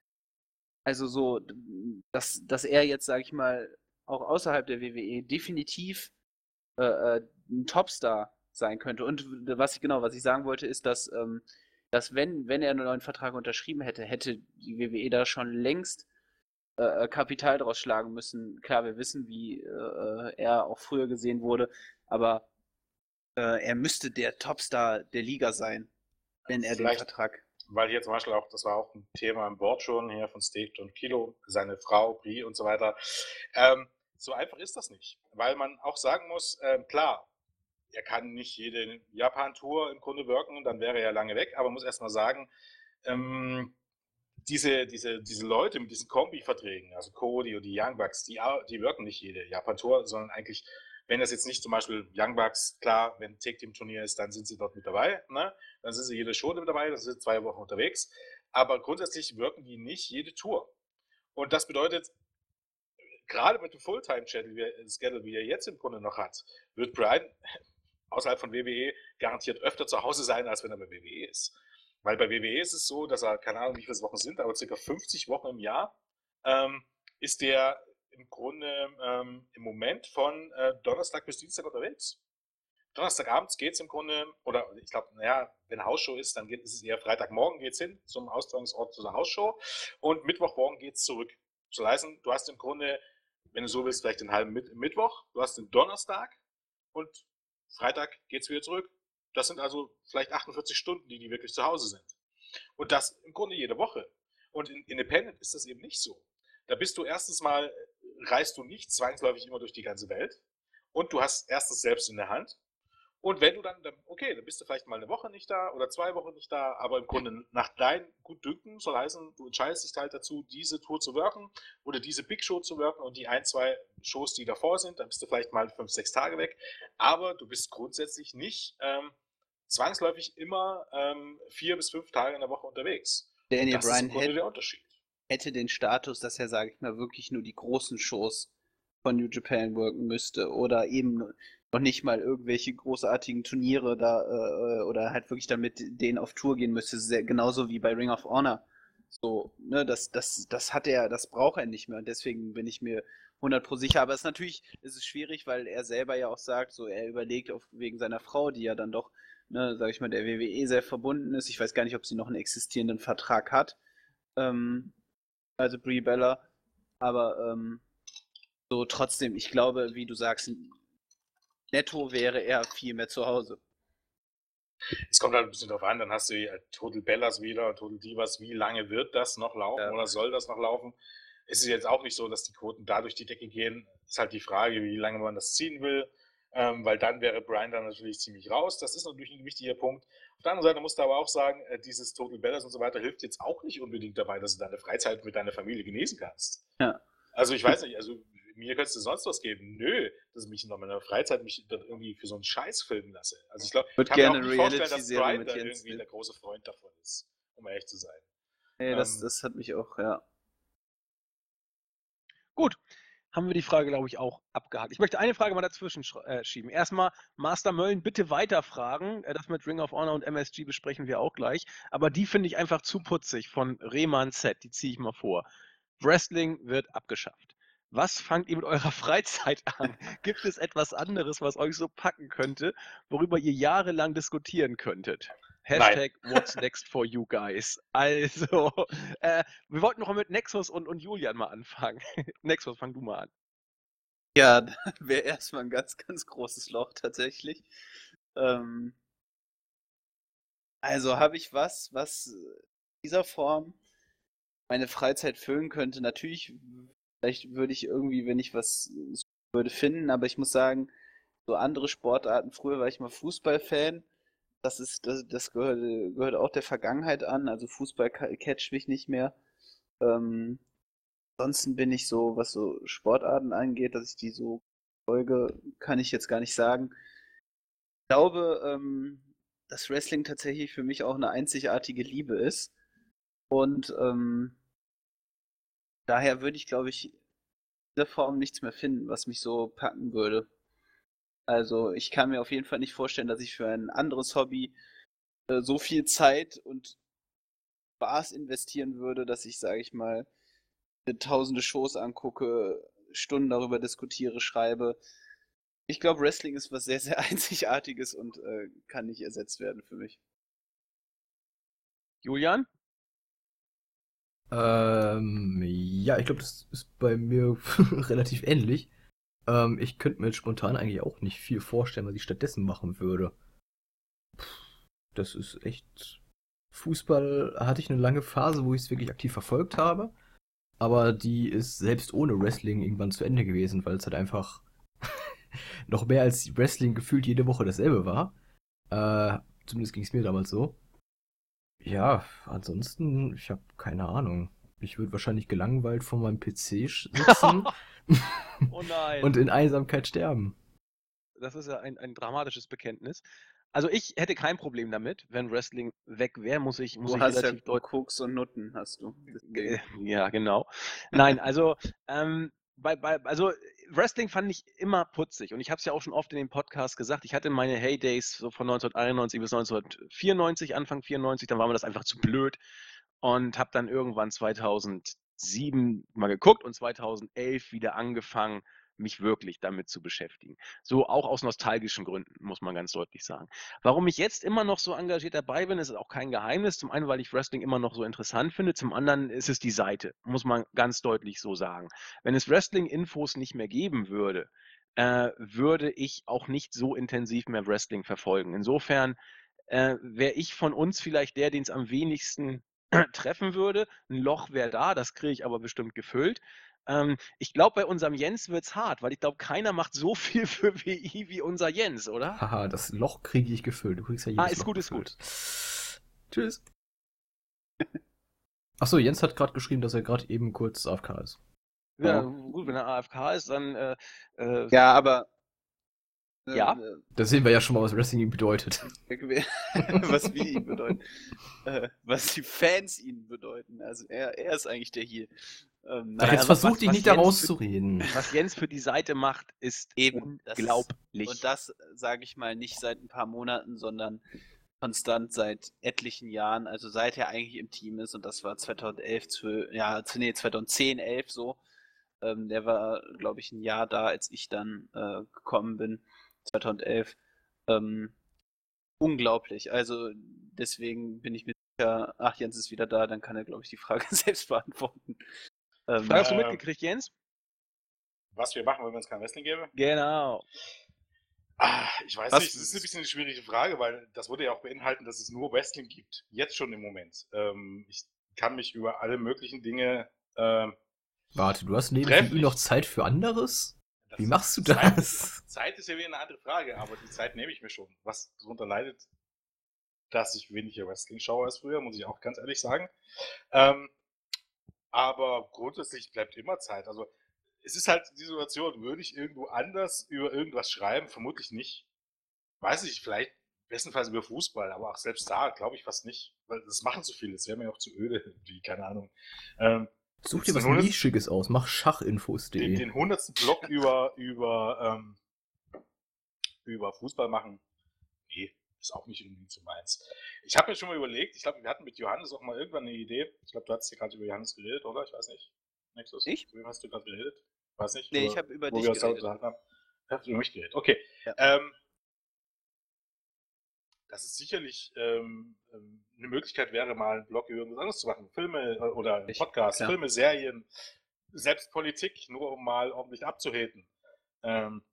also so, dass, dass er jetzt, sage ich mal, auch außerhalb der W W E definitiv äh, äh, ein Topstar sein könnte. Und was ich genau, was ich sagen wollte, ist, dass, ähm, dass wenn, wenn er einen neuen Vertrag unterschrieben hätte, hätte die W W E da schon längst äh, Kapital draus schlagen müssen. Klar, wir wissen, wie äh, er auch früher gesehen wurde, aber äh, er müsste der Topstar der Liga sein, wenn er Vielleicht, den Vertrag. Weil hier zum Beispiel auch, das war auch ein Thema im Board schon, hier von Steve und Kilo, seine Frau, Brie und so weiter. Ähm, so einfach ist das nicht, weil man auch sagen muss, ähm, klar, er kann nicht jede Japan-Tour im Grunde wirken und dann wäre er ja lange weg, aber man muss erstmal sagen, ähm, diese, diese, diese Leute mit diesen Kombi-Verträgen, also Cody und die Young Bucks, die, die wirken nicht jede Japan-Tour, sondern eigentlich, wenn das jetzt nicht zum Beispiel Young Bucks, klar, wenn Take-Team-Turnier ist, dann sind sie dort mit dabei, ne? Dann sind sie jede Show mit dabei, dann sind sie zwei Wochen unterwegs, aber grundsätzlich wirken die nicht jede Tour. Und das bedeutet, gerade mit dem Fulltime-Schedule, wie er jetzt im Grunde noch hat, wird Bryan außerhalb von W W E garantiert öfter zu Hause sein, als wenn er bei W W E ist. Weil bei W W E ist es so, dass er, keine Ahnung, wie viele Wochen sind, aber ca. fünfzig Wochen im Jahr ähm, ist der im Grunde ähm, im Moment von äh, Donnerstag bis Dienstag unterwegs. Donnerstagabends geht es im Grunde, oder ich glaube, naja, wenn Hausshow ist, dann geht, ist es eher Freitagmorgen geht es hin zum Austragungsort zu der Hausshow und Mittwochmorgen geht es zurück. So heißen, du hast im Grunde, wenn du so willst, vielleicht den halben Mit Mittwoch, du hast den Donnerstag und Freitag geht es wieder zurück. Das sind also vielleicht achtundvierzig Stunden, die die wirklich zu Hause sind. Und das im Grunde jede Woche. Und in Independent ist das eben nicht so. Da bist du erstens mal, reist du nicht zwangsläufig immer durch die ganze Welt und du hast erstens selbst in der Hand. Und wenn du dann, okay, dann bist du vielleicht mal eine Woche nicht da oder zwei Wochen nicht da, aber im Grunde nach deinem Gutdünken soll heißen, du entscheidest dich halt dazu, diese Tour zu worken oder diese Big Show zu worken und die ein, zwei Shows, die davor sind, dann bist du vielleicht mal fünf, sechs Tage weg, aber du bist grundsätzlich nicht ähm, zwangsläufig immer ähm, vier bis fünf Tage in der Woche unterwegs. Daniel das ist Bryan im Grunde hätte, der Unterschied. hätte den Status, dass er, sage ich mal, wirklich nur die großen Shows von New Japan worken müsste oder eben noch nicht mal irgendwelche großartigen Turniere da äh, oder halt wirklich dann mit denen auf Tour gehen müsste, sehr, genauso wie bei Ring of Honor. So, ne, das, das, das hat er, das braucht er nicht mehr und deswegen bin ich mir hundert Pro sicher. Aber es ist natürlich, es ist schwierig, weil er selber ja auch sagt, so er überlegt auf, wegen seiner Frau, die ja dann doch, ne, sag ich mal, der W W E sehr verbunden ist. Ich weiß gar nicht, ob sie noch einen existierenden Vertrag hat. Ähm, also Brie Bella. Aber ähm, so trotzdem, ich glaube, wie du sagst, netto wäre er viel mehr zu Hause. Es kommt halt ein bisschen drauf an, dann hast du die Total Bellas wieder, Total Divas, wie lange wird das noch laufen Ja. oder soll das noch laufen? Es ist jetzt auch nicht so, dass die Quoten da durch die Decke gehen. Ist halt die Frage, wie lange man das ziehen will, ähm, weil dann wäre Bryan dann natürlich ziemlich raus. Das ist natürlich ein wichtiger Punkt. Auf der anderen Seite musst du aber auch sagen, äh, dieses Total Bellas und so weiter hilft jetzt auch nicht unbedingt dabei, dass du deine Freizeit mit deiner Familie genießen kannst. Ja. Also ich weiß nicht, also mir könntest du sonst was geben. Nö, dass ich mich in meiner Freizeit mich dann irgendwie für so einen Scheiß filmen lasse. Also ich glaube, ich kann gerne mir auch nicht vorstellen, dass Reality-Serie Bryan mit da Jens irgendwie Wild. der große Freund davon ist, um ehrlich zu sein. Nee, das, Ähm, das hat mich auch, ja. Gut, haben wir die Frage, glaube ich, auch abgehakt. Ich möchte eine Frage mal dazwischen sch- äh, schieben. Erstmal, Master Mölln, bitte weiterfragen. Äh, das mit Ring of Honor und M S G besprechen wir auch gleich. Aber die finde ich einfach zu putzig von Rehman Z. Die ziehe ich mal vor. Wrestling wird abgeschafft. Was fangt ihr mit eurer Freizeit an? Gibt es etwas anderes, was euch so packen könnte, worüber ihr jahrelang diskutieren könntet? Hashtag What's next for you guys? Also, äh, wir wollten noch mit Nexus und, und Julian mal anfangen. Nexus, fang du mal an. Ja, da wäre erstmal ein ganz, ganz großes Loch tatsächlich. Ähm, also habe ich was, was in dieser Form meine Freizeit füllen könnte. Natürlich, vielleicht würde ich irgendwie, wenn ich was suchen würde, finden, aber ich muss sagen, so andere Sportarten, früher war ich mal Fußballfan. Das ist, das, das gehört, gehört auch der Vergangenheit an. Also Fußball ca- catcht mich nicht mehr. Ähm, ansonsten bin ich so, was so Sportarten angeht, dass ich die so folge, kann ich jetzt gar nicht sagen. Ich glaube, ähm, dass Wrestling tatsächlich für mich auch eine einzigartige Liebe ist. Und ähm, daher würde ich, glaube ich, in dieser Form nichts mehr finden, was mich so packen würde. Also ich kann mir auf jeden Fall nicht vorstellen, dass ich für ein anderes Hobby äh, so viel Zeit und Spaß investieren würde, dass ich, sage ich mal, mir tausende Shows angucke, Stunden darüber diskutiere, schreibe. Ich glaube, Wrestling ist was sehr, sehr Einzigartiges und äh, kann nicht ersetzt werden für mich. Julian? Ähm, ja, ich glaube, das ist bei mir relativ ähnlich. Ähm, ich könnte mir jetzt spontan eigentlich auch nicht viel vorstellen, was ich stattdessen machen würde. Das ist echt. Fußball hatte ich eine lange Phase, wo ich es wirklich aktiv verfolgt habe. Aber die ist selbst ohne Wrestling irgendwann zu Ende gewesen, weil es halt einfach noch mehr als Wrestling gefühlt jede Woche dasselbe war. Äh, zumindest ging es mir damals so. Ja, ansonsten, ich habe keine Ahnung. Ich würde wahrscheinlich gelangweilt vor meinem P C sitzen Oh nein. und in Einsamkeit sterben. Das ist ja ein, ein dramatisches Bekenntnis. Also ich hätte kein Problem damit, wenn Wrestling weg wäre, muss ich, muss Du ich hast ja relativ deutlich. Koks und Nutten, hast du. Äh, Deswegen. Ja, genau. Nein, also, ähm, bei, bei, also Wrestling fand ich immer putzig und ich habe es ja auch schon oft in dem Podcast gesagt, ich hatte meine Heydays so von neunzehnhunderteinundneunzig bis neunzehnhundertvierundneunzig, Anfang vierundneunzig, dann war mir das einfach zu blöd und habe dann irgendwann zweitausendsieben mal geguckt und zweitausendelf wieder angefangen mich wirklich damit zu beschäftigen. So auch aus nostalgischen Gründen, muss man ganz deutlich sagen. Warum ich jetzt immer noch so engagiert dabei bin, ist auch kein Geheimnis. Zum einen, weil ich Wrestling immer noch so interessant finde. Zum anderen ist es die Seite, muss man ganz deutlich so sagen. Wenn es Wrestling-Infos nicht mehr geben würde, äh, würde ich auch nicht so intensiv mehr Wrestling verfolgen. Insofern äh, wäre ich von uns vielleicht der, den es am wenigsten treffen würde. Ein Loch wäre da, das kriege ich aber bestimmt gefüllt. Ähm, ich glaube, bei unserem Jens wird es hart, weil ich glaube, keiner macht so viel für W I wie unser Jens, oder? Haha, das Loch kriege ich gefüllt. Du kriegst ja jedes Ah, ist Loch gut, ist gefüllt. Tschüss. Achso, Jens hat gerade geschrieben, dass er gerade eben kurz A F K ist. Ja, Ja. gut, wenn er A F K ist, dann äh, äh, Ja, aber. äh, Ja? äh, Da sehen wir ja schon mal, was Wrestling ihm bedeutet. was wir ihm bedeuten. Äh, was die Fans ihnen bedeuten. Also er, er ist eigentlich der hier. Ähm, Ach, nein, jetzt also versuch was- dich was nicht da Jens für- rauszureden. was Jens für die Seite macht, ist Eben, das ist- unglaublich. Und das sage ich mal nicht seit ein paar Monaten, sondern konstant seit etlichen Jahren, also seit er eigentlich im Team ist, und das war zweitausendelf, zwölf, ja, nee, zweitausendzehn, elf so. Ähm, der war, glaube ich, ein Jahr da, als ich dann äh, gekommen bin, zweitausendelf. Ähm, unglaublich. Also deswegen bin ich mir sicher, ach, Jens ist wieder da, dann kann er, glaube ich, die Frage selbst beantworten. Ähm, Frage, hast du Äh, mitgekriegt, Jens? Was wir machen, wenn wir uns kein Wrestling gäbe? Genau. Ah, ich weiß Was- nicht, das ist ein bisschen eine schwierige Frage, weil das würde ja auch beinhalten, dass es nur Wrestling gibt. Jetzt schon im Moment. Ähm, ich kann mich über alle möglichen Dinge. Ähm, Warte, du hast neben Trefflich. W I noch Zeit für anderes? das Wie machst du Zeit das? Ist, Zeit ist ja wieder eine andere Frage, aber die Zeit nehme ich mir schon. Was darunter leidet, dass ich weniger Wrestling schaue als früher, muss ich auch ganz ehrlich sagen. Ähm, aber grundsätzlich bleibt immer Zeit. Also es ist halt die Situation, würde ich irgendwo anders über irgendwas schreiben? Vermutlich nicht. Weiß ich, vielleicht bestenfalls über Fußball, aber auch selbst da glaube ich fast nicht, weil das machen zu viele, das wäre mir auch zu öde, irgendwie, keine Ahnung. Ähm, Such dir was den hundertsten Nischiges aus, mach den, schachinfos.de. den hundertsten Blog über, über, ähm, über Fußball machen, nee, ist auch nicht irgendwie so meins. Ich habe mir schon mal überlegt, ich glaube, wir hatten mit Johannes auch mal irgendwann eine Idee. Ich glaube, du hast hier gerade über Johannes geredet, oder? Ich weiß nicht. Nexus? Ich? Mit wem hast du gerade geredet? Weiß nicht. Nee, wo, ich habe über wo dich wir uns da geredet. unterhalten haben. Ich habe über mich geredet. Okay. Ja. Ähm, dass es sicherlich ähm, ähm, eine Möglichkeit wäre, mal einen Blog über irgendwas anderes zu machen. Filme äh, oder einen Ich- Podcast, klar. Filme, Serien, selbst Politik, nur um mal ordentlich abzuheten. Ähm,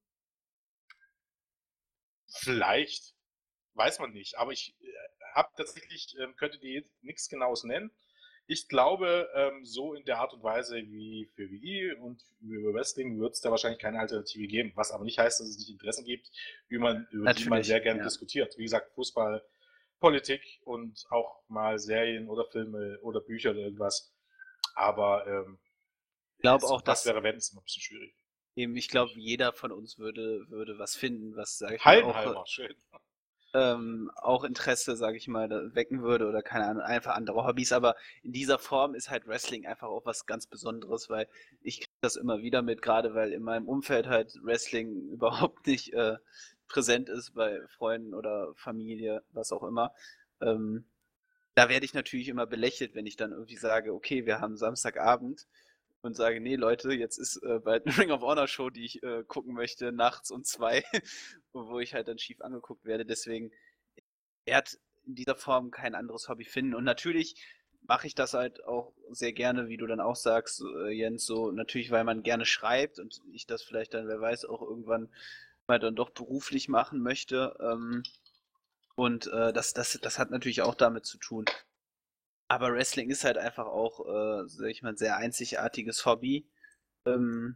vielleicht, weiß man nicht, aber ich äh, habe tatsächlich, ähm, könnte dir jetzt nichts Genaues nennen. Ich glaube, ähm, so in der Art und Weise wie für W I und über Wrestling wird es da wahrscheinlich keine Alternative geben, was aber nicht heißt, dass es nicht Interessen gibt, wie man, über die man Natürlich, sehr gerne ja. diskutiert. Wie gesagt, Fußball, Politik und auch mal Serien oder Filme oder Bücher oder irgendwas. Aber ähm, Ich glaube es- auch, was dass wäre, wenn, ist immer ein bisschen schwierig. eben, ich glaube, jeder von uns würde, würde was finden, was, sage ich mal, auch, Heidenheimer, schön. ähm, auch Interesse, sage ich mal, da wecken würde oder keine Ahnung, einfach andere Hobbys. Aber in dieser Form ist halt Wrestling einfach auch was ganz Besonderes, weil ich kriege das immer wieder mit, gerade weil in meinem Umfeld halt Wrestling überhaupt nicht äh, präsent ist bei Freunden oder Familie, was auch immer. Ähm, da werde ich natürlich immer belächelt, wenn ich dann irgendwie sage, okay, wir haben Samstagabend und sage, nee, Leute, jetzt ist äh, bald eine Ring of Honor Show, die ich äh, gucken möchte, nachts um zwei, wo ich halt dann schief angeguckt werde. Deswegen, er hat in dieser Form kein anderes Hobby finden. Und natürlich mache ich das halt auch sehr gerne, wie du dann auch sagst, äh, Jens, so natürlich, weil man gerne schreibt und ich das vielleicht dann, wer weiß, auch irgendwann mal dann doch beruflich machen möchte. Ähm, und äh, das, das, das hat natürlich auch damit zu tun. Aber Wrestling ist halt einfach auch, äh, sag ich mal, ein sehr einzigartiges Hobby. Ähm,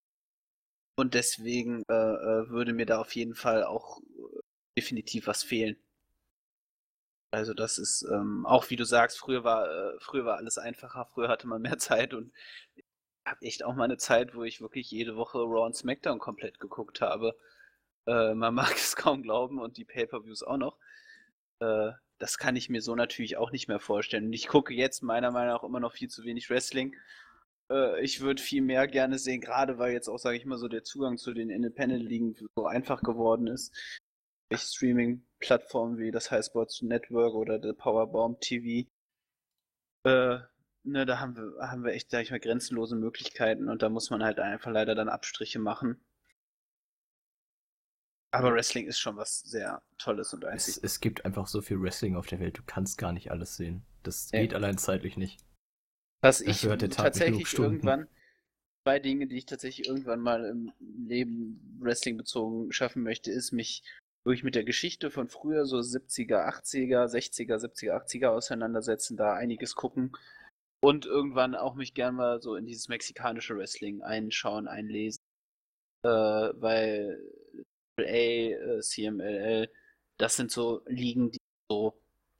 und deswegen äh, äh, würde mir da auf jeden Fall auch äh, definitiv was fehlen. Also das ist ähm, auch, wie du sagst, früher war, äh, früher war alles einfacher, früher hatte man mehr Zeit und ich habe echt auch mal eine Zeit, wo ich wirklich jede Woche Raw und SmackDown komplett geguckt habe. Äh, man mag es kaum glauben und die Pay-Per-Views auch noch. Äh, das kann ich mir so natürlich auch nicht mehr vorstellen. Und ich gucke jetzt meiner Meinung nach immer noch viel zu wenig Wrestling. Äh, ich würde viel mehr gerne sehen, gerade weil jetzt auch, sage ich mal, so der Zugang zu den Independent-Ligen so einfach geworden ist. Durch Streaming-Plattformen wie das High Sports Network oder der Powerbomb T V. Äh, ne, da haben wir, haben wir echt, sag ich mal, grenzenlose Möglichkeiten und da muss man halt einfach leider dann Abstriche machen. Aber Wrestling ist schon was sehr Tolles und Es, einzigartiges. es gibt einfach so viel Wrestling auf der Welt, du kannst gar nicht alles sehen. Das Nee. geht allein zeitlich nicht. Was ich Dafür hat der Tag nicht genug tatsächlich Stunden. irgendwann, zwei Dinge, die ich tatsächlich irgendwann mal im Leben Wrestling bezogen schaffen möchte, ist mich wirklich mit der Geschichte von früher, so siebziger, achtziger, sechziger, siebziger, achtziger auseinandersetzen, da einiges gucken und irgendwann auch mich gern mal so in dieses mexikanische Wrestling einschauen, einlesen, äh, weil Triple A, äh, C M L L, das sind so Ligen, die so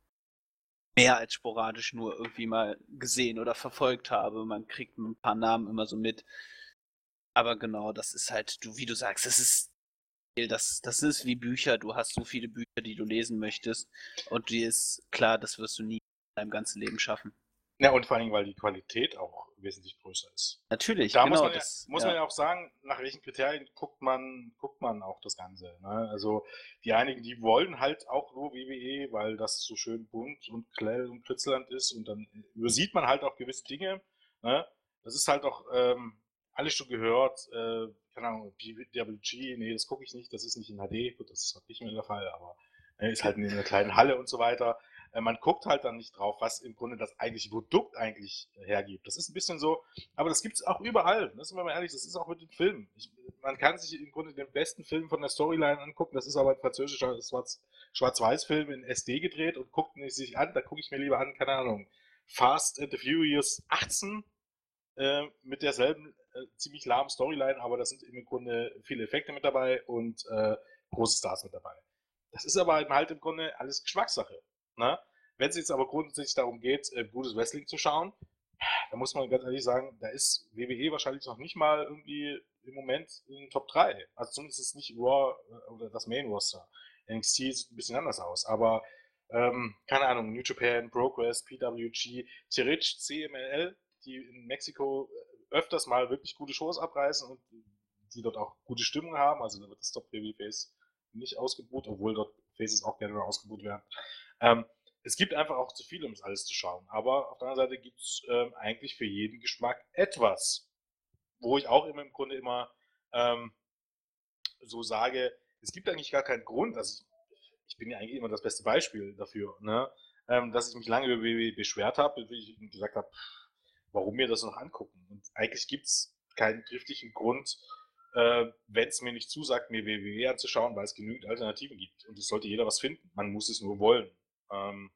mehr als sporadisch nur irgendwie mal gesehen oder verfolgt habe. Man kriegt ein paar Namen immer so mit. Aber genau, das ist halt, du, wie du sagst, das ist das, das ist wie Bücher. Du hast so viele Bücher, die du lesen möchtest. Und dir ist klar, das wirst du nie in deinem ganzen Leben schaffen. Ja, und vor allem, weil die Qualität auch wesentlich größer ist. Natürlich, Da genau. muss, man ja, das, muss man ja auch sagen, nach welchen Kriterien guckt man, guckt man auch das Ganze. Ne? Also die einigen, die wollen halt auch nur W W E, weil das so schön bunt und Klell und Klitzerland ist und dann übersieht man halt auch gewisse Dinge. Ne? Das ist halt auch ähm, alles schon gehört. Äh, keine Ahnung, P W G, nee, das gucke ich nicht, das ist nicht in H D, gut, das ist halt nicht mehr der Fall, aber äh, ist halt in einer kleinen Halle und so weiter. Äh, man guckt halt dann nicht drauf, was im Grunde das eigentliche Produkt eigentlich hergibt. Das ist ein bisschen so, aber das gibt es auch überall. Das sind wir mal ehrlich, das ist auch mit den Filmen. Ich, man kann sich im Grunde den besten Film von der Storyline angucken. Das ist aber ein französischer Schwarz, Schwarz-Weiß-Film in S D gedreht und guckt ihn sich an. Da gucke ich mir lieber an, keine Ahnung, Fast and the Furious achtzehn äh, mit derselben äh, ziemlich lahmen Storyline, aber da sind im Grunde viele Effekte mit dabei und äh, große Stars mit dabei. Das ist aber halt im Grunde alles Geschmackssache. Ne? Wenn es jetzt aber grundsätzlich darum geht, äh, gutes Wrestling zu schauen, da muss man ganz ehrlich sagen, da ist W W E wahrscheinlich noch nicht mal irgendwie im Moment in den Top drei. Also zumindest ist es nicht Raw äh, oder das Main Roster. N X T sieht ein bisschen anders aus, aber ähm, keine Ahnung, New Japan, Progress, P W G, theoretisch C M L L, die in Mexiko öfters mal wirklich gute Shows abreißen und die dort auch gute Stimmung haben. Also da wird das Top Babyface nicht ausgebucht, obwohl dort Faces auch gerne ausgebucht werden. Ähm, es gibt einfach auch zu viel, um es alles zu schauen. Aber auf der anderen Seite gibt es ähm, eigentlich für jeden Geschmack etwas, wo ich auch immer im Grunde immer ähm, so sage, es gibt eigentlich gar keinen Grund, also ich, ich bin ja eigentlich immer das beste Beispiel dafür, ne? ähm, dass ich mich lange über W W E beschwert habe, wie ich gesagt habe, warum mir das noch angucken. Und eigentlich gibt es keinen triftigen Grund, äh, wenn es mir nicht zusagt, mir W W E anzuschauen, weil es genügend Alternativen gibt. Und es sollte jeder was finden. Man muss es nur wollen. Ähm,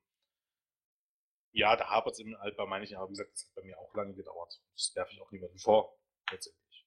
ja, da hapert es im halt bei manchen, aber wie gesagt, das hat bei mir auch lange gedauert. Das werfe ich auch niemandem vor, letztendlich.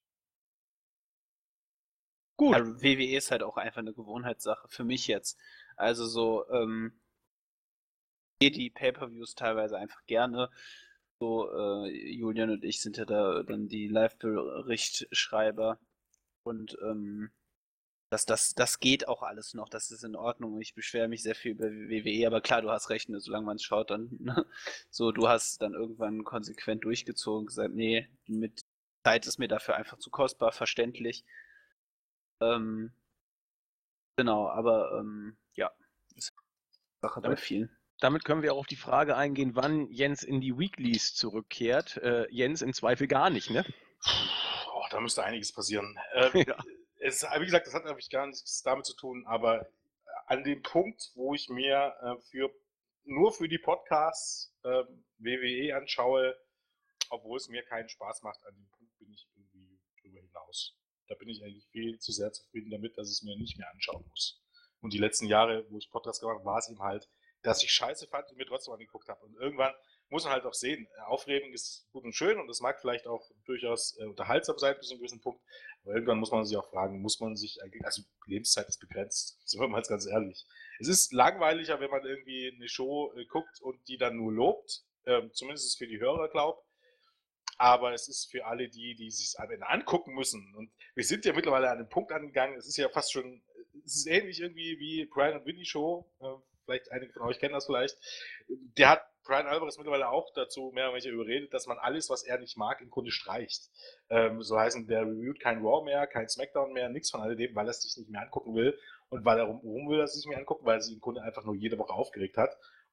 Gut. Also W W E ist halt auch einfach eine Gewohnheitssache für mich jetzt. Also so, ähm, ich sehe die Pay-Per-Views teilweise einfach gerne. So, äh, Julian und ich sind ja da dann die Live-Berichtschreiber. Und ähm, das, das, das geht auch alles noch, das ist in Ordnung. Ich beschwere mich sehr viel über W W E, aber klar, du hast recht, ne, solange man es schaut, dann, ne? So, du hast dann irgendwann konsequent durchgezogen, gesagt, nee, mit Zeit ist mir dafür einfach zu kostbar, verständlich. Ähm, genau, aber ähm, ja, ist eine Sache bei Damit, vielen. damit können wir auch auf die Frage eingehen, wann Jens in die Weeklies zurückkehrt. Äh, Jens im Zweifel gar nicht, ne? Oh, da müsste einiges passieren. Ähm, Ja. es, wie gesagt, das hat natürlich gar nichts damit zu tun, aber an dem Punkt, wo ich mir äh, für nur für die Podcasts äh, W W E anschaue, obwohl es mir keinen Spaß macht, an dem Punkt bin ich irgendwie drüber hinaus. Da bin ich eigentlich viel zu sehr zufrieden damit, dass ich es mir nicht mehr anschauen muss. Und die letzten Jahre, wo ich Podcasts gemacht habe, war es eben halt, dass ich Scheiße fand und mir trotzdem angeguckt habe. Und irgendwann muss man halt auch sehen, Aufregung ist gut und schön und es mag vielleicht auch durchaus äh, unterhaltsam sein bis zu einem gewissen Punkt, aber irgendwann muss man sich auch fragen, muss man sich eigentlich, also Lebenszeit ist begrenzt, sind wir mal ganz ehrlich. Es ist langweiliger, wenn man irgendwie eine Show äh, guckt und die dann nur lobt, äh, zumindest für die Hörer, glaube ich. Aber es ist für alle die, die sich es am Ende angucken müssen. Und wir sind ja mittlerweile an einem Punkt angegangen, es ist ja fast schon, es ist ähnlich irgendwie wie Brian und Winnie Show. Äh, vielleicht einige von euch kennen das vielleicht. Der hat Brian Alvarez mittlerweile auch dazu mehr oder weniger überredet, dass man alles, was er nicht mag, im Grunde streicht. Ähm, so heißen, der reviewt kein Raw mehr, kein Smackdown mehr, nichts von alledem, weil er es sich nicht mehr angucken will. Und weil er, warum will er es sich nicht mehr angucken? Weil er sich im Grunde einfach nur jede Woche aufgeregt hat.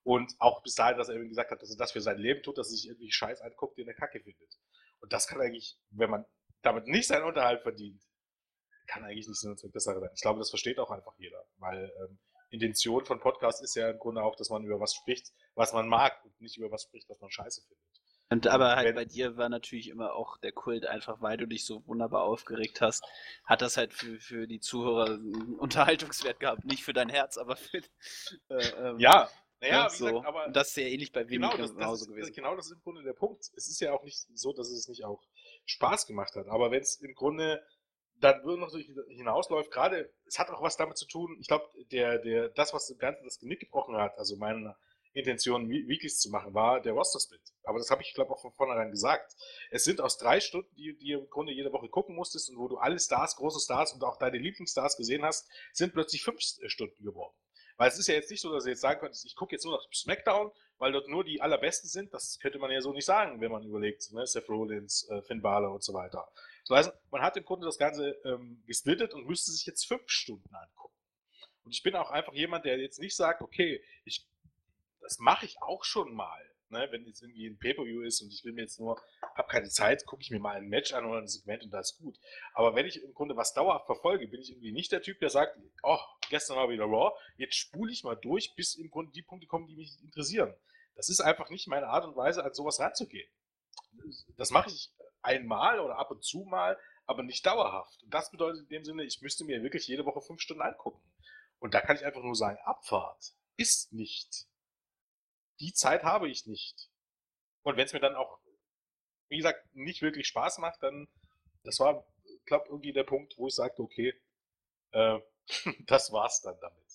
Und auch bis dahin, dass er irgendwie gesagt hat, dass er das für sein Leben tut, dass er sich irgendwie Scheiß anguckt, den er Kacke findet. Und das kann eigentlich, wenn man damit nicht seinen Unterhalt verdient, kann eigentlich nicht Sinn und Zweck der Sache sein. Ich glaube, das versteht auch einfach jeder, weil ähm, Intention von Podcast ist ja im Grunde auch, dass man über was spricht, was man mag und nicht über was spricht, was man scheiße findet. Und Und aber halt wenn- bei dir war natürlich immer auch der Kult, einfach weil du dich so wunderbar aufgeregt hast, hat das halt für, für die Zuhörer einen Unterhaltungswert gehabt. Nicht für dein Herz, aber für. Äh, ähm, Ja, naja, ne, wie so. gesagt, aber Und das ist ja ähnlich bei Wemi genau, das, das genauso ist, gewesen. genau das ist im Grunde der Punkt. Es ist ja auch nicht so, dass es nicht auch Spaß gemacht hat. Aber wenn es im Grunde dann nur noch so hinausläuft, gerade, es hat auch was damit zu tun, ich glaube, der, der, das, was dem Ganzen das Genick gebrochen hat, also meine Intention, We- Weeklies zu machen, war der Roster-Split. Aber das habe ich, glaube auch von vornherein gesagt. Es sind aus drei Stunden, die, die du im Grunde jede Woche gucken musstest und wo du alle Stars, große Stars und auch deine Lieblingsstars gesehen hast, sind plötzlich fünf Stunden geworden. Weil es ist ja jetzt nicht so, dass du jetzt sagen könntest, ich gucke jetzt nur nach SmackDown, weil dort nur die allerbesten sind. Das könnte man ja so nicht sagen, wenn man überlegt, ne? Seth Rollins, äh, Finn Balor und so weiter. Das heißt, man hat im Grunde das Ganze ähm, gesplittet und müsste sich jetzt fünf Stunden angucken. Und ich bin auch einfach jemand, der jetzt nicht sagt, okay, ich, das mache ich auch schon mal. Ne? Wenn jetzt irgendwie ein Pay-Per-View ist und ich will mir jetzt nur, habe keine Zeit, gucke ich mir mal ein Match an oder ein Segment und das ist gut. Aber wenn ich im Grunde was dauerhaft verfolge, bin ich irgendwie nicht der Typ, der sagt, oh, gestern war wieder Raw, jetzt spule ich mal durch, bis im Grunde die Punkte kommen, die mich interessieren. Das ist einfach nicht meine Art und Weise, an sowas ranzugehen. Das mache ich einmal oder ab und zu mal, aber nicht dauerhaft. Und das bedeutet in dem Sinne, ich müsste mir wirklich jede Woche fünf Stunden angucken. Und da kann ich einfach nur sagen, Abfahrt ist nicht. Die Zeit habe ich nicht. Und wenn es mir dann auch, wie gesagt, nicht wirklich Spaß macht, dann, das war, glaube irgendwie der Punkt, wo ich sagte, okay, äh, das war's dann damit.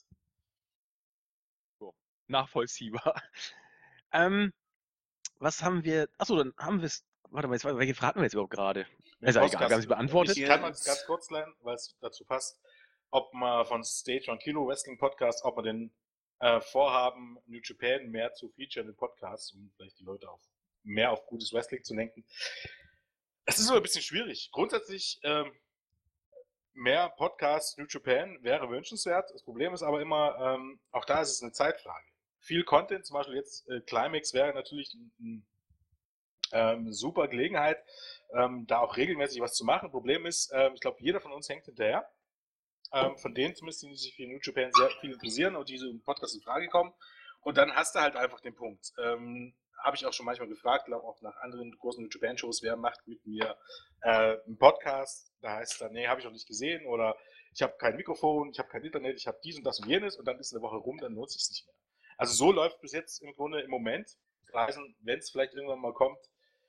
Nachvollziehbar. Ähm, was haben wir? Achso, dann haben wir es. Warte mal, jetzt, welche Fragen hatten wir jetzt überhaupt gerade? Mit Ist ja egal, wir haben Podcast- sie beantwortet. Ich kann mal ganz kurz lernen, weil es dazu passt, ob man von Stage One Kilo Wrestling Podcast, ob man den äh, vorhaben, New Japan mehr zu featuren im Podcast, um vielleicht die Leute auf mehr auf gutes Wrestling zu lenken. Es ist immer ein bisschen schwierig. Grundsätzlich ähm, mehr Podcasts New Japan wäre wünschenswert. Das Problem ist aber immer, ähm, auch da ist es eine Zeitfrage. Viel Content, zum Beispiel jetzt äh, Climax wäre natürlich ein, ein ähm, super Gelegenheit, ähm, da auch regelmäßig was zu machen. Problem ist, ähm, ich glaube, jeder von uns hängt hinterher. Ähm, von denen zumindest, die sich für New Japan sehr viel interessieren und die so im Podcast in Frage kommen. Und dann hast du halt einfach den Punkt. Ähm, Habe ich auch schon manchmal gefragt, glaube auch nach anderen großen New Japan Shows, wer macht mit mir äh, einen Podcast? Da heißt es dann, nee, habe ich noch nicht gesehen oder ich habe kein Mikrofon, ich habe kein Internet, ich habe dies und das und jenes und dann ist eine Woche rum, dann lohnt es sich nicht mehr. Also so läuft bis jetzt im Grunde im Moment. Wenn es vielleicht irgendwann mal kommt,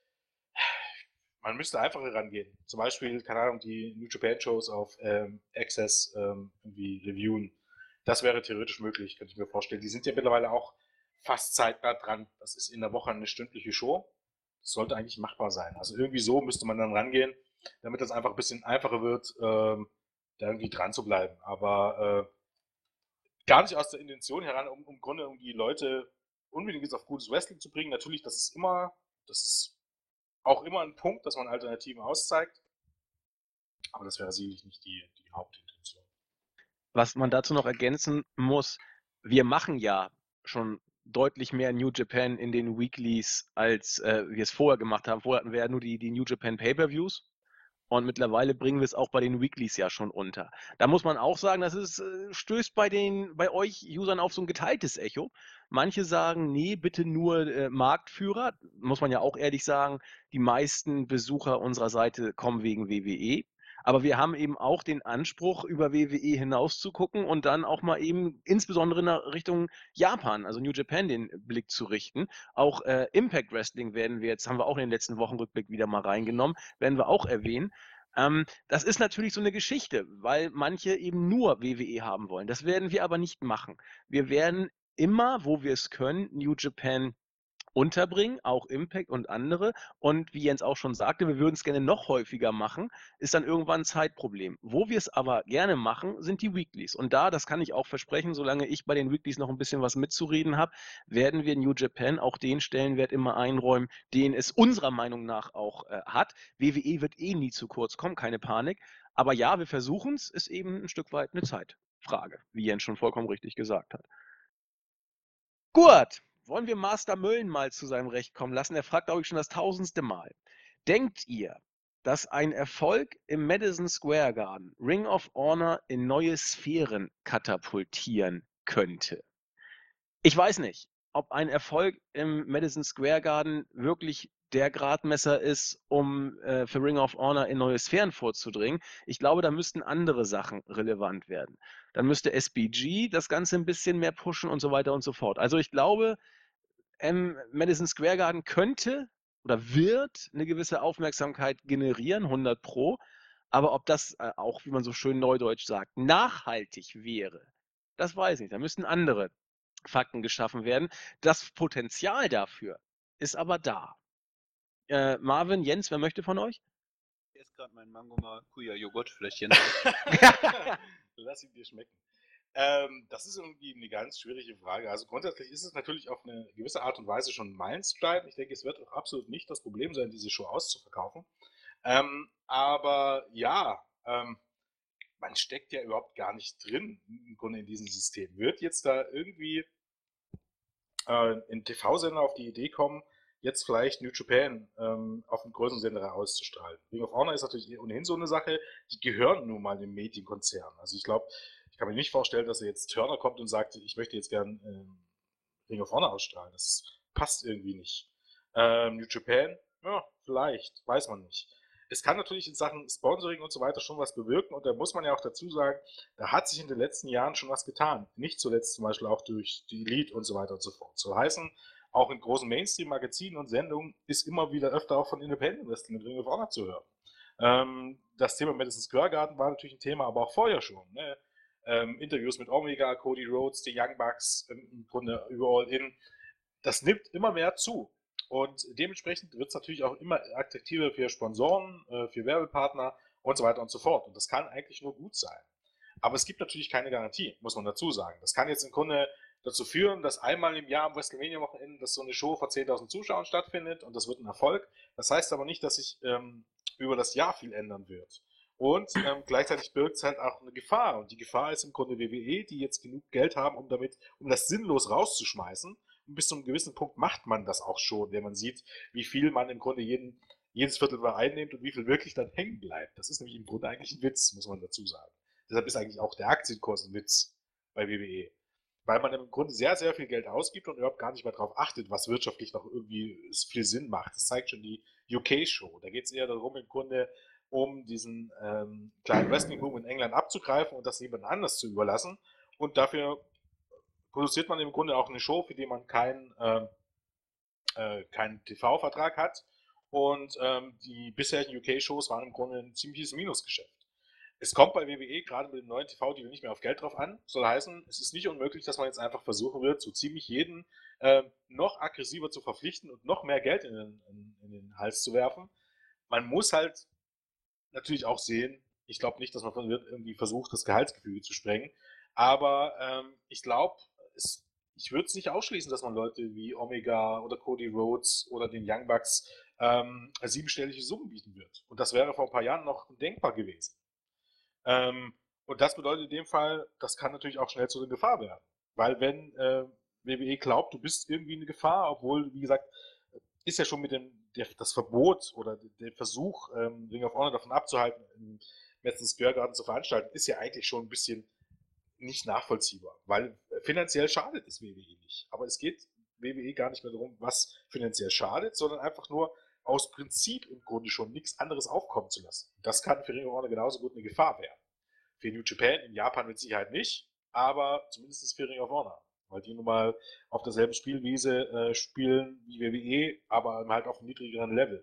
man müsste einfach herangehen. Zum Beispiel, keine Ahnung, die New Japan Shows auf ähm, Access ähm, irgendwie reviewen. Das wäre theoretisch möglich, könnte ich mir vorstellen. Die sind ja mittlerweile auch fast zeitnah dran. Das ist in der Woche eine stündliche Show. Das sollte eigentlich machbar sein. Also irgendwie so müsste man dann rangehen, damit das einfach ein bisschen einfacher wird, ähm, da irgendwie dran zu bleiben. Aber äh, gar nicht aus der Intention heran, um im Grunde um die Leute unbedingt jetzt auf gutes Wrestling zu bringen. Natürlich, das ist immer, das ist auch immer ein Punkt, dass man Alternativen auszeigt. Aber das wäre sicherlich nicht die, die Hauptintention. Was man dazu noch ergänzen muss, wir machen ja schon deutlich mehr New Japan in den Weeklies, als äh, wir es vorher gemacht haben. Vorher hatten wir ja nur die, die New Japan Pay-Per-Views. Und mittlerweile bringen wir es auch bei den Weeklies ja schon unter. Da muss man auch sagen, das ist, äh, stößt bei, den, bei euch Usern auf so ein geteiltes Echo. Manche sagen, nee, bitte nur äh, Marktführer. Muss man ja auch ehrlich sagen, die meisten Besucher unserer Seite kommen wegen W W E. Aber wir haben eben auch den Anspruch, über W W E hinaus zu gucken und dann auch mal eben insbesondere in Richtung Japan, also New Japan, den Blick zu richten. Auch äh, Impact Wrestling werden wir jetzt, haben wir auch in den letzten Wochen Rückblick wieder mal reingenommen, werden wir auch erwähnen. Ähm, das ist natürlich so eine Geschichte, weil manche eben nur W W E haben wollen. Das werden wir aber nicht machen. Wir werden immer, wo wir es können, New Japan unterbringen, auch Impact und andere. Und wie Jens auch schon sagte, wir würden es gerne noch häufiger machen, ist dann irgendwann ein Zeitproblem. Wo wir es aber gerne machen, sind die Weeklies. Und da, das kann ich auch versprechen, solange ich bei den Weeklies noch ein bisschen was mitzureden habe, werden wir New Japan auch den Stellenwert immer einräumen, den es unserer Meinung nach auch äh, hat. W W E wird eh nie zu kurz kommen, keine Panik. Aber ja, wir versuchen es, ist eben ein Stück weit eine Zeitfrage, wie Jens schon vollkommen richtig gesagt hat. Gut, wollen wir Master Müllen mal zu seinem Recht kommen lassen? Er fragt, glaube ich, schon das tausendste Mal. Denkt ihr, dass ein Erfolg im Madison Square Garden Ring of Honor in neue Sphären katapultieren könnte? Ich weiß nicht, ob ein Erfolg im Madison Square Garden wirklich der Gradmesser ist, um äh, für Ring of Honor in neue Sphären vorzudringen. Ich glaube, da müssten andere Sachen relevant werden. Dann müsste S B G das Ganze ein bisschen mehr pushen und so weiter und so fort. Also ich glaube, ähm, Madison Square Garden könnte oder wird eine gewisse Aufmerksamkeit generieren, hundert Pro. Aber ob das äh, auch, wie man so schön neudeutsch sagt, nachhaltig wäre, das weiß ich nicht. Da müssten andere Fakten geschaffen werden. Das Potenzial dafür ist aber da. Äh, Marvin, Jens, wer möchte von euch? Hier ist gerade mein Mango Maracuja Joghurtfläschchen. Lass ihn dir schmecken. Ähm, das ist irgendwie eine ganz schwierige Frage. Also grundsätzlich ist es natürlich auf eine gewisse Art und Weise schon ein Meilenstein. Ich denke, es wird auch absolut nicht das Problem sein, diese Show auszuverkaufen. Ähm, aber ja, ähm, man steckt ja überhaupt gar nicht drin im Grunde in diesem System. Wird jetzt da irgendwie äh, ein T V-Sender auf die Idee kommen, jetzt vielleicht New Japan ähm, auf einem größeren Sender auszustrahlen? Ring of Honor ist natürlich ohnehin so eine Sache, die gehören nun mal dem Medienkonzern. Also ich glaube, ich kann mir nicht vorstellen, dass er jetzt Turner kommt und sagt, ich möchte jetzt gern ähm, Ring of Honor ausstrahlen. Das passt irgendwie nicht. Ähm, New Japan, ja, vielleicht, weiß man nicht. Es kann natürlich in Sachen Sponsoring und so weiter schon was bewirken und da muss man ja auch dazu sagen, da hat sich in den letzten Jahren schon was getan. Nicht zuletzt zum Beispiel auch durch die Elite und so weiter und so fort. So heißen, auch in großen Mainstream-Magazinen und Sendungen ist immer wieder öfter auch von Independent Wrestling und Ring of Honor zu hören. Ähm, das Thema Madison Square Garden war natürlich ein Thema, aber auch vorher schon. Ne? Ähm, Interviews mit Omega, Cody Rhodes, die Young Bucks, im Grunde überall in. Das nimmt immer mehr zu. Und dementsprechend wird es natürlich auch immer attraktiver für Sponsoren, äh, für Werbepartner und so weiter und so fort. Und das kann eigentlich nur gut sein. Aber es gibt natürlich keine Garantie, muss man dazu sagen. Das kann jetzt im Grunde dazu führen, dass einmal im Jahr am WrestleMania-Wochenende so eine Show vor zehntausend Zuschauern stattfindet und das wird ein Erfolg. Das heißt aber nicht, dass sich ähm, über das Jahr viel ändern wird. Und ähm, gleichzeitig birgt es halt auch eine Gefahr. Und die Gefahr ist im Grunde W W E, die jetzt genug Geld haben, um damit, um das sinnlos rauszuschmeißen. Und bis zu einem gewissen Punkt macht man das auch schon, wenn man sieht, wie viel man im Grunde jeden, jedes Viertel einnimmt und wie viel wirklich dann hängen bleibt. Das ist nämlich im Grunde eigentlich ein Witz, muss man dazu sagen. Deshalb ist eigentlich auch der Aktienkurs ein Witz bei W W E. Weil man im Grunde sehr, sehr viel Geld ausgibt und überhaupt gar nicht mehr darauf achtet, was wirtschaftlich noch irgendwie viel Sinn macht. Das zeigt schon die U K-Show. Da geht es eher darum, im Grunde um diesen ähm, kleinen Wrestling-Boom in England abzugreifen und das jemand anders zu überlassen. Und dafür produziert man im Grunde auch eine Show, für die man keinen äh, äh, keinen T V-Vertrag hat. Und ähm, die bisherigen U K-Shows waren im Grunde ein ziemliches Minusgeschäft. Es kommt bei W W E gerade mit dem neuen T V-Deal nicht mehr auf Geld drauf an. Soll heißen, es ist nicht unmöglich, dass man jetzt einfach versuchen wird, so ziemlich jeden äh, noch aggressiver zu verpflichten und noch mehr Geld in den, in, in den Hals zu werfen. Man muss halt natürlich auch sehen, ich glaube nicht, dass man irgendwie versucht, das Gehaltsgefüge zu sprengen. Aber ähm, ich glaube, ich würde es nicht ausschließen, dass man Leute wie Omega oder Cody Rhodes oder den Young Bucks ähm, siebenstellige Summen bieten wird. Und das wäre vor ein paar Jahren noch denkbar gewesen. Ähm, und das bedeutet in dem Fall, das kann natürlich auch schnell zu einer Gefahr werden. Weil wenn äh, W W E glaubt, du bist irgendwie eine Gefahr, obwohl, wie gesagt, ist ja schon mit dem der, das Verbot oder der Versuch, ähm, Ring of Honor davon abzuhalten, im Madison Square Garden zu veranstalten, ist ja eigentlich schon ein bisschen nicht nachvollziehbar. Weil finanziell schadet es W W E nicht. Aber es geht W W E gar nicht mehr darum, was finanziell schadet, sondern einfach nur aus Prinzip im Grunde schon nichts anderes aufkommen zu lassen. Das kann für Ring of Honor genauso gut eine Gefahr werden. Für New Japan in Japan mit Sicherheit nicht, aber zumindest für Ring of Honor. Weil die nun mal auf derselben Spielwiese äh, spielen wie W W E, aber halt auf einem niedrigeren Level.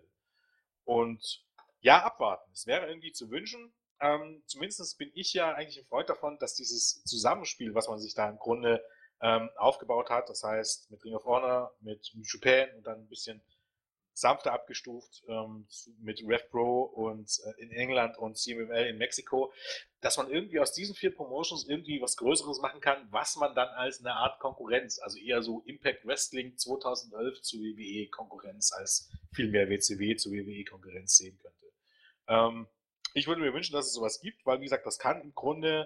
Und ja, abwarten. Es wäre irgendwie zu wünschen. Ähm, zumindest bin ich ja eigentlich ein Freund davon, dass dieses Zusammenspiel, was man sich da im Grunde ähm, aufgebaut hat, das heißt mit Ring of Honor, mit New Japan und dann ein bisschen sanfter abgestuft ähm, mit RevPro und äh, in England und C M M L in Mexiko, dass man irgendwie aus diesen vier Promotions irgendwie was Größeres machen kann, was man dann als eine Art Konkurrenz, also eher so Impact Wrestling zweitausendelf zu W W E-Konkurrenz als vielmehr W C W zu W W E-Konkurrenz sehen könnte. Ähm, ich würde mir wünschen, dass es sowas gibt, weil wie gesagt, das kann im Grunde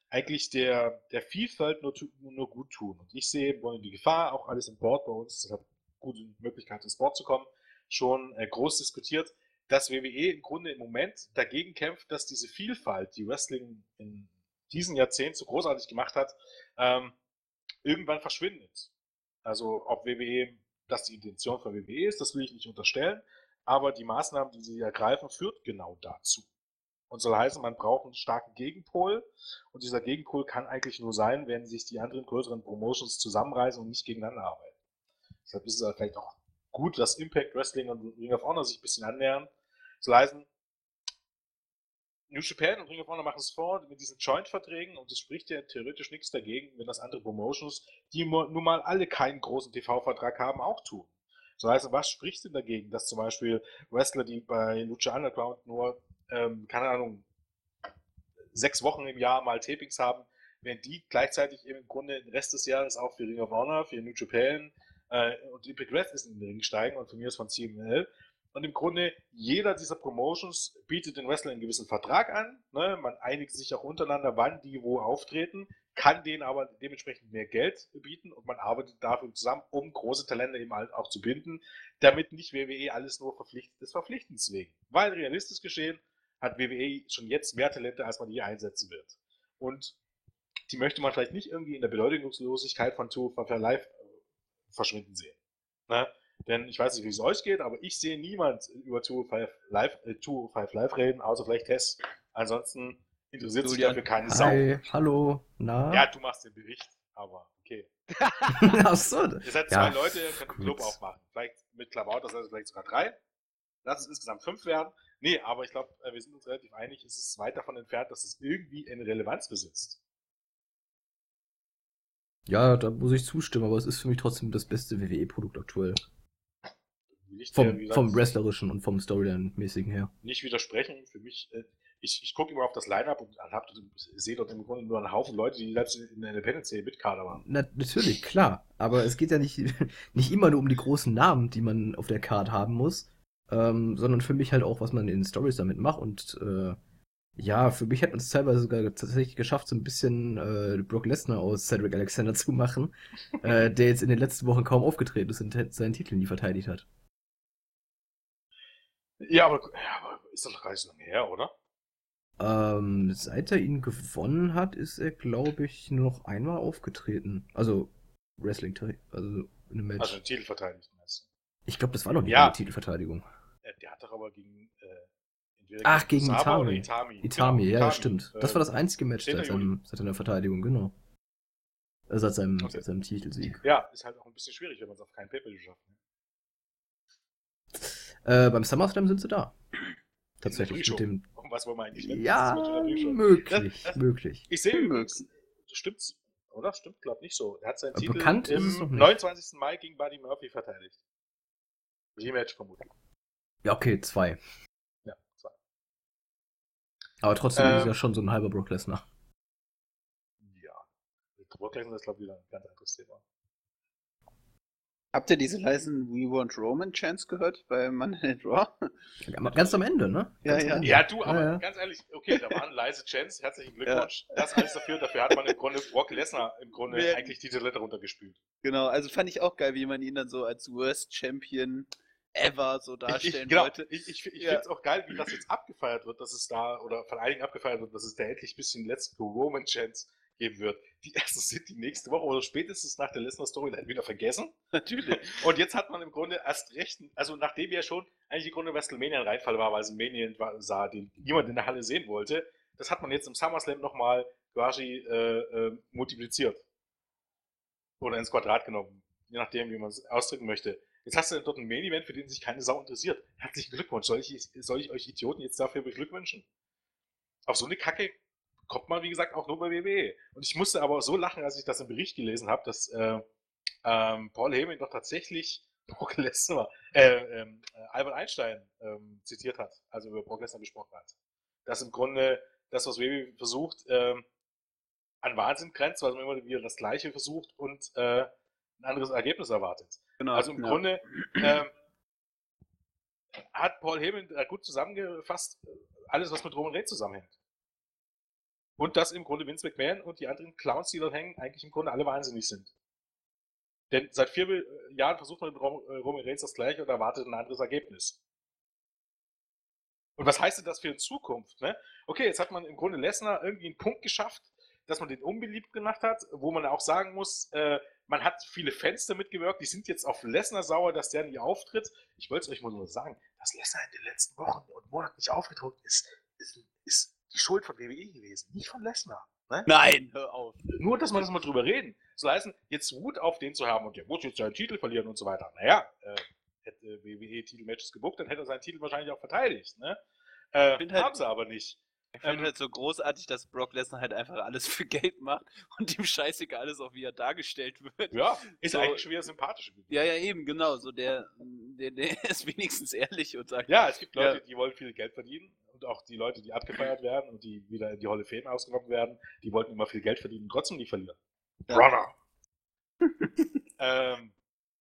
eigentlich der, der Vielfalt nur, tu- nur gut tun. Und ich sehe wollen die Gefahr, auch alles im Board bei uns, das hat gute Möglichkeit ins Board zu kommen, schon äh, groß diskutiert, dass W W E im Grunde im Moment dagegen kämpft, dass diese Vielfalt, die Wrestling in diesem Jahrzehnt so großartig gemacht hat, ähm, irgendwann verschwindet. Also ob W W E, das die Intention von W W E ist, das will ich nicht unterstellen, aber die Maßnahmen, die sie ergreifen, führt genau dazu. Und soll heißen, man braucht einen starken Gegenpol. Und dieser Gegenpol kann eigentlich nur sein, wenn sich die anderen größeren Promotions zusammenreißen und nicht gegeneinander arbeiten. Deshalb ist es halt vielleicht auch gut, dass Impact Wrestling und Ring of Honor sich ein bisschen annähern. Soll heißen, New Japan und Ring of Honor machen es vor mit diesen Joint-Verträgen und es spricht ja theoretisch nichts dagegen, wenn das andere Promotions, die nun mal alle keinen großen T V-Vertrag haben, auch tun. So heißt, was spricht denn dagegen, dass zum Beispiel Wrestler, die bei Lucha Underground nur, ähm, keine Ahnung, sechs Wochen im Jahr mal Tapings haben, wenn die gleichzeitig im Grunde den Rest des Jahres auch für Ring of Honor, für New Japan äh, und Impact Wrestling in den Ring steigen und von mir ist von C M L. Und im Grunde jeder dieser Promotions bietet den Wrestlern einen gewissen Vertrag an. Ne? Man einigt sich auch untereinander, wann die wo auftreten, kann denen aber dementsprechend mehr Geld bieten und man arbeitet dafür zusammen, um große Talente eben halt auch zu binden, damit nicht W W E alles nur verpflichtet des Verpflichtens wegen. Weil realistisch geschehen hat W W E schon jetzt mehr Talente, als man je einsetzen wird. Und die möchte man vielleicht nicht irgendwie in der Bedeutungslosigkeit von zwei Five Live verschwinden sehen. Ne? Denn ich weiß nicht, wie es euch geht, aber ich sehe niemand über zwei Five Live, äh, zwei Five Live reden, außer vielleicht Tess. Ansonsten interessiert sich Julian. dafür keine Sau. Hi, hallo, na? Ja, du machst den Bericht, aber okay. Ach so. Ihr seid Ja, zwei Leute, ihr könnt einen Club gut. aufmachen. Vielleicht mit Klabaut, das heißt vielleicht sogar drei. Lass es insgesamt fünf werden. Nee, aber ich glaube, wir sind uns relativ einig, es ist weit davon entfernt, dass es irgendwie eine Relevanz besitzt. Ja, da muss ich zustimmen, aber es ist für mich trotzdem das beste W W E-Produkt aktuell. Will ich dir, Vom, wie gesagt, vom Wrestlerischen und vom Storyline-mäßigen her. nicht widersprechen. Für mich, äh, ich, ich gucke immer auf das Line-Up und hab, sehe dort im Grunde nur einen Haufen Leute, die selbst in der Independence-Serie mit Kader waren. Na, natürlich, klar. Aber es geht ja nicht, nicht immer nur um die großen Namen, die man auf der Card haben muss, ähm, sondern für mich halt auch, was man in den Stories damit macht. Und äh, ja, für mich hat man es teilweise sogar tatsächlich geschafft, so ein bisschen äh, Brock Lesnar aus Cedric Alexander zu machen, äh, der jetzt in den letzten Wochen kaum aufgetreten ist und t- seinen Titel nie verteidigt hat. Ja, aber, ja, aber ist doch gar nicht so lange her, oder? Ähm, seit er ihn gewonnen hat, ist er, glaube ich, nur noch einmal aufgetreten. Also Wrestling, also in einem Match. Also den Titel verteidigt. meinst Ich glaube, das war noch nicht Ja. mal eine Titelverteidigung. du? Äh, Der hat doch aber gegen, äh, entweder Ach, gegen Saba oder Itami. Itami. Itami, Genau, ja, ja, stimmt. Äh, Das war das einzige Match zehnter seit, seinem, seit seiner Verteidigung, genau. Also seit seinem, Okay. seit seinem Titelsieg. Ja, ist halt auch ein bisschen schwierig, wenn man es auf keinen Pay-Per-View schafft. Ne? Äh, beim SummerSlam sind sie da. Tatsächlich Pre-Show. mit dem. Und was wollen wir eigentlich? Ne? Ja, Das ist in der Pre-Show. möglich, Das- das- möglich. Ich sehe Hm, übrigens, stimmt's, oder? Stimmt, glaub nicht so. Er hat seinen Aber Titel bekannt ist im es noch nicht. neunundzwanzigsten Mai gegen Buddy Murphy verteidigt. Rematch vermutlich. Ja, okay, zwei. Ja, zwei. Aber trotzdem ist es Ähm, ja schon so ein halber Brock Lesnar. Ja. Brock Lesnar ist, glaube ich, wieder ein ganz anderes Thema. Habt ihr diese leisen We Want Roman Chants gehört bei Monday Night Raw? Ganz am Ende, ne? Ja, Ganz am ja. Ende. Ja, du, aber Ja, ja. ganz ehrlich, okay, da waren leise Chants, herzlichen Glückwunsch. Das alles dafür, dafür hat man im Grunde Brock Lesnar im Grunde Ja. eigentlich die Toilette runtergespült. Genau, also fand ich auch geil, wie man ihn dann so als Worst Champion ever so Ich, darstellen ich, genau, wollte. ich, ich, ich Ja. finde es auch geil, wie das jetzt abgefeiert wird, dass es da, oder von einigen abgefeiert wird, dass es da endlich ein bisschen Let's Go Roman Chants geben wird. Die ersten sind die nächste Woche oder spätestens nach der Lesnar Storyline wieder vergessen. Natürlich. Und jetzt hat man im Grunde erst recht, also nachdem ja schon eigentlich im Grunde WrestleMania ein Reinfall war, weil es ein Mania war- sah, den niemand in der Halle sehen wollte, das hat man jetzt im SummerSlam nochmal quasi äh, äh, multipliziert. Oder ins Quadrat genommen. Je nachdem, wie man es ausdrücken möchte. Jetzt hast du dort ein Main-Event, für den sich keine Sau interessiert. Herzlichen Glückwunsch. Soll ich, soll ich euch Idioten jetzt dafür beglückwünschen? Auf so eine Kacke kommt man, wie gesagt, auch nur bei W W E. Und ich musste aber so lachen, als ich das im Bericht gelesen habe, dass äh, ähm, Paul Heyman doch tatsächlich Brock Lesnar, äh, ähm, äh, Albert Einstein ähm, zitiert hat, also über Brock Lesnar gesprochen hat. Dass im Grunde das, was W W E versucht, ähm, an Wahnsinn grenzt, weil man immer wieder das Gleiche versucht und äh, ein anderes Ergebnis erwartet. Genau, Also im ja. Grunde ähm, hat Paul Heyman äh, gut zusammengefasst, äh, alles, was mit Roman Reigns zusammenhängt. Und dass im Grunde Vince McMahon und die anderen Clowns, die dort hängen, eigentlich im Grunde alle wahnsinnig sind. Denn seit vier äh, Jahren versucht man mit Rom, äh, Roman Reigns das gleiche und erwartet ein anderes Ergebnis. Und was heißt denn das für die Zukunft? Ne? Okay, jetzt hat man im Grunde Lesnar irgendwie einen Punkt geschafft, dass man den unbeliebt gemacht hat, wo man auch sagen muss, äh, man hat viele Fans damit gewirkt, die sind jetzt auf Lesnar sauer, dass der nicht auftritt. Ich wollte es euch mal nur sagen, dass Lesnar in den letzten Wochen und Monaten nicht aufgetreten ist, ist, ist die Schuld von W W E gewesen, nicht von Lesnar. Ne? Nein, hör auf. Nur, dass man das mal drüber reden. Soll heißen, jetzt Wut auf den zu haben und der muss jetzt seinen Titel verlieren und so weiter. Naja, äh, hätte W W E Titelmatches gebucht, dann hätte er seinen Titel wahrscheinlich auch verteidigt. Ne? Äh, Find halt- haben sie aber nicht. Ich finde Ähm, halt so großartig, dass Brock Lesnar halt einfach alles für Geld macht und ihm scheißegal ist, auch wie er dargestellt wird. Ja, ist So- eigentlich schon wieder sympathisch. Ja, ja, eben, genau. So der, der, der ist wenigstens ehrlich und sagt, Ja, es gibt Leute, Ja. die wollen viel Geld verdienen und auch die Leute, die abgefeiert werden und die wieder in die Hall of Fame ausgenommen werden, die wollten immer viel Geld verdienen und trotzdem nicht verlieren. Ja. Brother! ähm,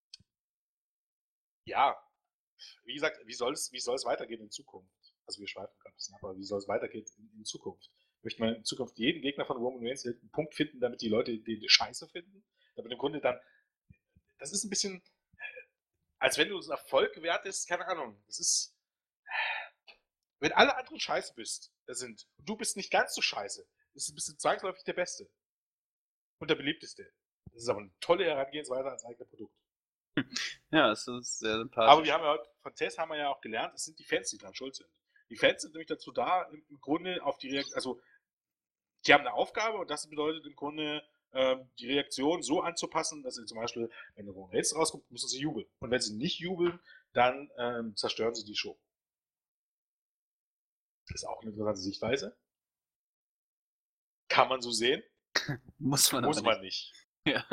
ja, wie gesagt, wie soll es wie soll es weitergehen in Zukunft? Also wir schweifen gerade ein bisschen ab, aber wie soll es weitergehen in, in Zukunft? Möchte man in Zukunft jeden Gegner von Roman Reigns einen Punkt finden, damit die Leute den Scheiße finden? Damit im Grunde dann, das ist ein bisschen, als wenn du einen Erfolg wertest, keine Ahnung, das ist, wenn alle anderen scheiße bist, sind und du bist nicht ganz so scheiße, bist du zwangsläufig der Beste und der beliebteste. Das ist aber eine tolle Herangehensweise als eigenes Produkt. ja, es ist sehr sympathisch. Aber wir haben ja heute, von Tess haben wir ja auch gelernt, es sind die Fans, die dran schuld sind. Die Fans sind nämlich dazu da, im, im Grunde auf die Reaktion, also die haben eine Aufgabe und das bedeutet im Grunde, ähm, die Reaktion so anzupassen, dass sie zum Beispiel, wenn der Roman Reigns rauskommt, müssen sie jubeln. Und wenn sie nicht jubeln, dann ähm, zerstören sie die Show. Das ist auch eine interessante Sichtweise. Kann man so sehen, muss man muss aber man nicht. nicht. Ja.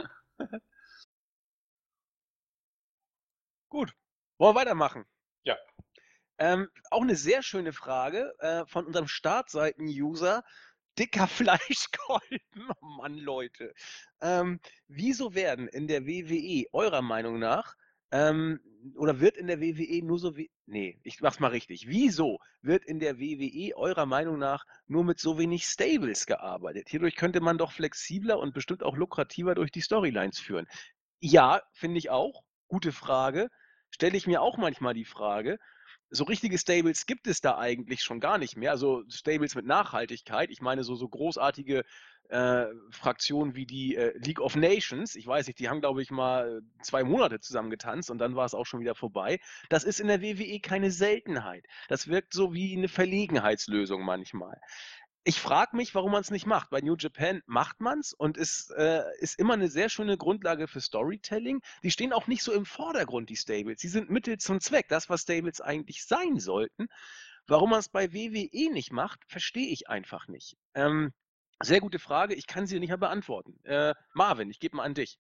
Gut, wollen wir weitermachen? Ja. Ähm, auch eine sehr schöne Frage äh, von unserem Startseiten-User. Dicker Fleischkolben. Oh Mann, Leute. Ähm, wieso werden in der W W E eurer Meinung nach ähm, oder wird in der W W E nur so wie. Nee, ich mach's mal richtig. Wieso wird in der W W E eurer Meinung nach nur mit so wenig Stables gearbeitet? Hierdurch könnte man doch flexibler und bestimmt auch lukrativer durch die Storylines führen. Ja, finde ich auch. Gute Frage. Stelle ich mir auch manchmal die Frage. So richtige Stables gibt es da eigentlich schon gar nicht mehr. Also Stables mit Nachhaltigkeit. Ich meine, so, so großartige äh, Fraktionen wie die äh, League of Nations. Ich weiß nicht, die haben, glaube ich, mal zwei Monate zusammen getanzt und dann war es auch schon wieder vorbei. Das ist in der W W E keine Seltenheit. Das wirkt so wie eine Verlegenheitslösung manchmal. Ich frage mich, warum man es nicht macht. Bei New Japan macht man es und es äh, ist immer eine sehr schöne Grundlage für Storytelling. Die stehen auch nicht so im Vordergrund, die Stables. Die sind Mittel zum Zweck, das, was Stables eigentlich sein sollten. Warum man es bei W W E nicht macht, verstehe ich einfach nicht. Ähm, sehr gute Frage, ich kann sie nicht mehr beantworten. Äh, Marvin, ich gebe mal an dich.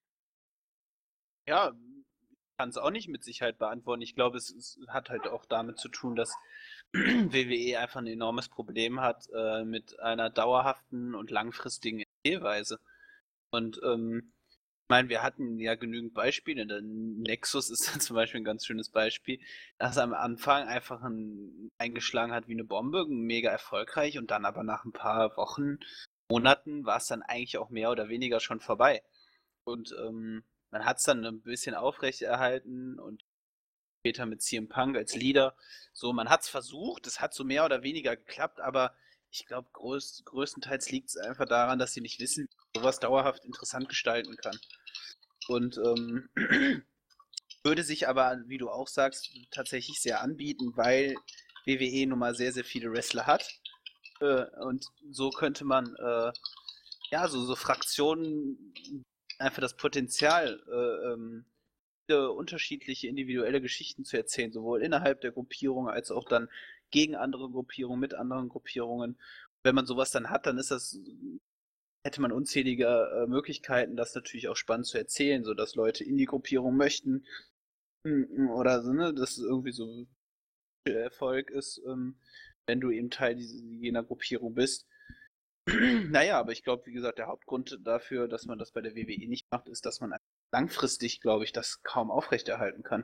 Ja, ich kann es auch nicht mit Sicherheit beantworten. Ich glaube, es, es hat halt auch damit zu tun, dass W W E einfach ein enormes Problem hat äh, mit einer dauerhaften und langfristigen Erzählweise. Und ähm, ich meine, wir hatten ja genügend Beispiele. Der Nexus ist dann zum Beispiel ein ganz schönes Beispiel, dass er am Anfang einfach ein, eingeschlagen hat wie eine Bombe, mega erfolgreich und dann aber nach ein paar Wochen, Monaten war es dann eigentlich auch mehr oder weniger schon vorbei. Und ähm, man hat es dann ein bisschen aufrechterhalten und später mit C M Punk als Leader. So, man hat es versucht, es hat so mehr oder weniger geklappt, aber ich glaube, größ, größtenteils liegt es einfach daran, dass sie nicht wissen, wie sowas dauerhaft interessant gestalten kann. Und ähm, würde sich aber, wie du auch sagst, tatsächlich sehr anbieten, weil W W E nun mal sehr, sehr viele Wrestler hat. Äh, und so könnte man äh, ja so, so Fraktionen einfach das Potenzial äh, ähm, unterschiedliche individuelle Geschichten zu erzählen, sowohl innerhalb der Gruppierung als auch dann gegen andere Gruppierungen, mit anderen Gruppierungen. Wenn man sowas dann hat, dann ist das, hätte man unzählige äh, Möglichkeiten, das natürlich auch spannend zu erzählen, sodass Leute in die Gruppierung möchten oder so, ne, dass es irgendwie so ein Erfolg ist, ähm, wenn du eben Teil dieser, jener Gruppierung bist. Naja, aber ich glaube, wie gesagt, der Hauptgrund dafür, dass man das bei der W W E nicht macht, ist, dass man langfristig, glaube ich, das kaum aufrechterhalten kann.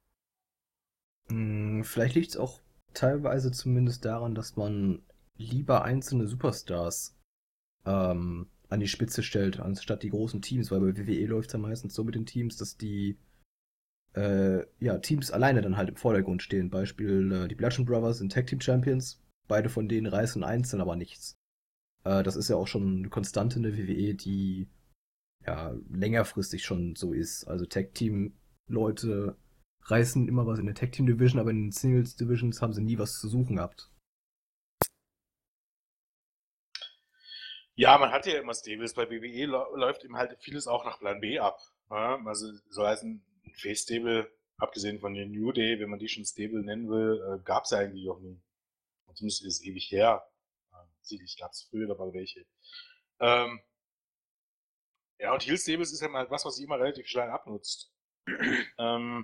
Hm, vielleicht liegt es auch teilweise zumindest daran, dass man lieber einzelne Superstars ähm, an die Spitze stellt, anstatt die großen Teams, weil bei W W E läuft es ja meistens so mit den Teams, dass die äh, ja, Teams alleine dann halt im Vordergrund stehen. Beispiel äh, die Bludgeon Brothers sind Tag Team Champions, beide von denen reißen einzeln aber nichts. Äh, das ist ja auch schon eine Konstante in der W W E, die ja längerfristig schon so ist. Also Tag Team Leute reißen immer was in der Tag Team Division, aber in den Singles Divisions haben sie nie was zu suchen gehabt. Ja, man hat ja immer Stables. Bei W W E lo- läuft eben halt vieles auch nach Plan B ab. Ja? Also so heißt ein Face-Stable, abgesehen von den New Day, wenn man die schon Stable nennen will, äh, gab es ja eigentlich auch nie. Und zumindest ist es ewig her. Äh, sicherlich gab es früher dabei welche. Ähm, ja, und Heel Stables ist ja mal was, was sich immer relativ schnell abnutzt. ähm,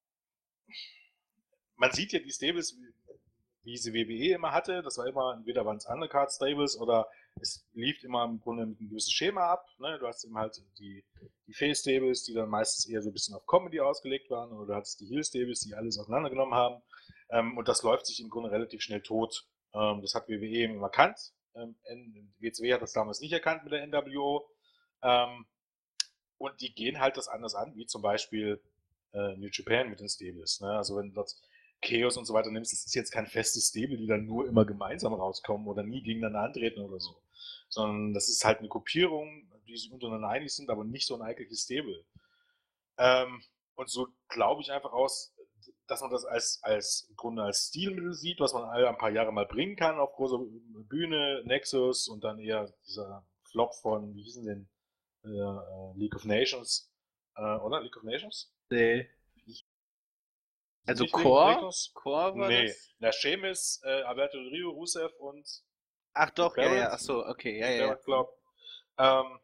man sieht ja die Stables, wie, wie sie W W E immer hatte. Das war immer, entweder waren es Undercard Stables oder es lief immer im Grunde mit einem gewissen Schema ab. Ne? Du hast eben halt die, die Face Stables, die dann meistens eher so ein bisschen auf Comedy ausgelegt waren, oder du hattest die Heel Stables, die alles auseinandergenommen haben. Ähm, und das läuft sich im Grunde relativ schnell tot. Ähm, das hat W W E eben erkannt. Ähm, W C W hat das damals nicht erkannt mit der N W O. Ähm, und die gehen halt das anders an, wie zum Beispiel äh, New Japan mit den Stables. Ne? Also wenn du dort Chaos und so weiter nimmst, das ist jetzt kein festes Stable, die dann nur immer gemeinsam rauskommen oder nie gegeneinander antreten oder so. Sondern das ist halt eine Gruppierung, die sich untereinander einig sind, aber nicht so ein eigentliches Stable. Ähm, und so glaube ich einfach aus, dass man das als, als im Grunde als Stilmittel sieht, was man alle ein paar Jahre mal bringen kann auf großer Bühne, Nexus und dann eher dieser Flop von, wie hießen denn, äh, League of Nations, äh, oder? League of Nations? Nee. Also Nicht League of Core? Nations? Core war Nee. das? Na, Sheamus, äh, Alberto Del Rio, Rusev und Ach die doch, ja, ja, Barrett, ach so, okay, ja, die ja, ja. Barrett Club, ähm,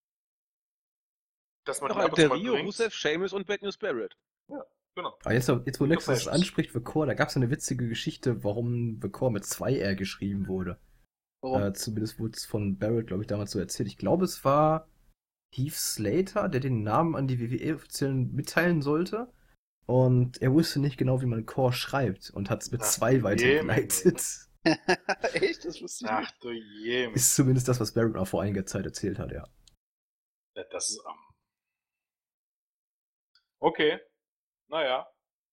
dass man Doch die ab halt und zu der mal Rio, bringt. Rusev, Sheamus und Bad News Barrett. Ja, genau. Aber jetzt, jetzt wo League of Nexus das Nations. anspricht, The Core, da gab es eine witzige Geschichte, warum The Core mit zwei R geschrieben wurde. Warum? Äh, zumindest wurde es von Barrett, glaube ich, damals so erzählt. Ich glaube, es war Heath Slater, der den Namen an die W W E-Offiziellen mitteilen sollte. Und er wusste nicht genau, wie man Core schreibt und hat es mit Ach, zwei du weitergeleitet. Echt? Das wusste ich Ach nicht. du Jemine. Ist zumindest das, was Barrett auch vor einiger Zeit erzählt hat, ja. Ja, das ist. ähm, Okay, naja.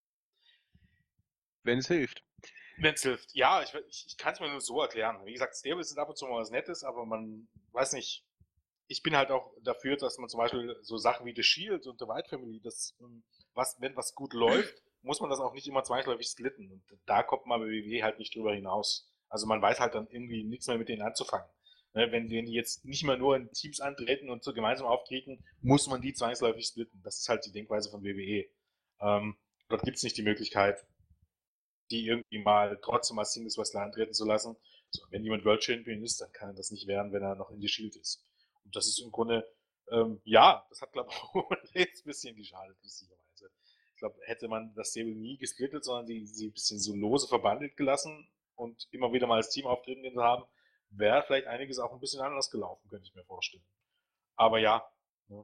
Wenn es hilft. Wenn es hilft. Ja, ich, ich, ich kann es mir nur so erklären. Wie gesagt, Stables sind ab und zu mal was Nettes, aber man weiß nicht. Ich bin halt auch dafür, dass man zum Beispiel so Sachen wie The Shield und The White Family, das, ähm, was, wenn was gut läuft, muss man das auch nicht immer zwangsläufig splitten. Und da kommt man bei W W E halt nicht drüber hinaus. Also man weiß halt dann irgendwie nichts mehr mit denen anzufangen. Ne, wenn, wenn die jetzt nicht mehr nur in Teams antreten und so gemeinsam auftreten, muss man die zwangsläufig splitten. Das ist halt die Denkweise von W W E. Ähm, dort gibt es nicht die Möglichkeit, die irgendwie mal trotzdem als Singles Wrestler antreten zu lassen. So, wenn jemand World Champion ist, dann kann er das nicht werden, wenn er noch in die Shield ist. Und das ist im Grunde, ähm, ja, das hat, glaube ich, auch jetzt ein bisschen geschadet, lustigerweise. Ich glaube, hätte man das Stable nie gesplittet, sondern sie, sie ein bisschen so lose verbandelt gelassen und immer wieder mal als Team auftreten zu haben, wäre vielleicht einiges auch ein bisschen anders gelaufen, könnte ich mir vorstellen. Aber ja, ne,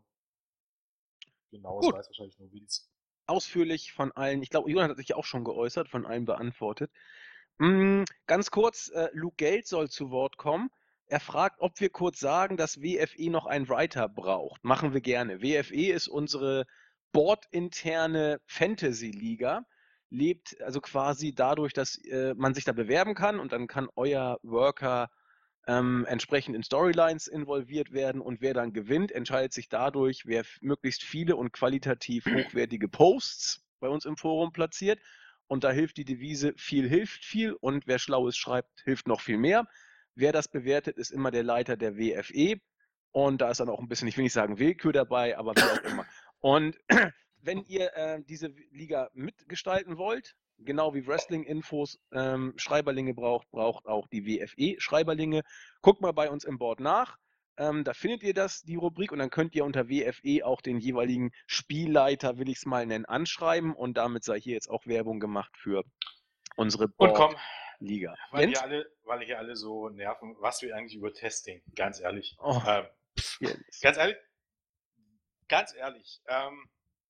genau, es Gut. weiß wahrscheinlich nur Vince. Ausführlich von allen, ich glaube, Jonas hat sich auch schon geäußert, von allen beantwortet. Mm, ganz kurz, äh, Luke Geld soll zu Wort kommen. Er fragt, ob wir kurz sagen, dass W F E noch einen Writer braucht. Machen wir gerne. W F E ist unsere boardinterne Fantasy-Liga, lebt also quasi dadurch, dass äh, man sich da bewerben kann und dann kann euer Worker ähm, entsprechend in Storylines involviert werden und wer dann gewinnt, entscheidet sich dadurch, wer f- möglichst viele und qualitativ hochwertige Posts bei uns im Forum platziert. Und da hilft die Devise, viel hilft viel und wer Schlaues schreibt, hilft noch viel mehr. Wer das bewertet, ist immer der Leiter der W F E. Und da ist dann auch ein bisschen, ich will nicht sagen Willkür dabei, aber wie auch immer. Und wenn ihr äh, diese Liga mitgestalten wollt, genau wie Wrestling-Infos ähm, Schreiberlinge braucht, braucht auch die W F E Schreiberlinge. Guckt mal bei uns im Board nach. Ähm, da findet ihr das, die Rubrik, und dann könnt ihr unter W F E auch den jeweiligen Spielleiter, will ich es mal nennen, anschreiben. Und damit sei hier jetzt auch Werbung gemacht für unsere Und komm, Board-Liga. weil Jens? hier alle, weil hier alle so nerven, was wir eigentlich über Testing, ganz ehrlich. Oh, Ähm, Jens. ganz ehrlich, ganz ehrlich, ähm,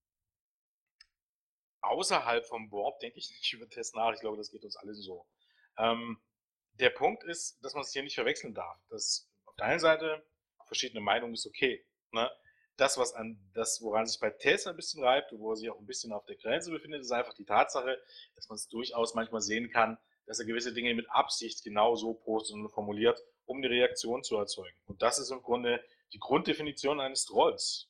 außerhalb vom Board denke ich nicht über Tests nach. Ich glaube, das geht uns alle so. Ähm, der Punkt ist, dass man es hier nicht verwechseln darf. Das auf der einen Seite, verschiedene Meinungen ist okay. Ne? Das, was an, das, woran sich bei Tess ein bisschen reibt und wo er sich auch ein bisschen auf der Grenze befindet, ist einfach die Tatsache, dass man es durchaus manchmal sehen kann, dass er gewisse Dinge mit Absicht genau so postet und formuliert, um eine Reaktion zu erzeugen. Und das ist im Grunde die Grunddefinition eines Trolls.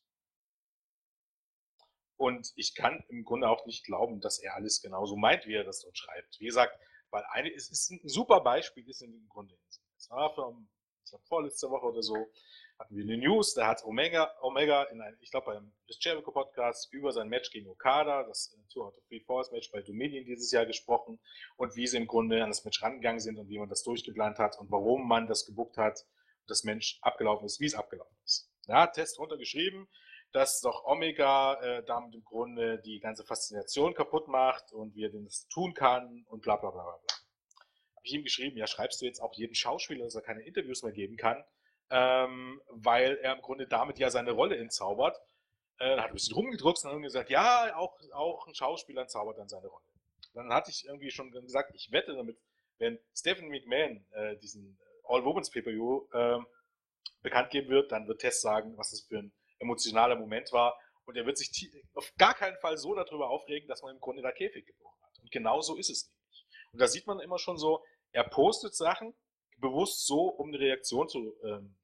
Und ich kann im Grunde auch nicht glauben, dass er alles genauso meint, wie er das dort schreibt. Wie gesagt, weil eine, es ist ein super Beispiel, ist im Grunde. Das war vom, ich glaube, vorletzte Woche oder so, hatten wir eine News, da hat Omega, Omega in einem, ich glaube, beim Chris Jericho Podcast über sein Match gegen Okada, das Two out of Three Falls Match bei Dominion dieses Jahr gesprochen und wie sie im Grunde an das Match rangegangen sind und wie man das durchgeplant hat und warum man das gebuckt hat und das Match abgelaufen ist, wie es abgelaufen ist. Da hat Test runtergeschrieben, dass doch Omega äh, damit im Grunde die ganze Faszination kaputt macht und wie er das tun kann und bla bla bla bla. Habe ich ihm geschrieben, ja, schreibst du jetzt auch jedem Schauspieler, dass er keine Interviews mehr geben kann, ähm, weil er im Grunde damit ja seine Rolle entzaubert. Äh, hat ein bisschen rumgedruckt und dann gesagt, ja, auch, auch ein Schauspieler entzaubert dann seine Rolle. Dann hatte ich irgendwie schon gesagt, ich wette damit, wenn Stephanie McMahon äh, diesen All-Women's Pay-Per-View äh, bekannt geben wird, dann wird Tess sagen, was das für ein emotionaler Moment war. Und er wird sich auf gar keinen Fall so darüber aufregen, dass man im Grunde der Käfig gebrochen hat. Und genau so ist es nämlich. Und da sieht man immer schon so, er postet Sachen bewusst so, um eine Reaktion zu, ähm,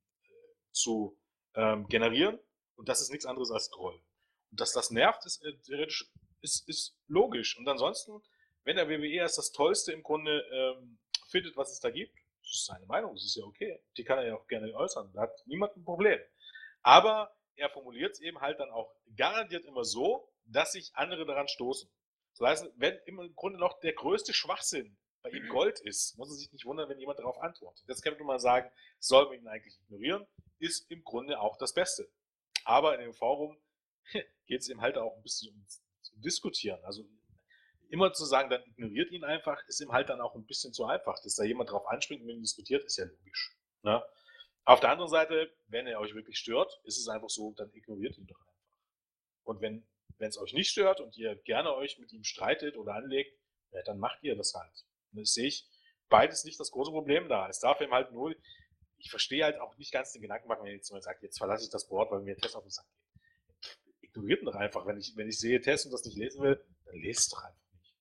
zu ähm, generieren. Und das ist nichts anderes als Troll. Und dass das nervt, ist, äh, theoretisch, ist, ist logisch. Und ansonsten, wenn der W W E als das Tollste im Grunde ähm, findet, was es da gibt, das ist seine Meinung, das ist ja okay. Die kann er ja auch gerne äußern. Da hat niemand ein Problem. Aber er formuliert es eben halt dann auch garantiert immer so, dass sich andere daran stoßen. Das heißt, wenn im Grunde noch der größte Schwachsinn bei ihm Gold ist, muss er sich nicht wundern, wenn jemand darauf antwortet. Das könnte man sagen, soll man ihn eigentlich ignorieren, ist im Grunde auch das Beste. Aber in dem Forum geht es eben halt auch ein bisschen ums Diskutieren. Also immer zu sagen, dann ignoriert ihn einfach, ist ihm halt dann auch ein bisschen zu einfach. Dass da jemand drauf anspringt und mit ihm diskutiert, ist ja logisch. Ne? Auf der anderen Seite, wenn er euch wirklich stört, ist es einfach so, dann ignoriert ihn doch einfach. Und wenn es euch nicht stört und ihr gerne euch mit ihm streitet oder anlegt, ja, dann macht ihr das halt. Und das sehe ich beides nicht das große Problem da. Es darf ihm halt nur, ich verstehe halt auch nicht ganz den Gedanken machen, wenn jetzt jemand sagt, jetzt verlasse ich das Board, weil mir Tess auf den Sack geht. Ignoriert ihn doch einfach. Wenn ich, wenn ich sehe Tess und das nicht lesen will, dann lest es doch einfach nicht.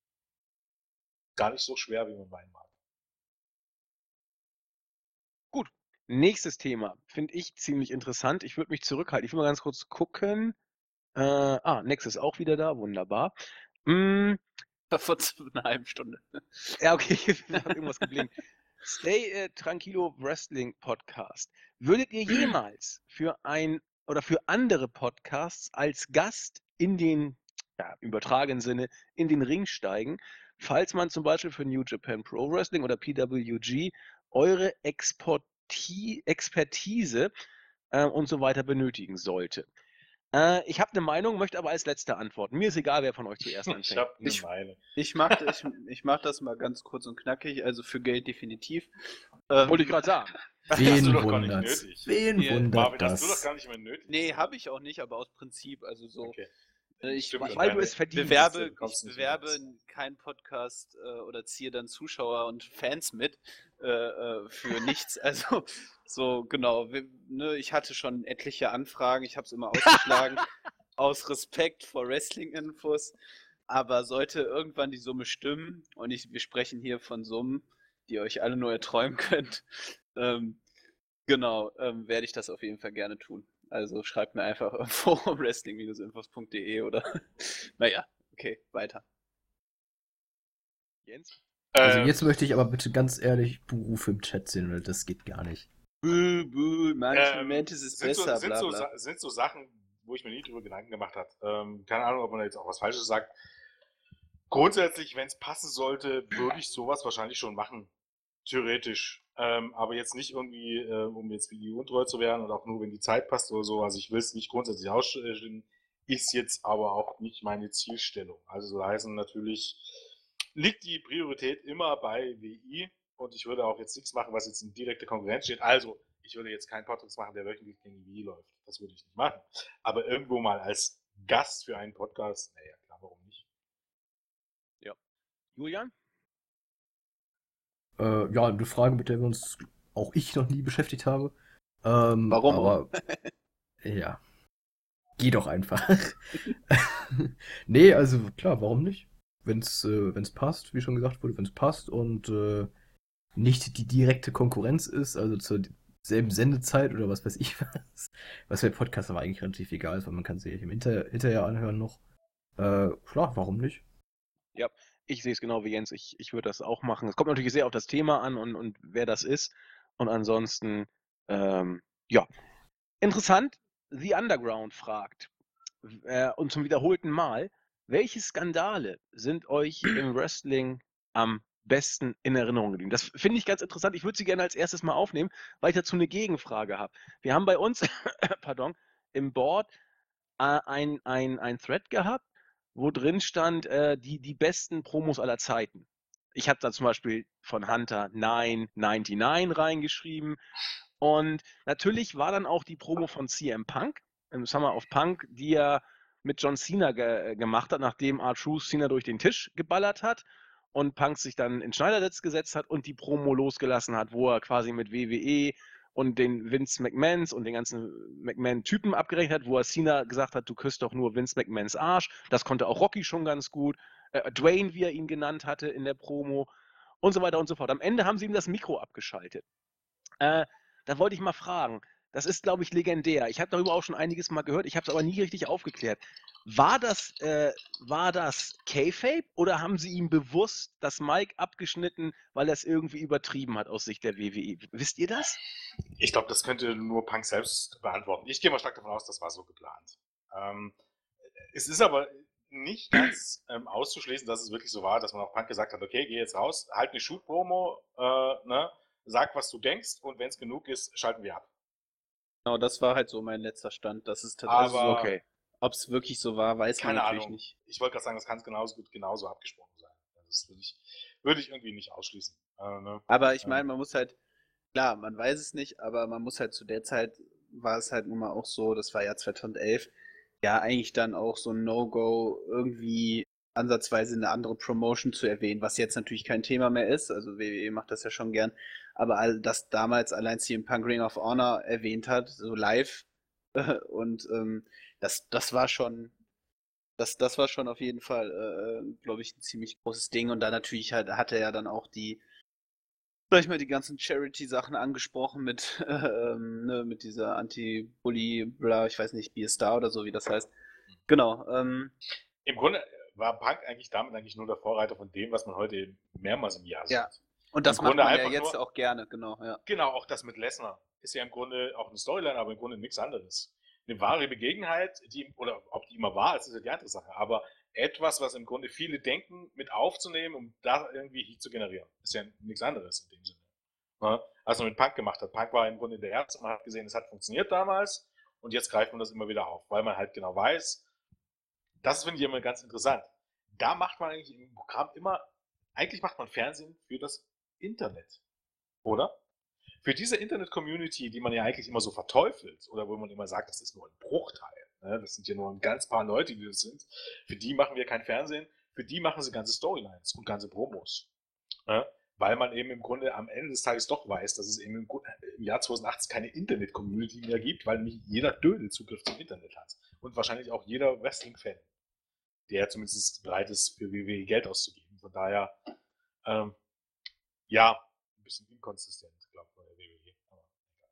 Gar nicht so schwer, wie man meinen mag. Gut. Nächstes Thema. Finde ich ziemlich interessant. Ich würde mich zurückhalten. Ich will mal ganz kurz gucken. Äh, ah, Nex ist auch wieder da. Wunderbar. Mm, Vor einer halben Stunde. ja, okay, ich habe irgendwas geblinkt. Stay äh, Tranquilo Wrestling Podcast. Würdet ihr jemals für ein oder für andere Podcasts als Gast in den, ja, im übertragenen Sinne, in den Ring steigen, falls man zum Beispiel für New Japan Pro Wrestling oder P W G eure Exporti Expertise äh, und so weiter benötigen sollte? Äh, ich habe eine Meinung, möchte aber als Letzter antworten. Mir ist egal, wer von euch zuerst Ich anfängt. habe eine Ich- Meinung. Ich mach, ich, ich mach das mal ganz kurz und knackig, also für Geld definitiv. Ähm, Wollte ich gerade sagen. Das Wen hast du doch gar nicht wundert's? nötig. Wen Hier, wundert Marvin, hast du doch das? gar nicht mehr nötig. Nee, habe ich auch nicht, aber aus Prinzip, also so. Okay. Äh, Ich, Stimmt, ich Weil deine- du es verdienst. bewerbe, du kommst ich nicht mehr bewerbe raus. keinen Podcast äh, oder ziehe dann Zuschauer und Fans mit äh, äh, für nichts. Also so genau. Wir, ne, ich hatte schon etliche Anfragen, ich habe es immer ausgeschlagen aus Respekt vor Wrestling-Infos. Aber sollte irgendwann die Summe stimmen und ich, wir sprechen hier von Summen, die ihr euch alle nur erträumen könnt, ähm, genau, ähm, werde ich das auf jeden Fall gerne tun. Also schreibt mir einfach im Forum wrestling infos punkt de oder naja, okay, weiter. Jens? Also Ähm, jetzt möchte ich aber bitte ganz ehrlich Beruf im Chat sehen, weil das geht gar nicht. Bö, bö, manchen ähm, Moment ist es sind besser, so, sind, bla so, bla. Sa- sind so Sachen, wo ich mir nie drüber Gedanken gemacht habe. Ähm, keine Ahnung, ob man da jetzt auch was Falsches sagt. Grundsätzlich, wenn es passen sollte, würde ich sowas wahrscheinlich schon machen. Theoretisch. Ähm, aber jetzt nicht irgendwie, äh, um jetzt wie untreu zu werden und auch nur, wenn die Zeit passt oder so. Also ich will es nicht grundsätzlich ausstellen, ist jetzt aber auch nicht meine Zielstellung. Also das heißt natürlich, liegt die Priorität immer bei W I und ich würde auch jetzt nichts machen, was jetzt in direkter Konkurrenz steht. Also, ich würde jetzt keinen Podcast machen, der wöchentlich gegen W I läuft. Das würde ich nicht machen. Aber irgendwo mal als Gast für einen Podcast, naja, klar, warum nicht? Julian? Äh, ja, eine Frage, mit der wir uns auch ich noch nie beschäftigt habe. Ähm, Warum auch? aber ja, geh doch einfach. Nee, also klar, warum nicht? Wenn's, äh, wenn's passt, wie schon gesagt wurde, wenn's passt und äh, nicht die direkte Konkurrenz ist, also zur selben Sendezeit oder was weiß ich was. Was bei Podcasts aber eigentlich relativ egal ist, weil man kann sie ja im Hinter hinterher anhören noch. Äh, klar, warum nicht? Ja, ich sehe es genau wie Jens. Ich, ich würde das auch machen. Es kommt natürlich sehr auf das Thema an und, und wer das ist. Und ansonsten, ähm, ja. Interessant, The Underground fragt, äh, und zum wiederholten Mal, welche Skandale sind euch im Wrestling am besten in Erinnerung geblieben? Das finde ich ganz interessant. Ich würde sie gerne als erstes mal aufnehmen, weil ich dazu eine Gegenfrage habe. Wir haben bei uns, pardon, im Board äh, ein, ein, ein Thread gehabt, wo drin stand, äh, die, die besten Promos aller Zeiten. Ich habe da zum Beispiel von Hunter neun neunundneunzig reingeschrieben. Und natürlich war dann auch die Promo von C M Punk, im Summer of Punk, die er mit John Cena ge gemacht hat, nachdem R-Truth Cena durch den Tisch geballert hat und Punk sich dann in Schneidersitz gesetzt hat und die Promo losgelassen hat, wo er quasi mit W W E und den Vince McMahons und den ganzen McMahon-Typen abgerechnet hat, wo er Cena gesagt hat, du küsst doch nur Vince McMahons Arsch. Das konnte auch Rocky schon ganz gut. Äh, Dwayne, wie er ihn genannt hatte in der Promo und so weiter und so fort. Am Ende haben sie ihm das Mikro abgeschaltet. Äh, da wollte ich mal fragen, das ist, glaube ich, legendär. Ich habe darüber auch schon einiges mal gehört, ich habe es aber nie richtig aufgeklärt. War das, äh, war das Kayfabe oder haben sie ihm bewusst das Mic abgeschnitten, weil er es irgendwie übertrieben hat aus Sicht der W W E? Wisst ihr das? Ich glaube, das könnte nur Punk selbst beantworten. Ich gehe mal stark davon aus, das war so geplant. Ähm, es ist aber nicht ganz ähm, auszuschließen, dass es wirklich so war, dass man auch Punk gesagt hat, okay, geh jetzt raus, halt eine Shoot-Promo, äh, ne, sag, was du denkst und wenn es genug ist, schalten wir ab. Genau, das war halt so mein letzter Stand. Das ist Aber tatsächlich, Okay. ob es wirklich so war, weiß man keine natürlich Ahnung. nicht. Ich wollte gerade sagen, das kann genauso gut genauso abgesprochen sein. Das würde ich, würde ich irgendwie nicht ausschließen. Äh, ne? Aber ich Ähm, meine, man muss halt, klar, man weiß es nicht, aber man muss halt zu der Zeit, war es halt nun mal auch so, das war ja zweitausendelf, ja eigentlich dann auch so ein No-Go, irgendwie ansatzweise eine andere Promotion zu erwähnen, was jetzt natürlich kein Thema mehr ist, also W W E macht das ja schon gern, aber all das damals allein C M Punk Ring of Honor erwähnt hat, so live, und ähm, das, das war schon, das, das war schon auf jeden Fall, äh, glaube ich, ein ziemlich großes Ding. Und dann natürlich halt, hat er ja dann auch die, sag ich mal, die ganzen Charity-Sachen angesprochen mit, ähm, ne, mit dieser Anti-Bully, bla, ich weiß nicht, Be a Star oder so, wie das heißt. Genau. Ähm, Im Grunde war Punk eigentlich damit eigentlich nur der Vorreiter von dem, was man heute mehrmals im Jahr sieht. ja. Und Im das macht Grunde man ja einfach jetzt nur, auch gerne, genau, ja. genau, auch das mit Lesnar ist ja im Grunde auch eine Storyline, aber im Grunde nichts anderes. Eine wahre Begebenheit, die, oder ob die immer war, das ist ja die andere Sache, aber etwas, was im Grunde viele denken, mit aufzunehmen, um da irgendwie Heat zu generieren. Ist ja nichts anderes in dem Sinne. Ja, als man mit Punk gemacht hat. Punk war im Grunde der Erste, man hat gesehen, es hat funktioniert damals und jetzt greift man das immer wieder auf, weil man halt genau weiß, das finde ich immer ganz interessant. Da macht man eigentlich im Programm immer, eigentlich macht man Fernsehen für das Internet, oder? Für diese Internet-Community, die man ja eigentlich immer so verteufelt oder wo man immer sagt, das ist nur ein Bruchteil, ne? Das sind ja nur ein ganz paar Leute, die das sind, für die machen wir kein Fernsehen, für die machen sie ganze Storylines und ganze Promos. Ne? Weil man eben im Grunde am Ende des Tages doch weiß, dass es eben im, im Jahr zweitausendachtzehn keine Internet-Community mehr gibt, weil nicht jeder Dödel Zugriff zum Internet hat. Und wahrscheinlich auch jeder Wrestling-Fan, der zumindest bereit ist, für W W E Geld auszugeben. Von daher, ähm, ja, ein bisschen inkonsistent, glaube ich, bei der W W E. Aber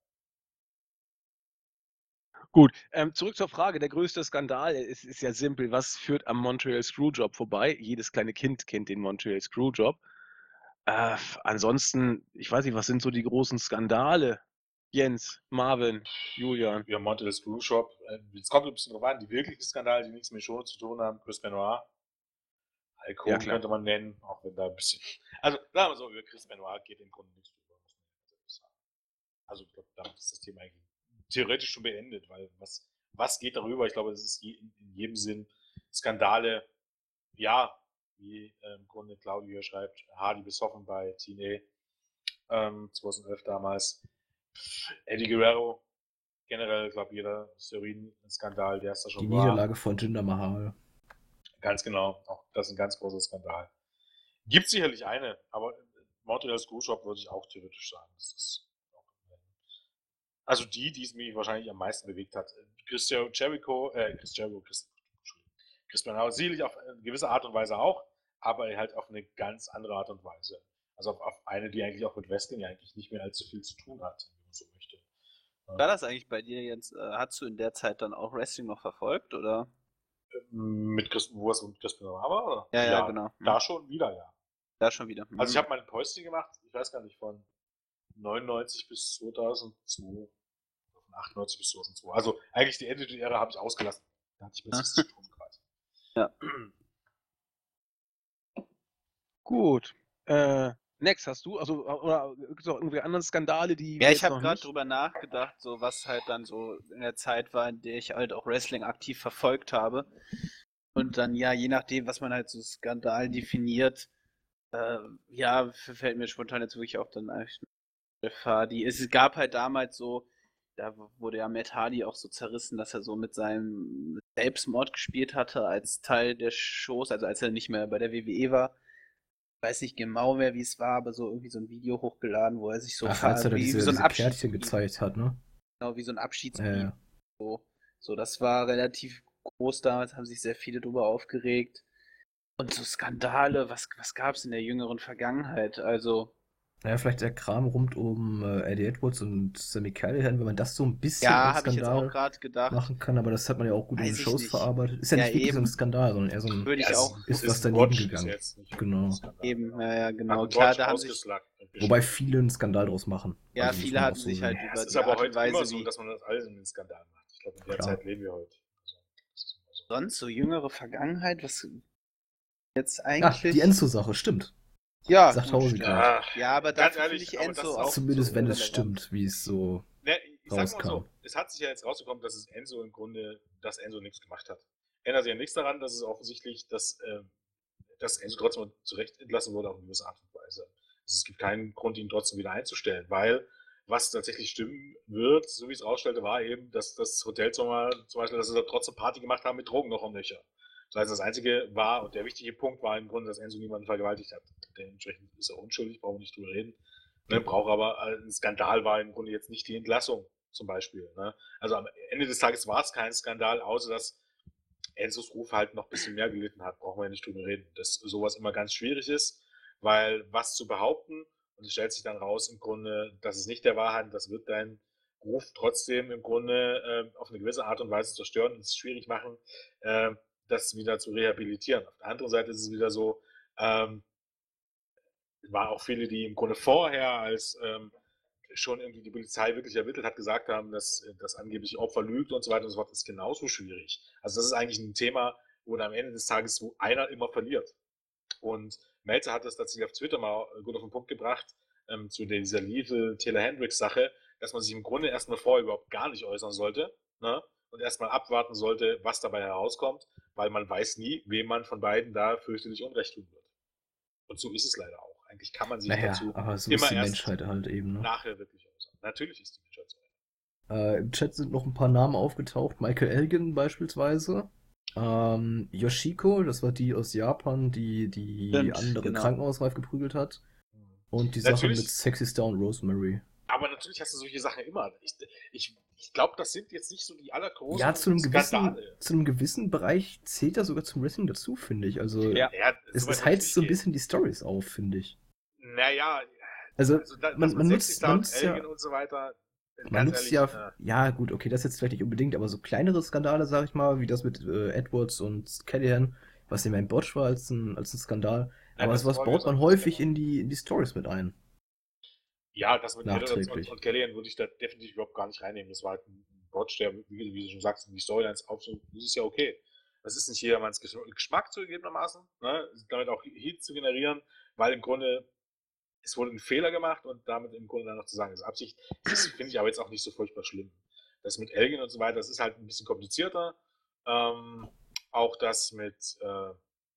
Gut, ähm, zurück zur Frage. Der größte Skandal ist, ist ja simpel. Was führt am Montreal Screwjob vorbei? Jedes kleine Kind kennt den Montreal Screwjob. Äh, ansonsten, ich weiß nicht, was sind so die großen Skandale? Jens, Marvin, Julian. ja, Monte Screw Shop, äh, jetzt kommt ein bisschen drauf an, die wirklichen Skandale, die nichts mit Show zu tun haben, Chris Benoit, Alkohol Ja, klar. könnte man nennen, auch wenn da ein bisschen. Also, sagen wir so, über Chris Benoit geht im Grunde nichts drüber, muss man ganz ehrlich sagen. Also, ich glaube, damit ist das Thema eigentlich theoretisch schon beendet, weil was, was geht darüber? Ich glaube, das ist je, in, in jedem Sinn Skandale, ja, wie äh, im Grunde Claudio hier schreibt, Hardy besoffen bei T N A, ähm, zweitausendelf damals. Eddie Guerrero, generell, glaube jeder Steroiden-Skandal, der ist da schon Die war. Niederlage von Jinder Mahal. Ganz genau, auch das ist ein ganz großer Skandal. Gibt sicherlich eine, aber Montreal Screw Shop würde ich auch theoretisch sagen. Das ist Also die, die es mich wahrscheinlich am meisten bewegt hat. Christian Jericho, äh, Chris Jericho, Chris, Chris Benoit, sicherlich auf eine gewisse Art und Weise auch, aber halt auf eine ganz andere Art und Weise. Also auf, auf eine, die eigentlich auch mit Wrestling eigentlich nicht mehr allzu viel zu tun hat, wenn man so möchte. War das eigentlich bei dir jetzt, äh, hast du in der Zeit dann auch Wrestling noch verfolgt, oder? Mit Chris, wo es mit Chris Benoit war? Oder? Ja, ja, genau. Da Hm. schon wieder, ja. Da schon wieder. Also ich Hm. habe mein Päuschen gemacht, ich weiß gar nicht, von neunundneunzig bis zweitausendzwei, von achtundneunzig bis zweitausendzwei. Also eigentlich die Ende der Ära habe ich ausgelassen. Da hatte ich mir nichts zu tun quasi. Ja. Gut. Äh, Next, hast du? Also, oder gibt es noch irgendwelche anderen Skandale, die Ja, wir ich jetzt habe noch gerade nicht? drüber nachgedacht, so was halt dann so in der Zeit war, in der ich halt auch Wrestling aktiv verfolgt habe. Und dann, ja, je nachdem, was man halt so Skandal definiert, äh, ja, fällt mir spontan jetzt wirklich auch dann eigentlich Jeff Hardy. Es gab halt damals so, da wurde ja Matt Hardy auch so zerrissen, dass er so mit seinem Selbstmord gespielt hatte als Teil der Shows, also als er nicht mehr bei der W W E war. Ich weiß nicht genau mehr, wie es war, aber so irgendwie so ein Video hochgeladen, wo er sich so Ach, als er da wie, diese, wie so ein diese Kärtchen Abschiedsvideo, gezeigt hat, ne? genau, wie so ein Ja, Abschiedsvideo. ja. So, so, das war relativ groß damals, haben sich sehr viele drüber aufgeregt. Und so Skandale, was, was gab es in der jüngeren Vergangenheit? Also, Naja, vielleicht der Kram rund um äh, Eddie Edwards und Sammy Callahan, wenn man das so ein bisschen ja, als habe ich jetzt auch Skandal gerade gedacht. machen kann, aber das hat man ja auch gut in den Weiß ich Shows nicht. verarbeitet. Ist ja, Ja, nicht wirklich so ein eben. Skandal, sondern eher so ein, Würde ich Ja, auch. ist es was ein daneben Botch, ist gegangen. jetzt nicht Genau. ein Skandal, Eben, ja. ja, ja, Hat genau. einen Klar, Botch da haben sich, ausgeschlagen. Wobei viele einen Skandal draus machen. ja, Also muss viele man auch hatten so sich sehen. halt Ja, über es ist die aber Art und heute immer Weise, so, wie dass man das alles in den Skandal macht. Ich glaube, in der Klar. Zeit leben wir heute. Also, das ist immer so. sonst so jüngere Vergangenheit, was jetzt Ah, eigentlich. die Enzo-Sache, stimmt. Ja, Sagt gut, Hause stimmt. gerade. Ah, Ja, aber ganz dafür finde ehrlich, ich aber das Enzo ist auch auch Zumindest so wenn es irrelevant. stimmt, wie es so Ne, ich sag mal so, rauskam. es hat sich ja jetzt rausgekommen, dass es Enzo im Grunde, dass Enzo nichts gemacht hat. Ändert sich ja nichts daran, dass es offensichtlich, dass, äh, dass Enzo trotzdem zurecht entlassen wurde auf eine gewisse Art und Weise. Also es gibt keinen Grund, ihn trotzdem wieder einzustellen, weil was tatsächlich stimmen wird, so wie es rausstellte, war eben, dass das Hotelzimmer zum Beispiel, dass sie da trotzdem Party gemacht haben mit Drogen noch am Nöcher. Das heißt, das Einzige war, und der wichtige Punkt war im Grunde, dass Enzo niemanden vergewaltigt hat. Dementsprechend ist er unschuldig, brauchen wir nicht drüber reden. Ne, braucht aber äh, ein Skandal war im Grunde jetzt nicht die Entlassung zum Beispiel. Ne? Also am Ende des Tages war es kein Skandal, außer dass Enzos Ruf halt noch ein bisschen mehr gelitten hat. Brauchen wir ja nicht drüber reden. Dass sowas immer ganz schwierig ist, weil was zu behaupten, und es stellt sich dann raus im Grunde, dass es nicht der Wahrheit, das wird dein Ruf trotzdem im Grunde äh, auf eine gewisse Art und Weise zerstören und es schwierig machen, äh, das wieder zu rehabilitieren. Auf der anderen Seite ist es wieder so, ähm, waren auch viele, die im Grunde vorher, als ähm, schon irgendwie die Polizei wirklich ermittelt hat, gesagt haben, dass das angebliche Opfer lügt und so weiter und so fort, ist genauso schwierig. Also das ist eigentlich ein Thema, wo am Ende des Tages wo einer immer verliert. Und Melzer hat das tatsächlich auf Twitter mal gut auf den Punkt gebracht, ähm, zu dieser Liefel-Taylor-Hendricks-Sache, dass man sich im Grunde erstmal vorher überhaupt gar nicht äußern sollte, ne? Und erstmal abwarten sollte, was dabei herauskommt, weil man weiß nie, wem man von beiden da fürchterlich Unrecht tun wird. Und so ist es leider auch. Eigentlich kann man sich Naja, dazu aber so immer ist die erst Menschheit halt eben, ne? nachher wirklich äußern. Natürlich ist die Menschheit so. Äh, Im Chat sind noch ein paar Namen aufgetaucht. Michael Elgin beispielsweise. Ähm, Yoshiko, das war die aus Japan, die die Stimmt, andere genau. Krankenhausreif geprügelt hat. Und die Sache Natürlich. mit Sexy Star und Rosemary. Aber natürlich hast du solche Sachen immer. Ich, ich, ich glaube, das sind jetzt nicht so die allergroßen Ja, zu einem, gewissen, Skandale. zu einem gewissen Bereich zählt er sogar zum Wrestling dazu, finde ich. Also Ja. Ja, es, soweit es würde ich heizt nicht so ein gehen. bisschen die Stories auf, finde ich. Naja, Also, also da, man, dass man Sexy nutzt, Star man und nutzt ja, Elgin und so weiter. man ganz nutzt ehrlich, ja, äh, ja gut, okay, das jetzt vielleicht nicht unbedingt, aber so kleinere Skandale, sag ich mal, wie das mit äh, Edwards und Callahan, was ja mein Botch war als ein, als ein Skandal. Ja, Aber das sowas war baut jetzt man auch häufig Skandal. in die, in die Stories mit ein. Ja, das mit Edwards und, Nachträglich. und Kellyanne würde ich da definitiv überhaupt gar nicht reinnehmen. Das war halt ein Botch, der, wie, wie du schon sagst, in die Storylines aufschreibt. Das ist ja okay. Das ist nicht jedermanns Gesch- Geschmack zugegebenermaßen, ne? Damit auch Heat zu generieren, weil im Grunde es wurde ein Fehler gemacht und damit im Grunde dann noch zu sagen, das ist Absicht, das finde ich aber jetzt auch nicht so furchtbar schlimm. Das mit Elgin und so weiter, das ist halt ein bisschen komplizierter. Ähm, auch das mit äh,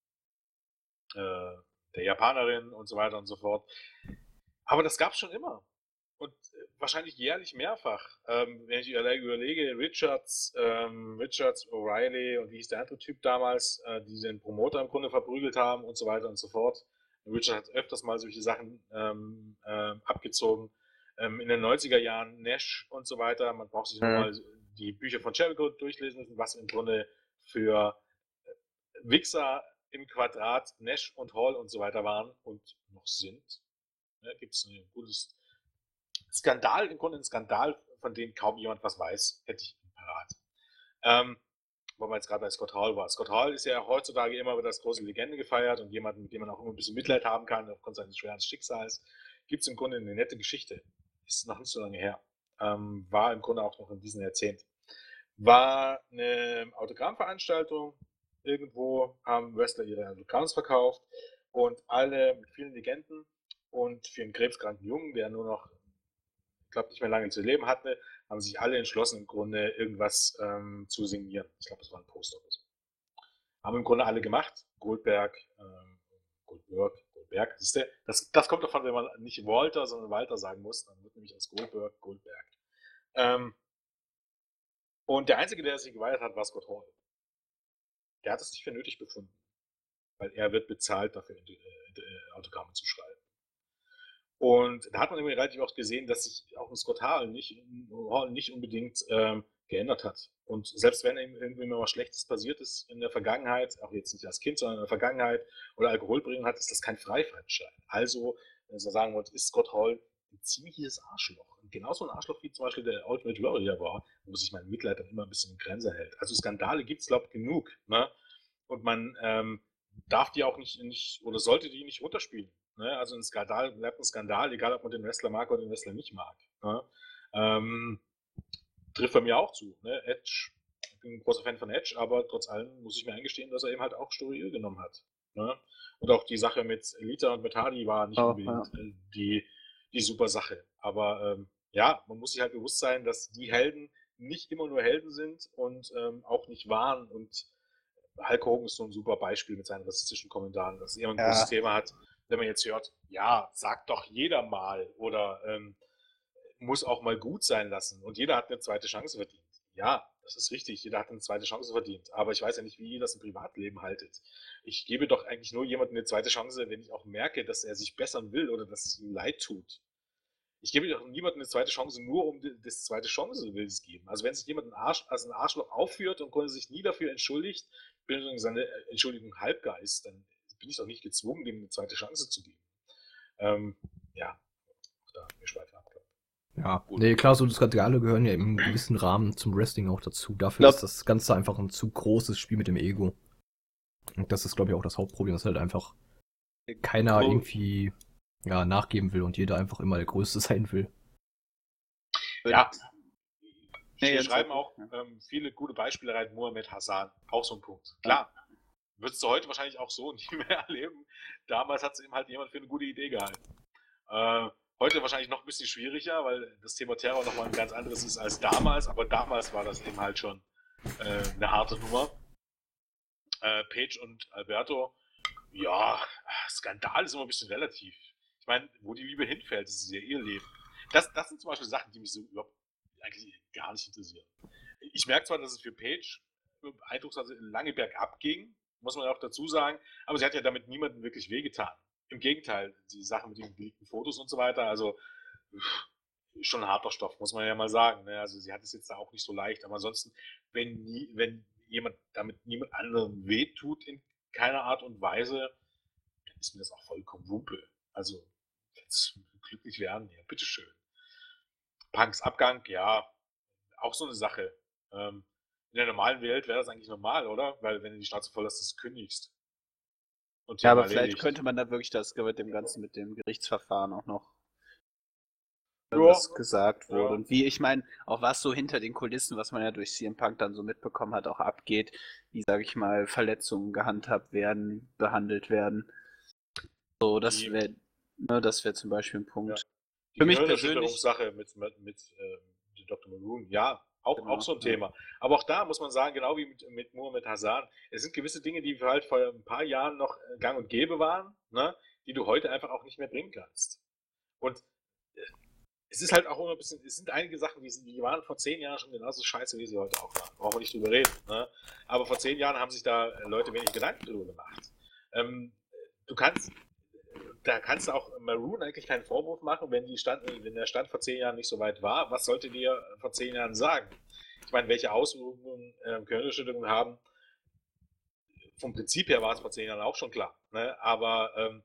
äh, der Japanerin und so weiter und so fort. Aber das gab es schon immer. Und äh, wahrscheinlich jährlich mehrfach. Ähm, wenn ich überlege, Richards, ähm, Richards, O'Reilly und wie hieß der andere Typ damals, äh, die den Promoter im Grunde verprügelt haben und so weiter und so fort. Richard hat öfters mal solche Sachen ähm, äh, abgezogen. ähm, in den neunziger Jahren Nash und so weiter. Man braucht sich mhm. nochmal die Bücher von Jericho durchlesen, was im Grunde für Wichser im Quadrat Nash und Hall und so weiter waren und noch sind. Ja, gibt es ein gutes Skandal, im Grunde ein Skandal, von dem kaum jemand was weiß, hätte ich parat. Ähm, wo man jetzt gerade bei Scott Hall war. Scott Hall ist ja heutzutage immer wieder das große Legende gefeiert und jemanden, mit dem man auch immer ein bisschen Mitleid haben kann, aufgrund seines schweren Schicksals. Gibt es im Grunde eine nette Geschichte. Ist noch nicht so lange her. Ähm, war im Grunde auch noch in diesem Jahrzehnt. War eine Autogrammveranstaltung. Irgendwo haben Wrestler ihre Autogramms verkauft und alle mit vielen Legenden und für einen krebskranken Jungen, der nur noch, ich glaube, nicht mehr lange zu leben hatte, haben sich alle entschlossen, im Grunde irgendwas ähm, zu signieren. Ich glaube, das war ein Poster oder so. Haben im Grunde alle gemacht. Goldberg, ähm, Goldberg, Goldberg. Das, ist der, das, das kommt davon, wenn man nicht Walter, sondern Walter sagen muss. Dann wird nämlich aus Goldberg Goldberg. Ähm, und der Einzige, der sich geweigert hat, war Scott Hall. Der hat es nicht für nötig befunden. Weil er wird bezahlt, dafür äh, Autogramme zu schreiben. Und da hat man irgendwie relativ oft gesehen, dass sich auch ein Scott Hall nicht, Hall nicht unbedingt ähm, geändert hat. Und selbst wenn ihm irgendwie mal was Schlechtes passiert ist in der Vergangenheit, auch jetzt nicht als Kind, sondern in der Vergangenheit, oder Alkohol bringen hat, ist das kein Freifahrtschein. Also, wenn Sie sagen wollt, ist Scott Hall ein ziemliches Arschloch. Und genauso ein Arschloch wie zum Beispiel der Ultimate Warrior war, wo sich mein Mitleid dann immer ein bisschen in Grenze hält. Also Skandale gibt es, glaube ich, genug. Ne? Und man ähm, darf die auch nicht, nicht oder sollte die nicht runterspielen. Ne? Also ein Skandal bleibt ein Skandal, egal ob man den Wrestler mag oder den Wrestler nicht mag. Ne? Ähm, trifft bei mir auch zu. Ne? Edge, ich bin ein großer Fan von Edge, aber trotz allem muss ich mir eingestehen, dass er eben halt auch Steroide genommen hat. Ne? Und auch die Sache mit Lita und mit Hardy war nicht oh, unbedingt ja. die, die super Sache. Aber ähm, ja, man muss sich halt bewusst sein, dass die Helden nicht immer nur Helden sind und ähm, auch nicht waren. Und Hulk Hogan ist so ein super Beispiel mit seinen rassistischen Kommentaren, dass er ein ja. großes Thema hat. Wenn man jetzt hört, ja, sagt doch jeder mal oder ähm, muss auch mal gut sein lassen und jeder hat eine zweite Chance verdient. Ja, das ist richtig, jeder hat eine zweite Chance verdient, aber ich weiß ja nicht, wie ihr das im Privatleben haltet. Ich gebe doch eigentlich nur jemandem eine zweite Chance, wenn ich auch merke, dass er sich bessern will oder dass es ihm leid tut. Ich gebe doch niemandem eine zweite Chance, nur um das zweite Chance will es geben. Also wenn sich jemand ein Arsch, als ein Arschloch aufführt und sich nie dafür entschuldigt, bin seine Entschuldigung Halbgeist, dann bin ich doch nicht gezwungen, dem eine zweite Chance zu geben. Ähm, ja, auch da mir Schweife abklappt. Ja, gut. Nee, klar, so Skandale gehören ja im gewissen Rahmen zum Wrestling auch dazu. Dafür glaub, ist das Ganze einfach ein zu großes Spiel mit dem Ego. Und das ist, glaube ich, auch das Hauptproblem, dass halt einfach keiner oh. irgendwie ja, nachgeben will und jeder einfach immer der Größte sein will. Ja. Wir nee, schreiben auch ähm, viele gute Beispiele rein, Muhammad Hassan, auch so ein Punkt. Klar, würdest du heute wahrscheinlich auch so nicht mehr erleben. Damals hat es eben halt jemand für eine gute Idee gehalten. Äh, heute wahrscheinlich noch ein bisschen schwieriger, weil das Thema Terror nochmal ein ganz anderes ist als damals, aber damals war das eben halt schon äh, eine harte Nummer. Äh, Paige und Alberto, ja, Skandal ist immer ein bisschen relativ. Ich meine, wo die Liebe hinfällt, das ist ja ihr Leben. Das, das sind zum Beispiel Sachen, die mich so überhaupt eigentlich gar nicht interessieren. Ich merke zwar, dass es für Paige eindrucksweise lange bergab ging, muss man auch dazu sagen, aber sie hat ja damit niemandem wirklich wehgetan. Im Gegenteil, die Sache mit den geleakten Fotos und so weiter, also schon ein harter Stoff, muss man ja mal sagen. Also sie hat es jetzt da auch nicht so leicht, aber ansonsten, wenn, nie, wenn jemand damit niemand anderem wehtut in keiner Art und Weise, dann ist mir das auch vollkommen Wumpe. Also, jetzt glücklich werden, ja, bitteschön. Punks Abgang, ja, auch so eine Sache. Ähm, in der normalen Welt wäre das eigentlich normal, oder? Weil wenn du die Schnauze voll hast, dass du kündigst. Und ja, aber erledigt. Vielleicht könnte man da wirklich das mit dem Ganzen, mit dem Gerichtsverfahren auch noch was ja. gesagt wurde. Ja. Und wie, ich meine, auch was so hinter den Kulissen, was man ja durch C M Punk dann so mitbekommen hat, auch abgeht, wie, sage ich mal, Verletzungen gehandhabt werden, behandelt werden. So, das wäre ne, das wäre zum Beispiel ein Punkt. Ja. Die Für mich persönlich Sache mit, mit, mit äh, Doktor Maroon, ja, auch, genau, auch so ein ja. Thema. Aber auch da muss man sagen, genau wie mit, mit Muhammad Hassan, es sind gewisse Dinge, die halt vor ein paar Jahren noch gang und gäbe waren, ne, die du heute einfach auch nicht mehr bringen kannst. Und äh, es ist halt auch immer ein bisschen, es sind einige Sachen, die, die waren vor zehn Jahren schon genauso scheiße, wie sie heute auch waren. Brauchen wir nicht drüber reden. Ne? Aber vor zehn Jahren haben sich da Leute wenig Gedanken drüber gemacht. Ähm, du kannst da kannst du auch Maroon eigentlich keinen Vorwurf machen, wenn, die Stand, wenn der Stand vor zehn Jahren nicht so weit war. Was sollte dir vor zehn Jahren sagen? Ich meine, welche Auswirkungen äh, Gehirnerschütterungen haben, vom Prinzip her war es vor zehn Jahren auch schon klar. Ne? Aber ähm,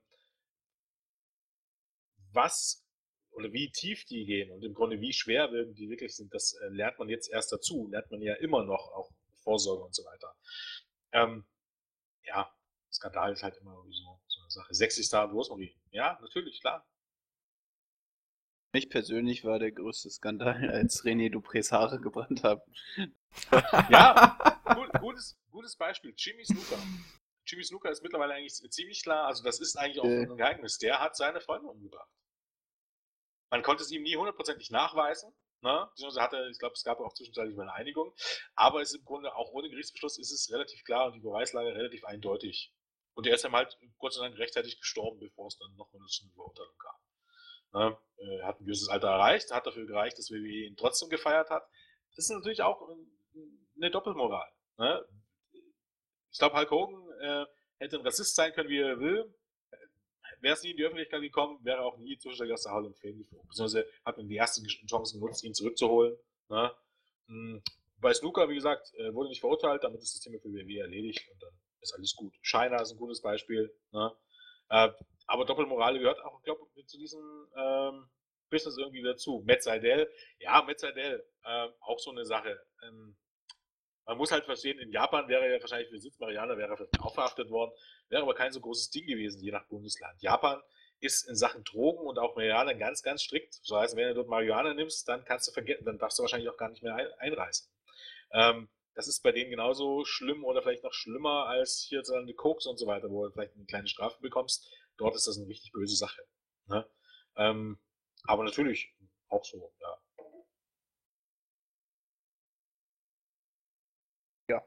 was oder wie tief die gehen und im Grunde wie schwerwiegend die wirklich sind, das äh, lernt man jetzt erst dazu. Lernt man ja immer noch, auch Vorsorge und so weiter. Ähm, ja, Skandal ist halt immer so, so eine Sache. Sexy Star Rosemary. Ja, natürlich, klar. Für mich persönlich war der größte Skandal, als René Duprés Haare gebrannt haben. Ja, gut, gutes, gutes Beispiel. Jimmy Snooker. Jimmy Snooker ist mittlerweile eigentlich ziemlich klar, also das ist eigentlich auch Äh. ein Geheimnis. Der hat seine Freundin umgebracht. Man konnte es ihm nie hundertprozentig nachweisen. Ne? Hatte, ich glaube, es gab auch zwischenzeitlich mal eine Einigung. Aber es ist im Grunde auch ohne Gerichtsbeschluss ist es relativ klar und die Beweislage relativ eindeutig. Und der ist dann halt Gott sei Dank rechtzeitig gestorben, bevor es dann noch mal eine Verurteilung kam. Ne? Er hat ein gewisses Alter erreicht, hat dafür gereicht, dass W W E ihn trotzdem gefeiert hat. Das ist natürlich auch eine Doppelmoral. Ne? Ich glaube, Hulk Hogan äh, hätte ein Rassist sein können, wie er will. Wäre es nie in die Öffentlichkeit gekommen, wäre auch nie zwischendurch aus der Hall of Fame geflogen. Beziehungsweise hat man die erste Chance genutzt, ihn zurückzuholen. Ne? Bei Snooker, wie gesagt, wurde nicht verurteilt, damit ist das Thema für W W E erledigt und dann ist alles gut. Shiner ist ein gutes Beispiel. Ne? Äh, aber Doppelmoral gehört auch, ich glaube, zu diesem ähm, Business irgendwie dazu. Matt Sydal, ja, Matt Sydal, äh, auch so eine Sache. Ähm, man muss halt verstehen, in Japan wäre er wahrscheinlich für Sitz Mariana wäre er vielleicht auch verhaftet worden, wäre aber kein so großes Ding gewesen, je nach Bundesland. Japan ist in Sachen Drogen und auch Marihuana ganz, ganz strikt. Das heißt, wenn du dort Marihuana nimmst, dann kannst du vergessen, dann darfst du wahrscheinlich auch gar nicht mehr ein, einreisen. Ähm, das ist bei denen genauso schlimm oder vielleicht noch schlimmer als hier so eine Koks und so weiter, wo du vielleicht eine kleine Strafe bekommst. Dort ist das eine richtig böse Sache. Ne? Ähm, aber natürlich auch so, ja. Ja.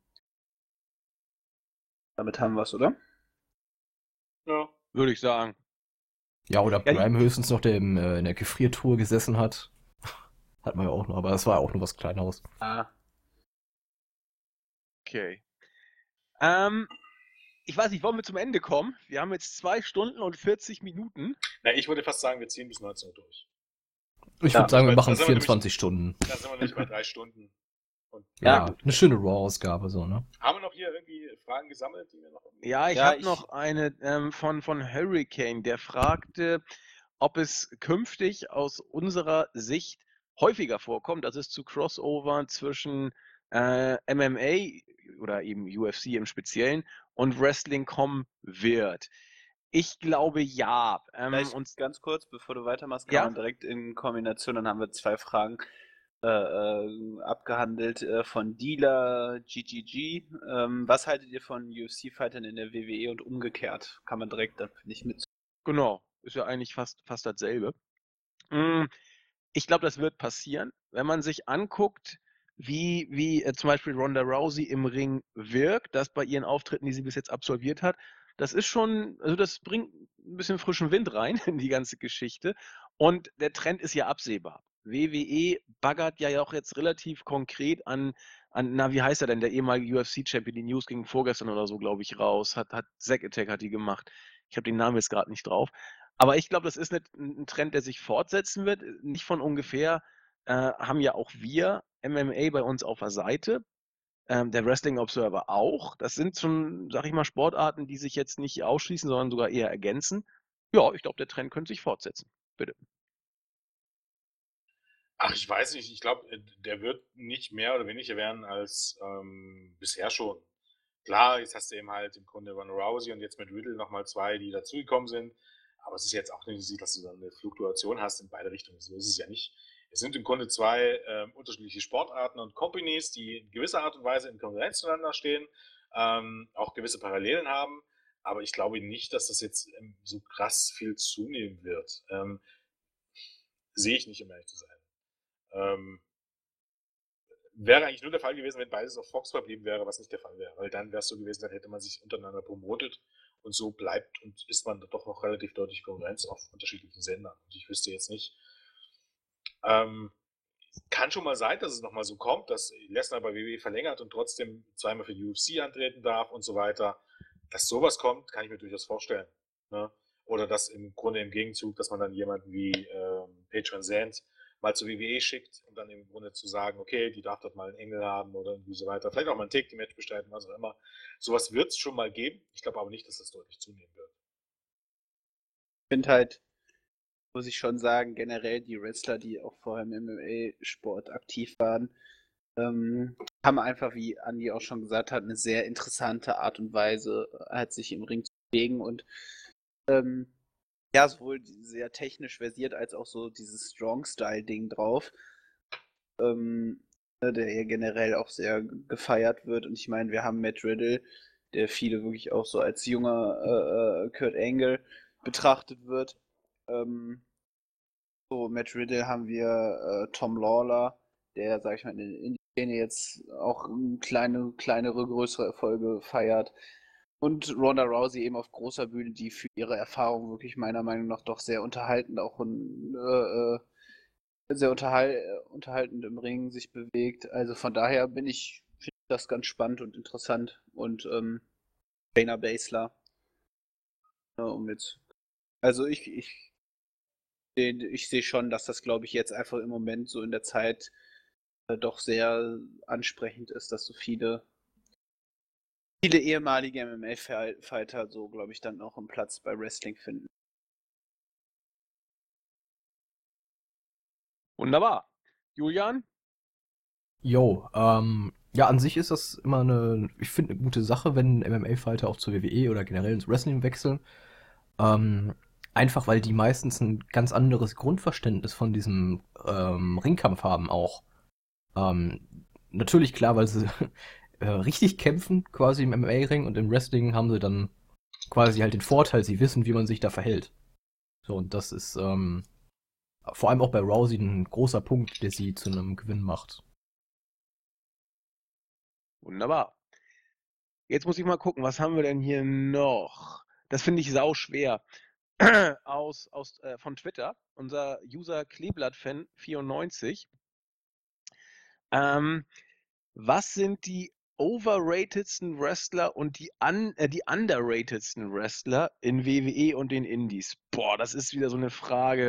Damit haben wir es, oder? Ja, würde ich sagen. Ja, oder Ja, Prime höchstens noch, der im, äh, in der Gefriertruhe gesessen hat. Hat man ja auch noch, aber das war auch nur was Kleineres. Ah. Okay. Ähm, ich weiß nicht, wollen wir zum Ende kommen? Wir haben jetzt zwei Stunden und vierzig Minuten. Na, ich würde fast sagen, wir ziehen bis neunzehn Uhr durch. Ich Ja, würde sagen, wir weil- machen da sind wir vierundzwanzig Stunden. Da sind wir nicht bei drei Stunden. Und Ja, Ja, gut. eine schöne Raw-Ausgabe, so, ne? haben wir noch hier irgendwie Fragen gesammelt, die wir noch. Ja, ich Ja, habe ich- noch eine ähm, von, von Hurricane, der fragte, ob es künftig aus unserer Sicht häufiger vorkommt, dass es zu Crossover zwischen äh, M M A oder eben U F C im Speziellen und Wrestling kommen wird. Ich glaube ja. Ähm, Vielleicht und ganz kurz, bevor du weitermachst, kann Ja? man direkt in Kombination, dann haben wir zwei Fragen äh, äh, abgehandelt äh, von Dealer G G G. Ähm, was haltet ihr von U F C-Fightern in der W W E und umgekehrt? Kann man direkt, dann finde ich, mit. Genau, ist ja eigentlich fast, fast dasselbe. Mm, Ich glaube, das wird passieren, wenn man sich anguckt, wie, wie äh, zum Beispiel Ronda Rousey im Ring wirkt, das bei ihren Auftritten, die sie bis jetzt absolviert hat. Das ist schon, also das bringt ein bisschen frischen Wind rein in die ganze Geschichte. Und der Trend ist ja absehbar. W W E baggert ja auch jetzt relativ konkret an, an na, wie heißt er denn, der ehemalige U F C-Champion, die News ging vorgestern oder so, glaube ich, raus. Hat, hat Zack Attack hat die gemacht. Ich habe den Namen jetzt gerade nicht drauf. Aber ich glaube, das ist 'ne 'n Trend, der sich fortsetzen wird. Nicht von ungefähr äh, haben ja auch wir M M A bei uns auf der Seite, ähm, der Wrestling Observer auch. Das sind schon, sage ich mal, Sportarten, die sich jetzt nicht ausschließen, sondern sogar eher ergänzen. Ja, ich glaube, der Trend könnte sich fortsetzen. Bitte. Ach, ich weiß nicht. Ich glaube, der wird nicht mehr oder weniger werden als ähm, bisher schon. Klar, jetzt hast du eben halt im Grunde Ronda Rousey und jetzt mit Riddle nochmal zwei, die dazugekommen sind. Aber es ist jetzt auch nicht so, dass du dann eine Fluktuation hast in beide Richtungen. So ist es ja nicht. Es sind im Grunde zwei ähm, unterschiedliche Sportarten und Companies, die in gewisser Art und Weise in Konkurrenz zueinander stehen, ähm, auch gewisse Parallelen haben. Aber ich glaube nicht, dass das jetzt ähm, so krass viel zunehmen wird. Ähm, sehe ich nicht, um ehrlich zu sein. Ähm, wäre eigentlich nur der Fall gewesen, wenn beides auf Fox verblieben wäre, was nicht der Fall wäre. Weil dann wäre es so gewesen, dann hätte man sich untereinander promotet und so bleibt und ist man doch noch relativ deutlich Konkurrenz auf unterschiedlichen Sendern. Und ich wüsste jetzt nicht. Ähm, kann schon mal sein, dass es nochmal so kommt, dass Lesnar bei W W E verlängert und trotzdem zweimal für die U F C antreten darf und so weiter. Dass sowas kommt, kann ich mir durchaus vorstellen. Ne? Oder das im Grunde im Gegenzug, dass man dann jemanden wie ähm, Paige Van Zandt mal zur W W E schickt, um dann im Grunde zu sagen, okay, die darf dort mal einen Engel haben oder irgendwie so weiter. Vielleicht auch mal ein Take-Team-Match bestreiten, was auch immer. Sowas wird es schon mal geben. Ich glaube aber nicht, dass das deutlich zunehmen wird. Ich finde halt, muss ich schon sagen, generell die Wrestler, die auch vorher im M M A-Sport aktiv waren, ähm, haben einfach, wie Andi auch schon gesagt hat, eine sehr interessante Art und Weise, halt sich im Ring zu bewegen und ähm, ja, sowohl sehr technisch versiert als auch so dieses Strong-Style-Ding drauf, ähm, der ja generell auch sehr gefeiert wird. Und ich meine, wir haben Matt Riddle, der viele wirklich auch so als junger äh, Kurt Angle betrachtet wird. Ähm, so, Matt Riddle haben wir äh, Tom Lawler, der, sag ich mal, in der Indie-Szene jetzt auch kleine, kleinere, größere Erfolge feiert. Und Ronda Rousey eben auf großer Bühne, die für ihre Erfahrung wirklich meiner Meinung nach doch sehr unterhaltend, auch in, äh, sehr unterhal unterhaltend im Ring sich bewegt. Also von daher bin ich, finde ich das ganz spannend und interessant. Und ähm, Shayna Baszler, ja, um jetzt, also ich, ich, ich sehe schon, dass das, glaube ich, jetzt einfach im Moment so in der Zeit äh, doch sehr ansprechend ist, dass so viele viele ehemalige M M A-Fighter so, glaube ich, dann auch einen Platz bei Wrestling finden. Wunderbar. Julian? Jo, ähm, ja, an sich ist das immer eine, ich finde, eine gute Sache, wenn M M A-Fighter auch zur W W E oder generell ins Wrestling wechseln. Ähm, einfach weil die meistens ein ganz anderes Grundverständnis von diesem ähm, Ringkampf haben auch. Ähm, natürlich klar, weil sie äh, richtig kämpfen, quasi im M M A-Ring, und im Wrestling haben sie dann quasi halt den Vorteil, sie wissen, wie man sich da verhält. So, und das ist ähm, vor allem auch bei Rousey ein großer Punkt, der sie zu einem Gewinn macht. Wunderbar. Jetzt muss ich mal gucken, was haben wir denn hier noch? Das finde ich sau schwer. aus, aus, äh, von Twitter, unser User Kleeblatt-Fan vierundneunzig. Ähm, was sind die overratedsten Wrestler und die, un, äh, die underratedsten Wrestler in W W E und den Indies? Boah, das ist wieder so eine Frage,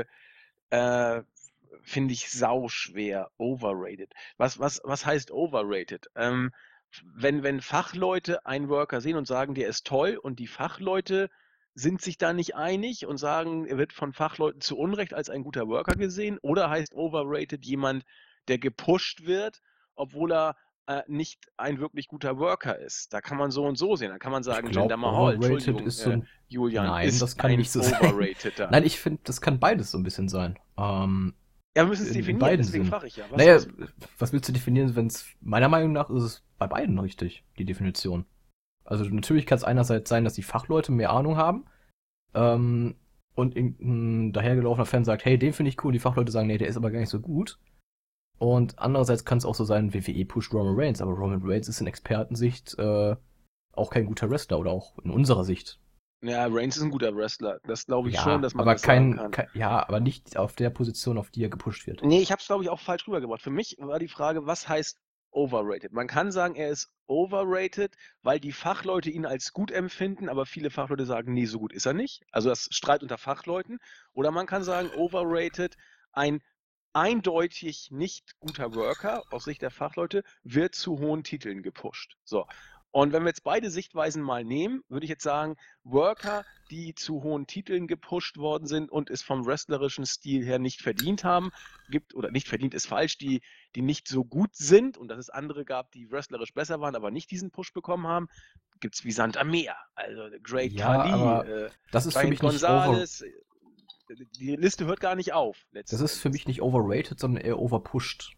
äh, finde ich sau schwer. Overrated. Was, was, was heißt overrated? Ähm, wenn, wenn Fachleute einen Worker sehen und sagen, der ist toll, und die Fachleute sind sich da nicht einig und sagen, er wird von Fachleuten zu Unrecht als ein guter Worker gesehen, oder heißt overrated jemand, der gepusht wird, obwohl er äh, nicht ein wirklich guter Worker ist? Da kann man so und so sehen. Da kann man Ich sagen, glaube, Jinder Mahal, overrated Entschuldigung, ist so äh, ein. Julian, Nein, das ist kann ein nicht so sein. overrateder. Nein, ich finde, das kann beides so ein bisschen sein. Ähm, Ja, wir müssen es in, in definieren, beiden deswegen Sinnen. frage ich ja. Was, Naja, was, was willst du definieren, wenn es, meiner Meinung nach, ist es bei beiden richtig, die Definition. Also natürlich kann es einerseits sein, dass die Fachleute mehr Ahnung haben, ähm, und irgendein dahergelaufener Fan sagt, hey, den finde ich cool, und die Fachleute sagen, nee, der ist aber gar nicht so gut. Und andererseits kann es auch so sein, W W E pusht Roman Reigns, aber Roman Reigns ist in Expertensicht äh, auch kein guter Wrestler, oder auch in unserer Sicht. ja, Reigns ist ein guter Wrestler. Das glaube ich Ja, schon, dass man aber das sagen kein, kann. kein, ja, aber nicht auf der Position, auf die er gepusht wird. Nee, ich habe es, glaube ich, auch falsch rübergebracht. Für mich war die Frage, was heißt overrated? Man kann sagen, er ist overrated, weil die Fachleute ihn als gut empfinden, aber viele Fachleute sagen, nee, so gut ist er nicht. Also das Streit unter Fachleuten. Oder man kann sagen, overrated, ein eindeutig nicht guter Worker aus Sicht der Fachleute wird zu hohen Titeln gepusht. So. Und wenn wir jetzt beide Sichtweisen mal nehmen, würde ich jetzt sagen, Worker, die zu hohen Titeln gepusht worden sind und es vom wrestlerischen Stil her nicht verdient haben, gibt, oder nicht verdient ist falsch, die, die nicht so gut sind, und dass es andere gab, die wrestlerisch besser waren, aber nicht diesen Push bekommen haben, gibt es wie Sand am Meer. Also Great Ja, Khali, aber äh, das ist für Giant mich nicht over, Gonzalez, äh, die Liste hört gar nicht auf. das ist für Endes. mich nicht overrated, sondern eher overpushed.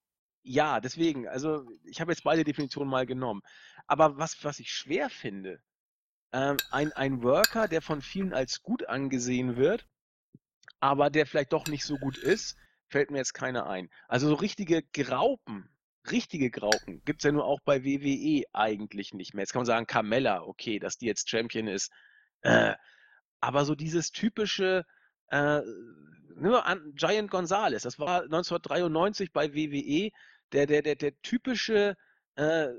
Ja, deswegen, also ich habe jetzt beide Definitionen mal genommen. Aber was, was ich schwer finde, ähm, ein, ein Worker, der von vielen als gut angesehen wird, aber der vielleicht doch nicht so gut ist, fällt mir jetzt keiner ein. Also so richtige Graupen, richtige Graupen gibt es ja nur auch bei W W E eigentlich nicht mehr. Jetzt kann man sagen, Carmella, okay, dass die jetzt Champion ist. Äh, aber so dieses typische, äh, nur an Giant Gonzalez, das war neunzehnhundertdreiundneunzig bei W W E, der, der, der, der typische äh,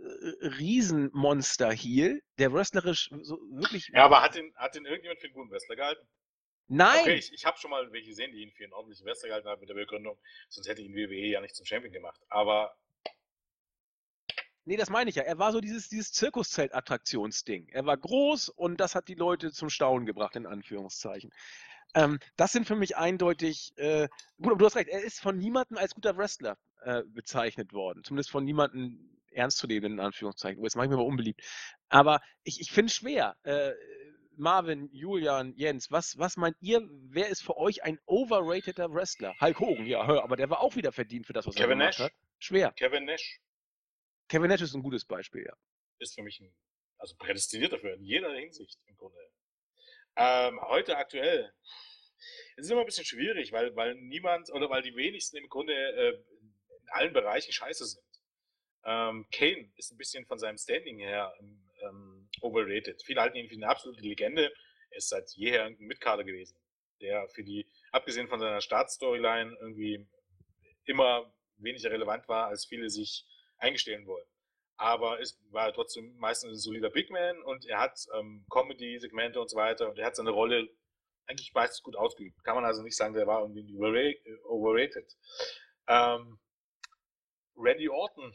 Riesenmonster-Heel, der wrestlerisch so wirklich. Ja, aber hat den, hat den irgendjemand für einen guten Wrestler gehalten? Nein! Okay, ich, ich habe schon mal welche gesehen, die ihn für einen ordentlichen Wrestler gehalten haben mit der Begründung, sonst hätte ihn W W E ja nicht zum Champion gemacht. Aber Nee, das meine ich ja. Er war so dieses, dieses Zirkuszelt-Attraktionsding. Er war groß und das hat die Leute zum Staunen gebracht, in Anführungszeichen. Ähm, das sind für mich eindeutig, äh, gut, aber du hast recht, er ist von niemandem als guter Wrestler äh, bezeichnet worden. Zumindest von niemandem ernstzunehmenden, in Anführungszeichen. Oh, jetzt mache ich mir mal unbeliebt. Aber ich, ich finde es schwer. Äh, Marvin, Julian, Jens, was, was meint ihr, wer ist für euch ein overrateder Wrestler? Hulk Hogan, ja, hör, aber der war auch wieder verdient für das, was er Kevin gemacht Nash. hat. Schwer. Kevin Nash Kevin Nash ist ein gutes Beispiel, ja. ist für mich ein, also prädestiniert dafür, in jeder Hinsicht im Grunde. Ähm, heute aktuell. Es ist immer ein bisschen schwierig, weil, weil niemand oder weil die wenigsten im Grunde äh, in allen Bereichen scheiße sind. Ähm, Kane ist ein bisschen von seinem Standing her ähm, overrated. Viele halten ihn für eine absolute Legende. Er ist seit jeher ein Mitkader gewesen, der für die, abgesehen von seiner Startstoryline, irgendwie immer weniger relevant war, als viele sich eingestehen wollen. Aber es war trotzdem meistens ein solider Big Man und er hat ähm, Comedy-Segmente und so weiter und er hat seine Rolle eigentlich meistens gut ausgeübt. Kann man also nicht sagen, der war irgendwie overrated. Ähm, Randy Orton,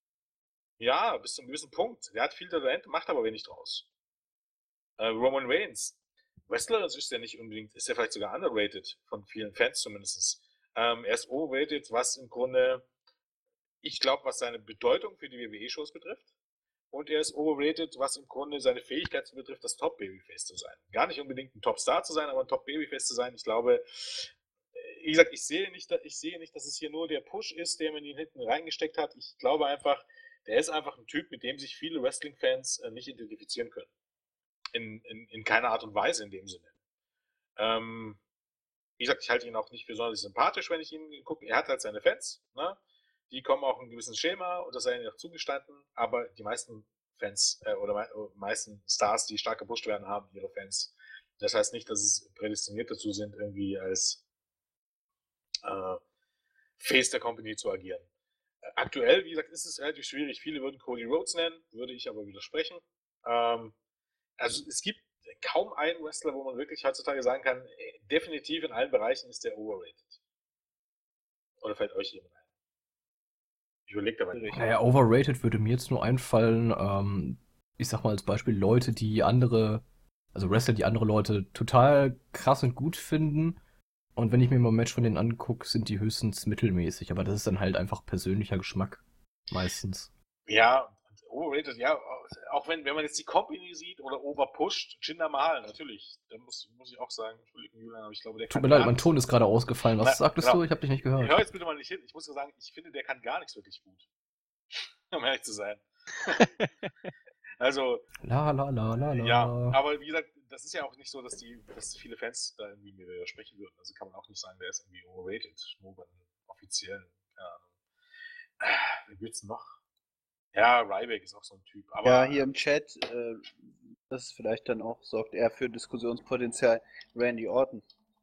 ja, bis zu einem gewissen Punkt. Der hat viel Talent, macht aber wenig draus. Äh, Roman Reigns, Wrestler, das ist ja nicht unbedingt, ist ja vielleicht sogar underrated, von vielen Fans zumindest. Ähm, er ist overrated, was im Grunde, ich glaube, was seine Bedeutung für die W W E-Shows betrifft. Und er ist overrated, was im Grunde seine Fähigkeit betrifft, das Top-Babyface zu sein. Gar nicht unbedingt ein Top-Star zu sein, aber ein Top-Babyface zu sein. Ich glaube, wie gesagt, ich sehe, nicht, ich sehe nicht, dass es hier nur der Push ist, den man ihn hinten reingesteckt hat. Ich glaube einfach, der ist einfach ein Typ, mit dem sich viele Wrestling-Fans äh, nicht identifizieren können. In, in, in keiner Art und Weise in dem Sinne. Ähm, wie gesagt, ich halte ihn auch nicht für sonderlich sympathisch, wenn ich ihn gucke. Er hat halt seine Fans, ne? Die kommen auch in ein gewisses Schema und das sei ihnen auch zugestanden, aber die meisten Fans äh, oder me meisten Stars, die stark gepusht werden, haben ihre Fans. Das heißt nicht, dass es prädestiniert dazu sind, irgendwie als äh, Face der Company zu agieren. Äh, aktuell, wie gesagt, ist es relativ schwierig. Viele würden Cody Rhodes nennen, würde ich aber widersprechen. Ähm, also es gibt kaum einen Wrestler, wo man wirklich heutzutage sagen kann, definitiv in allen Bereichen ist der overrated. Oder fällt euch jemand ein? Ich überlege dabei nicht. Naja, overrated würde mir jetzt nur einfallen, ähm, ich sag mal als Beispiel Leute, die andere, also Wrestler, die andere Leute total krass und gut finden. Und wenn ich mir mal ein Match von denen angucke, sind die höchstens mittelmäßig. Aber das ist dann halt einfach persönlicher Geschmack. Meistens. Ja, overrated, ja. Auch wenn, wenn man jetzt die Company sieht oder overpusht, Jinder Mahal, natürlich. Da muss, muss ich auch sagen, Entschuldigung, Julian, aber ich glaube, der Tut kann mir gar leid, mein nichts. Ton ist gerade ausgefallen. Was Na, sagtest genau. du? Ich habe dich nicht gehört. Hör jetzt bitte mal nicht hin. Ich muss ja sagen, ich finde, der kann gar nichts wirklich gut. Um ehrlich zu sein. Also, La la la la la. ja, aber wie gesagt, das ist ja auch nicht so, dass die, dass viele Fans da irgendwie mir widersprechen würden. Also kann man auch nicht sagen, der ist irgendwie overrated. Nur bei den offiziellen, keine Ahnung. Wie gibt's noch? Ja, Ryback ist auch so ein Typ. Aber Ja, hier im Chat, äh, das vielleicht dann auch sorgt er für Diskussionspotenzial, Randy Orton.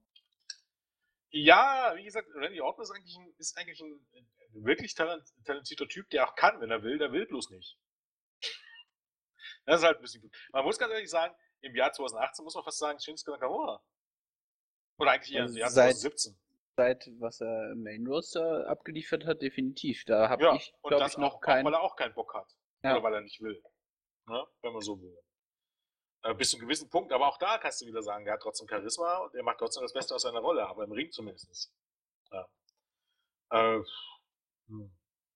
ja, wie gesagt, Randy Orton ist eigentlich ein, ist eigentlich ein, ein wirklich talent, talentierter Typ, der auch kann, wenn er will, der will bloß nicht. Das ist halt ein bisschen gut. Man muss ganz ehrlich sagen, im Jahr zweitausendachtzehn muss man fast sagen, Shinsuke Nakamura. Oder eigentlich eher Also im Jahr seit- zweitausendsiebzehn. Seit was er im Main Roster abgeliefert hat, definitiv. Da habe Ja, ich, und glaube das ich, noch auch, keinen. auch, weil er auch keinen Bock hat. Ja. Oder weil er nicht will. Ne? Wenn man so will. Äh, bis zu einem gewissen Punkt, aber auch da kannst du wieder sagen, er hat trotzdem Charisma und er macht trotzdem das Beste aus seiner Rolle, aber im Ring zumindest. Ja. Äh, hm.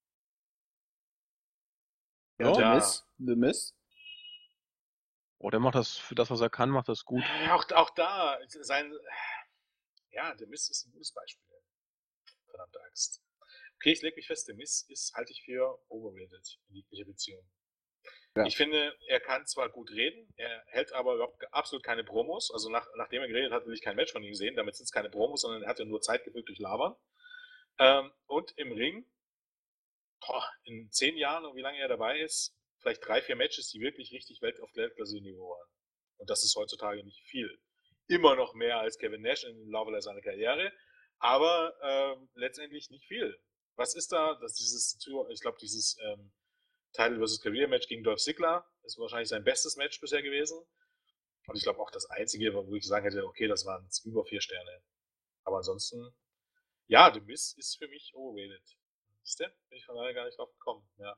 Ja, The Ja. Miz. The Miz. Oh, der macht das, für das, was er kann, macht das gut. Auch, auch da, sein. Ja, der Miz ist ein gutes Beispiel. Verdammte Axt. Okay, ich lege mich fest, der Miz ist, halte ich für overrated in jeglicher Beziehung. Ja. Ich finde, er kann zwar gut reden, er hält aber überhaupt absolut keine Promos. Also nach, nachdem er geredet hat, will ich kein Match von ihm sehen. Damit sind es keine Promos, sondern er hat ja nur Zeit gefüllt durch Labern. Ähm, und im Ring, boah, in zehn Jahren und wie lange er dabei ist, vielleicht drei, vier Matches, die wirklich richtig Welt auf Weltklasse-Niveau waren. Und das ist heutzutage nicht viel. Immer noch mehr als Kevin Nash im Laufe seiner Karriere, aber ähm, letztendlich nicht viel. Was ist da? Das dieses, ich glaube, dieses ähm, Title versus Career Match gegen Dolph Ziggler ist wahrscheinlich sein bestes Match bisher gewesen. Und ich glaube auch das Einzige, wo ich sagen hätte, okay, das waren jetzt über vier Sterne. Aber ansonsten, ja, The Miz ist für mich overrated. Ist der? Bin ich von daher gar nicht drauf gekommen, ja.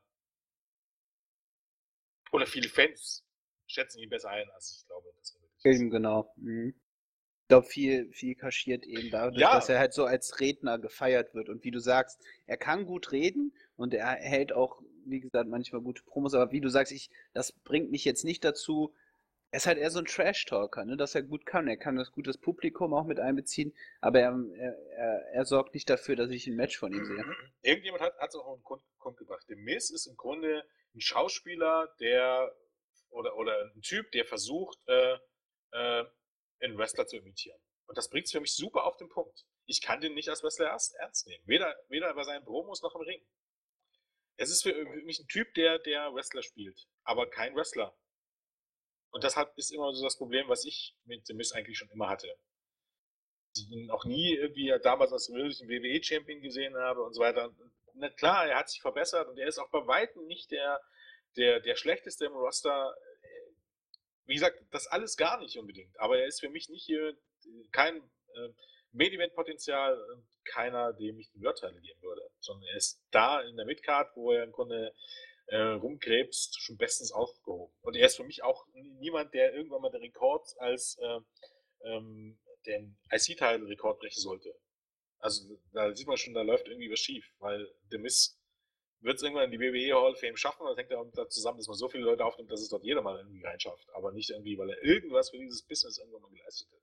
Oder viele Fans schätzen ihn besser ein, als ich glaube, dass er wirklich ist. Eben, genau. Mhm. Ich glaube, viel, viel kaschiert eben dadurch, Ja. dass er halt so als Redner gefeiert wird. Und wie du sagst, er kann gut reden und er hält auch, wie gesagt, manchmal gute Promos, aber wie du sagst, ich, das bringt mich jetzt nicht dazu. Er ist halt eher so ein Trash-Talker, ne, dass er gut kann. Er kann das gutes Publikum auch mit einbeziehen, aber er, er, er, er sorgt nicht dafür, dass ich ein Match von ihm sehe. Irgendjemand hat es auch auf den Grund, Grund gebracht. The Miz ist im Grunde ein Schauspieler, der oder, oder ein Typ, der versucht, äh, äh, einen Wrestler zu imitieren. Und das bringt es für mich super auf den Punkt. Ich kann den nicht als Wrestler erst ernst nehmen. Weder, weder bei seinen Promos noch im Ring. Es ist für mich ein Typ, der, der Wrestler spielt, aber kein Wrestler. Und das hat, ist immer so das Problem, was ich mit The Miz eigentlich schon immer hatte. Ich ihn auch nie irgendwie damals als wirklichen W W E-Champion gesehen habe und so weiter. Na klar, er hat sich verbessert und er ist auch bei Weitem nicht der, der, der schlechteste im Roster. Wie gesagt, das alles gar nicht unbedingt. Aber er ist für mich nicht hier kein äh, Main-Event-Potenzial und keiner, dem ich die Wörterteile geben würde. Sondern er ist da in der Midcard, wo er im Grunde äh, rumkrebst, schon bestens aufgehoben. Und er ist für mich auch niemand, der irgendwann mal den Rekord als äh, ähm, den I C-Title-Rekord brechen sollte. Also da sieht man schon, da läuft irgendwie was schief, weil The Miz wird es irgendwann in die W W E Hall of Fame schaffen, und das hängt ja zusammen, dass man so viele Leute aufnimmt, dass es dort jeder mal irgendwie reinschafft, aber nicht irgendwie, weil er irgendwas für dieses Business irgendwann mal geleistet hat.